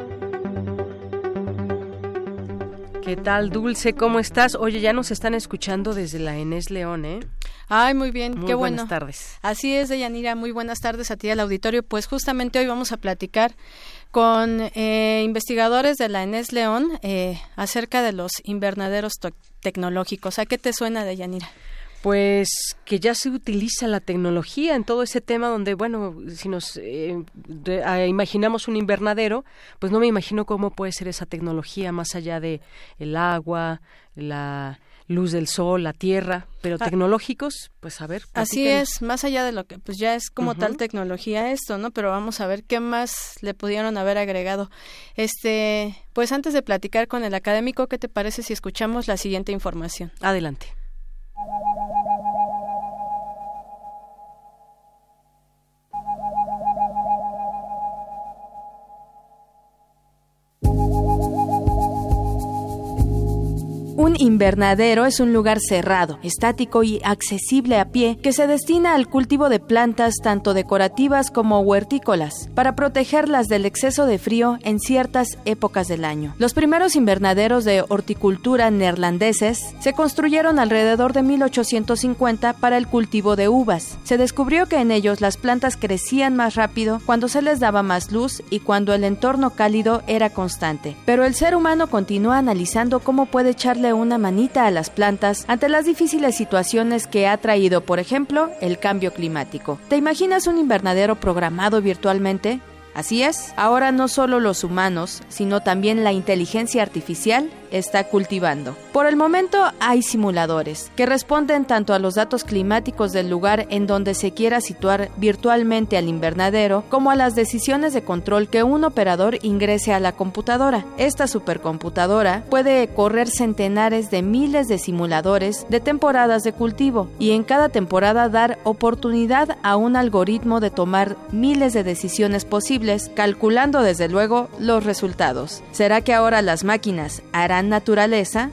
¿Qué tal, Dulce? ¿Cómo estás? Oye, ya nos están escuchando desde la Enes León, ¿eh? Ay, muy bien, muy qué bueno. Buenas tardes. Así es, Deyanira, muy buenas tardes a ti al auditorio. Pues justamente hoy vamos a platicar con investigadores de la Enes León acerca de los invernaderos tecnológicos. ¿A qué te suena, Deyanira? Pues que ya se utiliza la tecnología en todo ese tema donde, bueno, si nos imaginamos un invernadero, pues no me imagino cómo puede ser esa tecnología más allá de el agua, la luz del sol, la tierra, pero tecnológicos, pues a ver. Así es, más allá de lo que pues ya es como tal tecnología esto, ¿no? Pero vamos a ver qué más le pudieron haber agregado. Pues antes de platicar con el académico, ¿qué te parece si escuchamos la siguiente información? Adelante. Un invernadero es un lugar cerrado, estático y accesible a pie que se destina al cultivo de plantas tanto decorativas como huertícolas, para protegerlas del exceso de frío en ciertas épocas del año. Los primeros invernaderos de horticultura neerlandeses se construyeron alrededor de 1850 para el cultivo de uvas. Se descubrió que en ellos las plantas crecían más rápido cuando se les daba más luz y cuando el entorno cálido era constante. Pero el ser humano continúa analizando cómo puede echarle una manita a las plantas ante las difíciles situaciones que ha traído, por ejemplo, el cambio climático. ¿Te imaginas un invernadero programado virtualmente? Así es, ahora no solo los humanos, sino también la inteligencia artificial está cultivando. Por el momento hay simuladores que responden tanto a los datos climáticos del lugar en donde se quiera situar virtualmente al invernadero como a las decisiones de control que un operador ingrese a la computadora. Esta supercomputadora puede correr centenares de miles de simuladores de temporadas de cultivo y en cada temporada dar oportunidad a un algoritmo de tomar miles de decisiones posibles, calculando desde luego los resultados. ¿Será que ahora las máquinas harán naturaleza?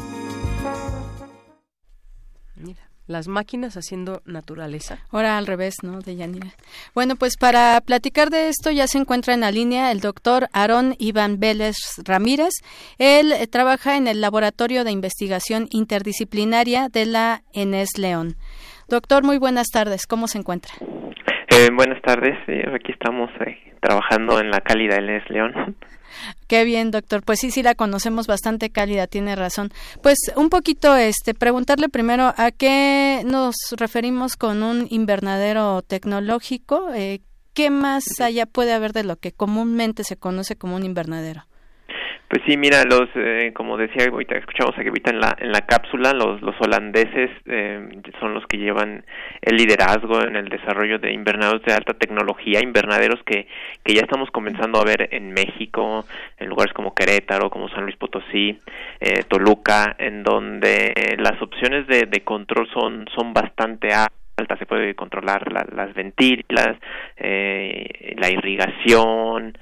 Mira, las máquinas haciendo naturaleza. Ahora al revés, ¿no? De Yanira. Bueno, pues para platicar de esto ya se encuentra en la línea el doctor Aarón Iván Vélez Ramírez. Él trabaja en el Laboratorio de Investigación Interdisciplinaria de la ENES León. Doctor, muy buenas tardes. ¿Cómo se encuentra? Buenas tardes. Aquí estamos trabajando en la cálida ENES León. Qué bien, doctor. Pues sí, la conocemos bastante cálida, tiene razón. Pues un poquito, preguntarle primero a qué nos referimos con un invernadero tecnológico. ¿Qué más allá puede haber de lo que comúnmente se conoce como un invernadero? Pues sí, mira, como decía ahorita, escuchamos aquí ahorita en la cápsula, los holandeses son los que llevan el liderazgo en el desarrollo de invernaderos de alta tecnología, invernaderos que ya estamos comenzando a ver en México, en lugares como Querétaro, como San Luis Potosí, Toluca, en donde las opciones de control son bastante altas. Se puede controlar las ventilas, la irrigación,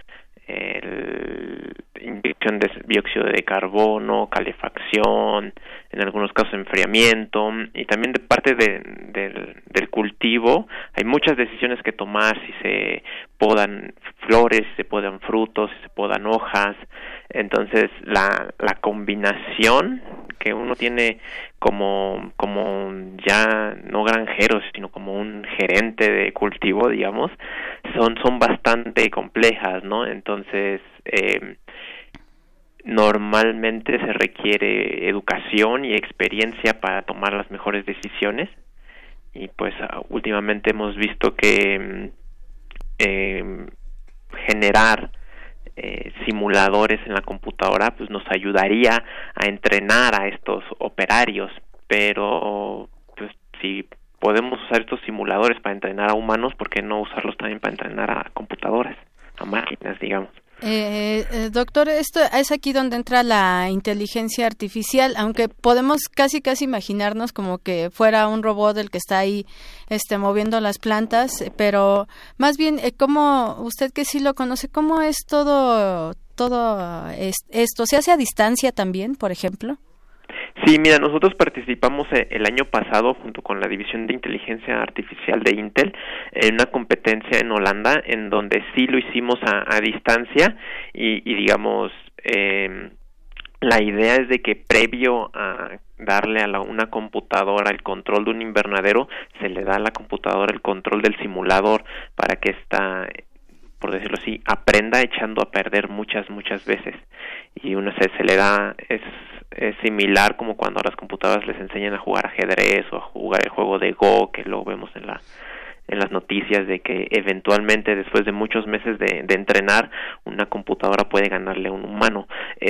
inyección de dióxido de carbono, calefacción, en algunos casos enfriamiento, y también de parte del cultivo hay muchas decisiones que tomar, si se podan flores, si se podan frutos, si se podan hojas. Entonces la combinación que uno tiene como ya no granjeros, sino como un gerente de cultivo, digamos, son bastante complejas, ¿no? Entonces normalmente se requiere educación y experiencia para tomar las mejores decisiones, y pues últimamente hemos visto que generar simuladores en la computadora pues nos ayudaría a entrenar a estos operarios, pero pues si podemos usar estos simuladores para entrenar a humanos, ¿por qué no usarlos también para entrenar a computadoras, a máquinas, digamos? Doctor, esto es aquí donde entra la inteligencia artificial, aunque podemos casi imaginarnos como que fuera un robot el que está ahí moviendo las plantas, pero más bien, ¿cómo, usted que sí lo conoce, cómo es todo esto? ¿Se hace a distancia también, por ejemplo? Sí, mira, nosotros participamos el año pasado junto con la División de Inteligencia Artificial de Intel en una competencia en Holanda, en donde sí lo hicimos a distancia y digamos, la idea es de que previo a darle a una computadora el control de un invernadero, se le da a la computadora el control del simulador para que esta, por decirlo así, aprenda echando a perder muchas veces, y se le da, es similar como cuando a las computadoras les enseñan a jugar ajedrez o a jugar el juego de Go, que luego vemos en las noticias, de que eventualmente después de muchos meses de entrenar, una computadora puede ganarle a un humano.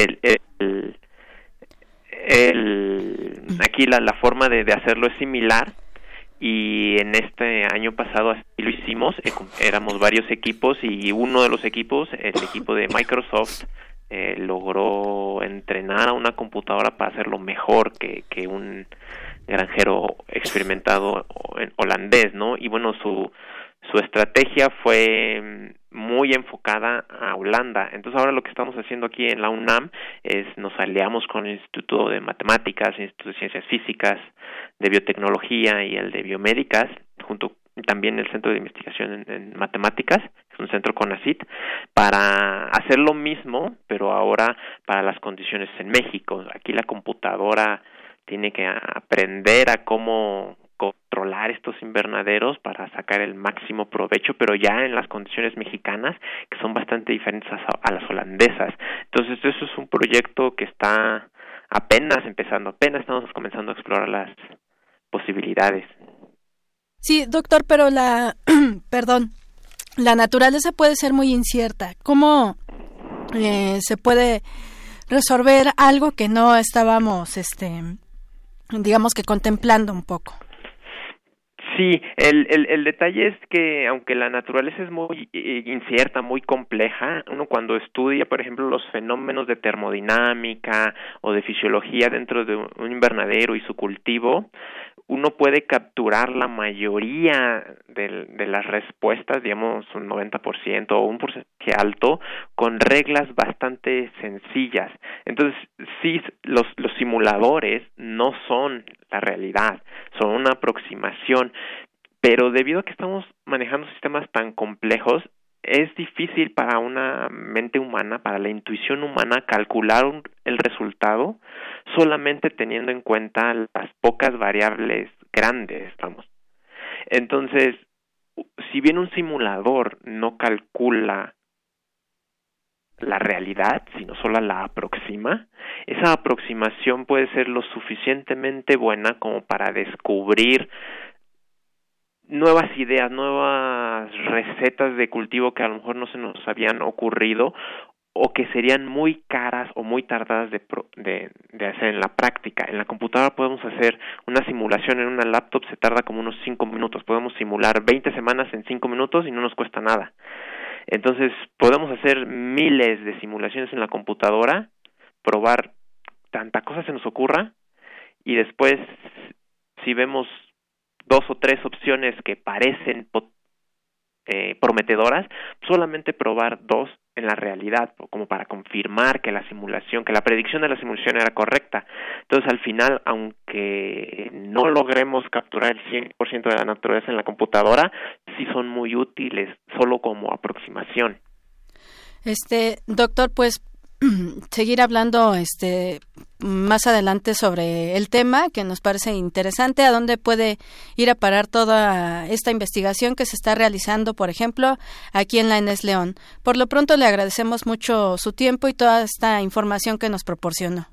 Aquí la forma de hacerlo es similar, y en este año pasado así lo hicimos. Éramos varios equipos, y uno de los equipos, el equipo de Microsoft, logró entrenar a una computadora para hacerlo mejor que un granjero experimentado holandés, ¿no? Y bueno, su estrategia fue muy enfocada a Holanda. Entonces ahora lo que estamos haciendo aquí en la UNAM es nos aliamos con el Instituto de Matemáticas, el Instituto de Ciencias Físicas, de Biotecnología y el de Biomédicas, junto también el Centro de Investigación en Matemáticas, es un centro CONACYT, para hacer lo mismo, pero ahora para las condiciones en México. Aquí la computadora tiene que aprender a cómo controlar estos invernaderos para sacar el máximo provecho, pero ya en las condiciones mexicanas, que son bastante diferentes a las holandesas. Entonces eso es un proyecto que está apenas empezando, apenas estamos comenzando a explorar las posibilidades. Sí, doctor, pero la naturaleza puede ser muy incierta. ¿Cómo se puede resolver algo que no estábamos, digamos que contemplando un poco. Sí, el detalle es que aunque la naturaleza es muy incierta, muy compleja, uno cuando estudia, por ejemplo, los fenómenos de termodinámica o de fisiología dentro de un invernadero y su cultivo, uno puede capturar la mayoría de las respuestas, digamos un 90% o un porcentaje alto, con reglas bastante sencillas. Entonces, sí, los simuladores no son la realidad, son una aproximación, pero debido a que estamos manejando sistemas tan complejos, es difícil para una mente humana, para la intuición humana, calcular el resultado solamente teniendo en cuenta las pocas variables grandes, vamos. Entonces, si bien un simulador no calcula la realidad, sino solo la aproxima, esa aproximación puede ser lo suficientemente buena como para descubrir nuevas ideas, nuevas recetas de cultivo que a lo mejor no se nos habían ocurrido o que serían muy caras o muy tardadas de hacer en la práctica. En la computadora podemos hacer una simulación en una laptop, se tarda como unos 5 minutos. Podemos simular 20 semanas en 5 minutos y no nos cuesta nada. Entonces, podemos hacer miles de simulaciones en la computadora, probar tanta cosa se nos ocurra y después, si vemos 2 o 3 opciones que parecen prometedoras, solamente probar 2 en la realidad, como para confirmar que la predicción de la simulación era correcta. Entonces, al final, aunque no logremos capturar el 100% de la naturaleza en la computadora, sí son muy útiles, solo como aproximación. Doctor, pues seguir hablando más adelante sobre el tema que nos parece interesante, a dónde puede ir a parar toda esta investigación que se está realizando, por ejemplo, aquí en la ENES León. Por lo pronto le agradecemos mucho su tiempo y toda esta información que nos proporcionó.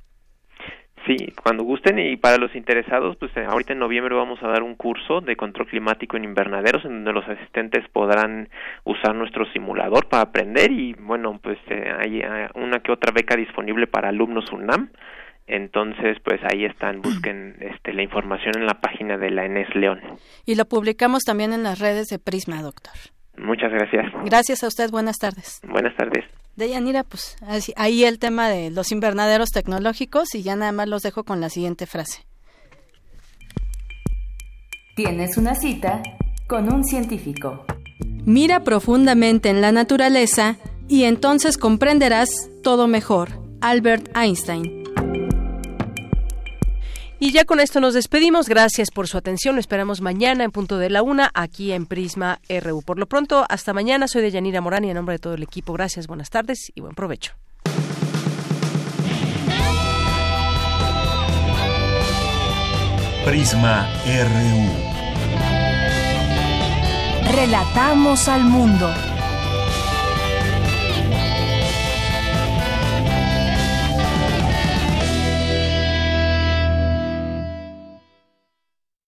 Sí, cuando gusten, y para los interesados, pues ahorita en noviembre vamos a dar un curso de control climático en invernaderos en donde los asistentes podrán usar nuestro simulador para aprender y bueno, pues hay una que otra beca disponible para alumnos UNAM. Entonces, pues ahí están, busquen la información en la página de la ENES León. Y lo publicamos también en las redes de Prisma, doctor. Muchas gracias. Gracias a usted, buenas tardes. Buenas tardes. Deyanira, pues ahí el tema de los invernaderos tecnológicos y ya nada más los dejo con la siguiente frase. Tienes una cita con un científico. Mira profundamente en la naturaleza y entonces comprenderás todo mejor. Albert Einstein. Y ya con esto nos despedimos. Gracias por su atención. Lo esperamos mañana en punto de la 1 aquí en Prisma RU. Por lo pronto, hasta mañana. Soy Deyanira Morán y en nombre de todo el equipo, gracias, buenas tardes y buen provecho. Prisma RU. Relatamos al mundo.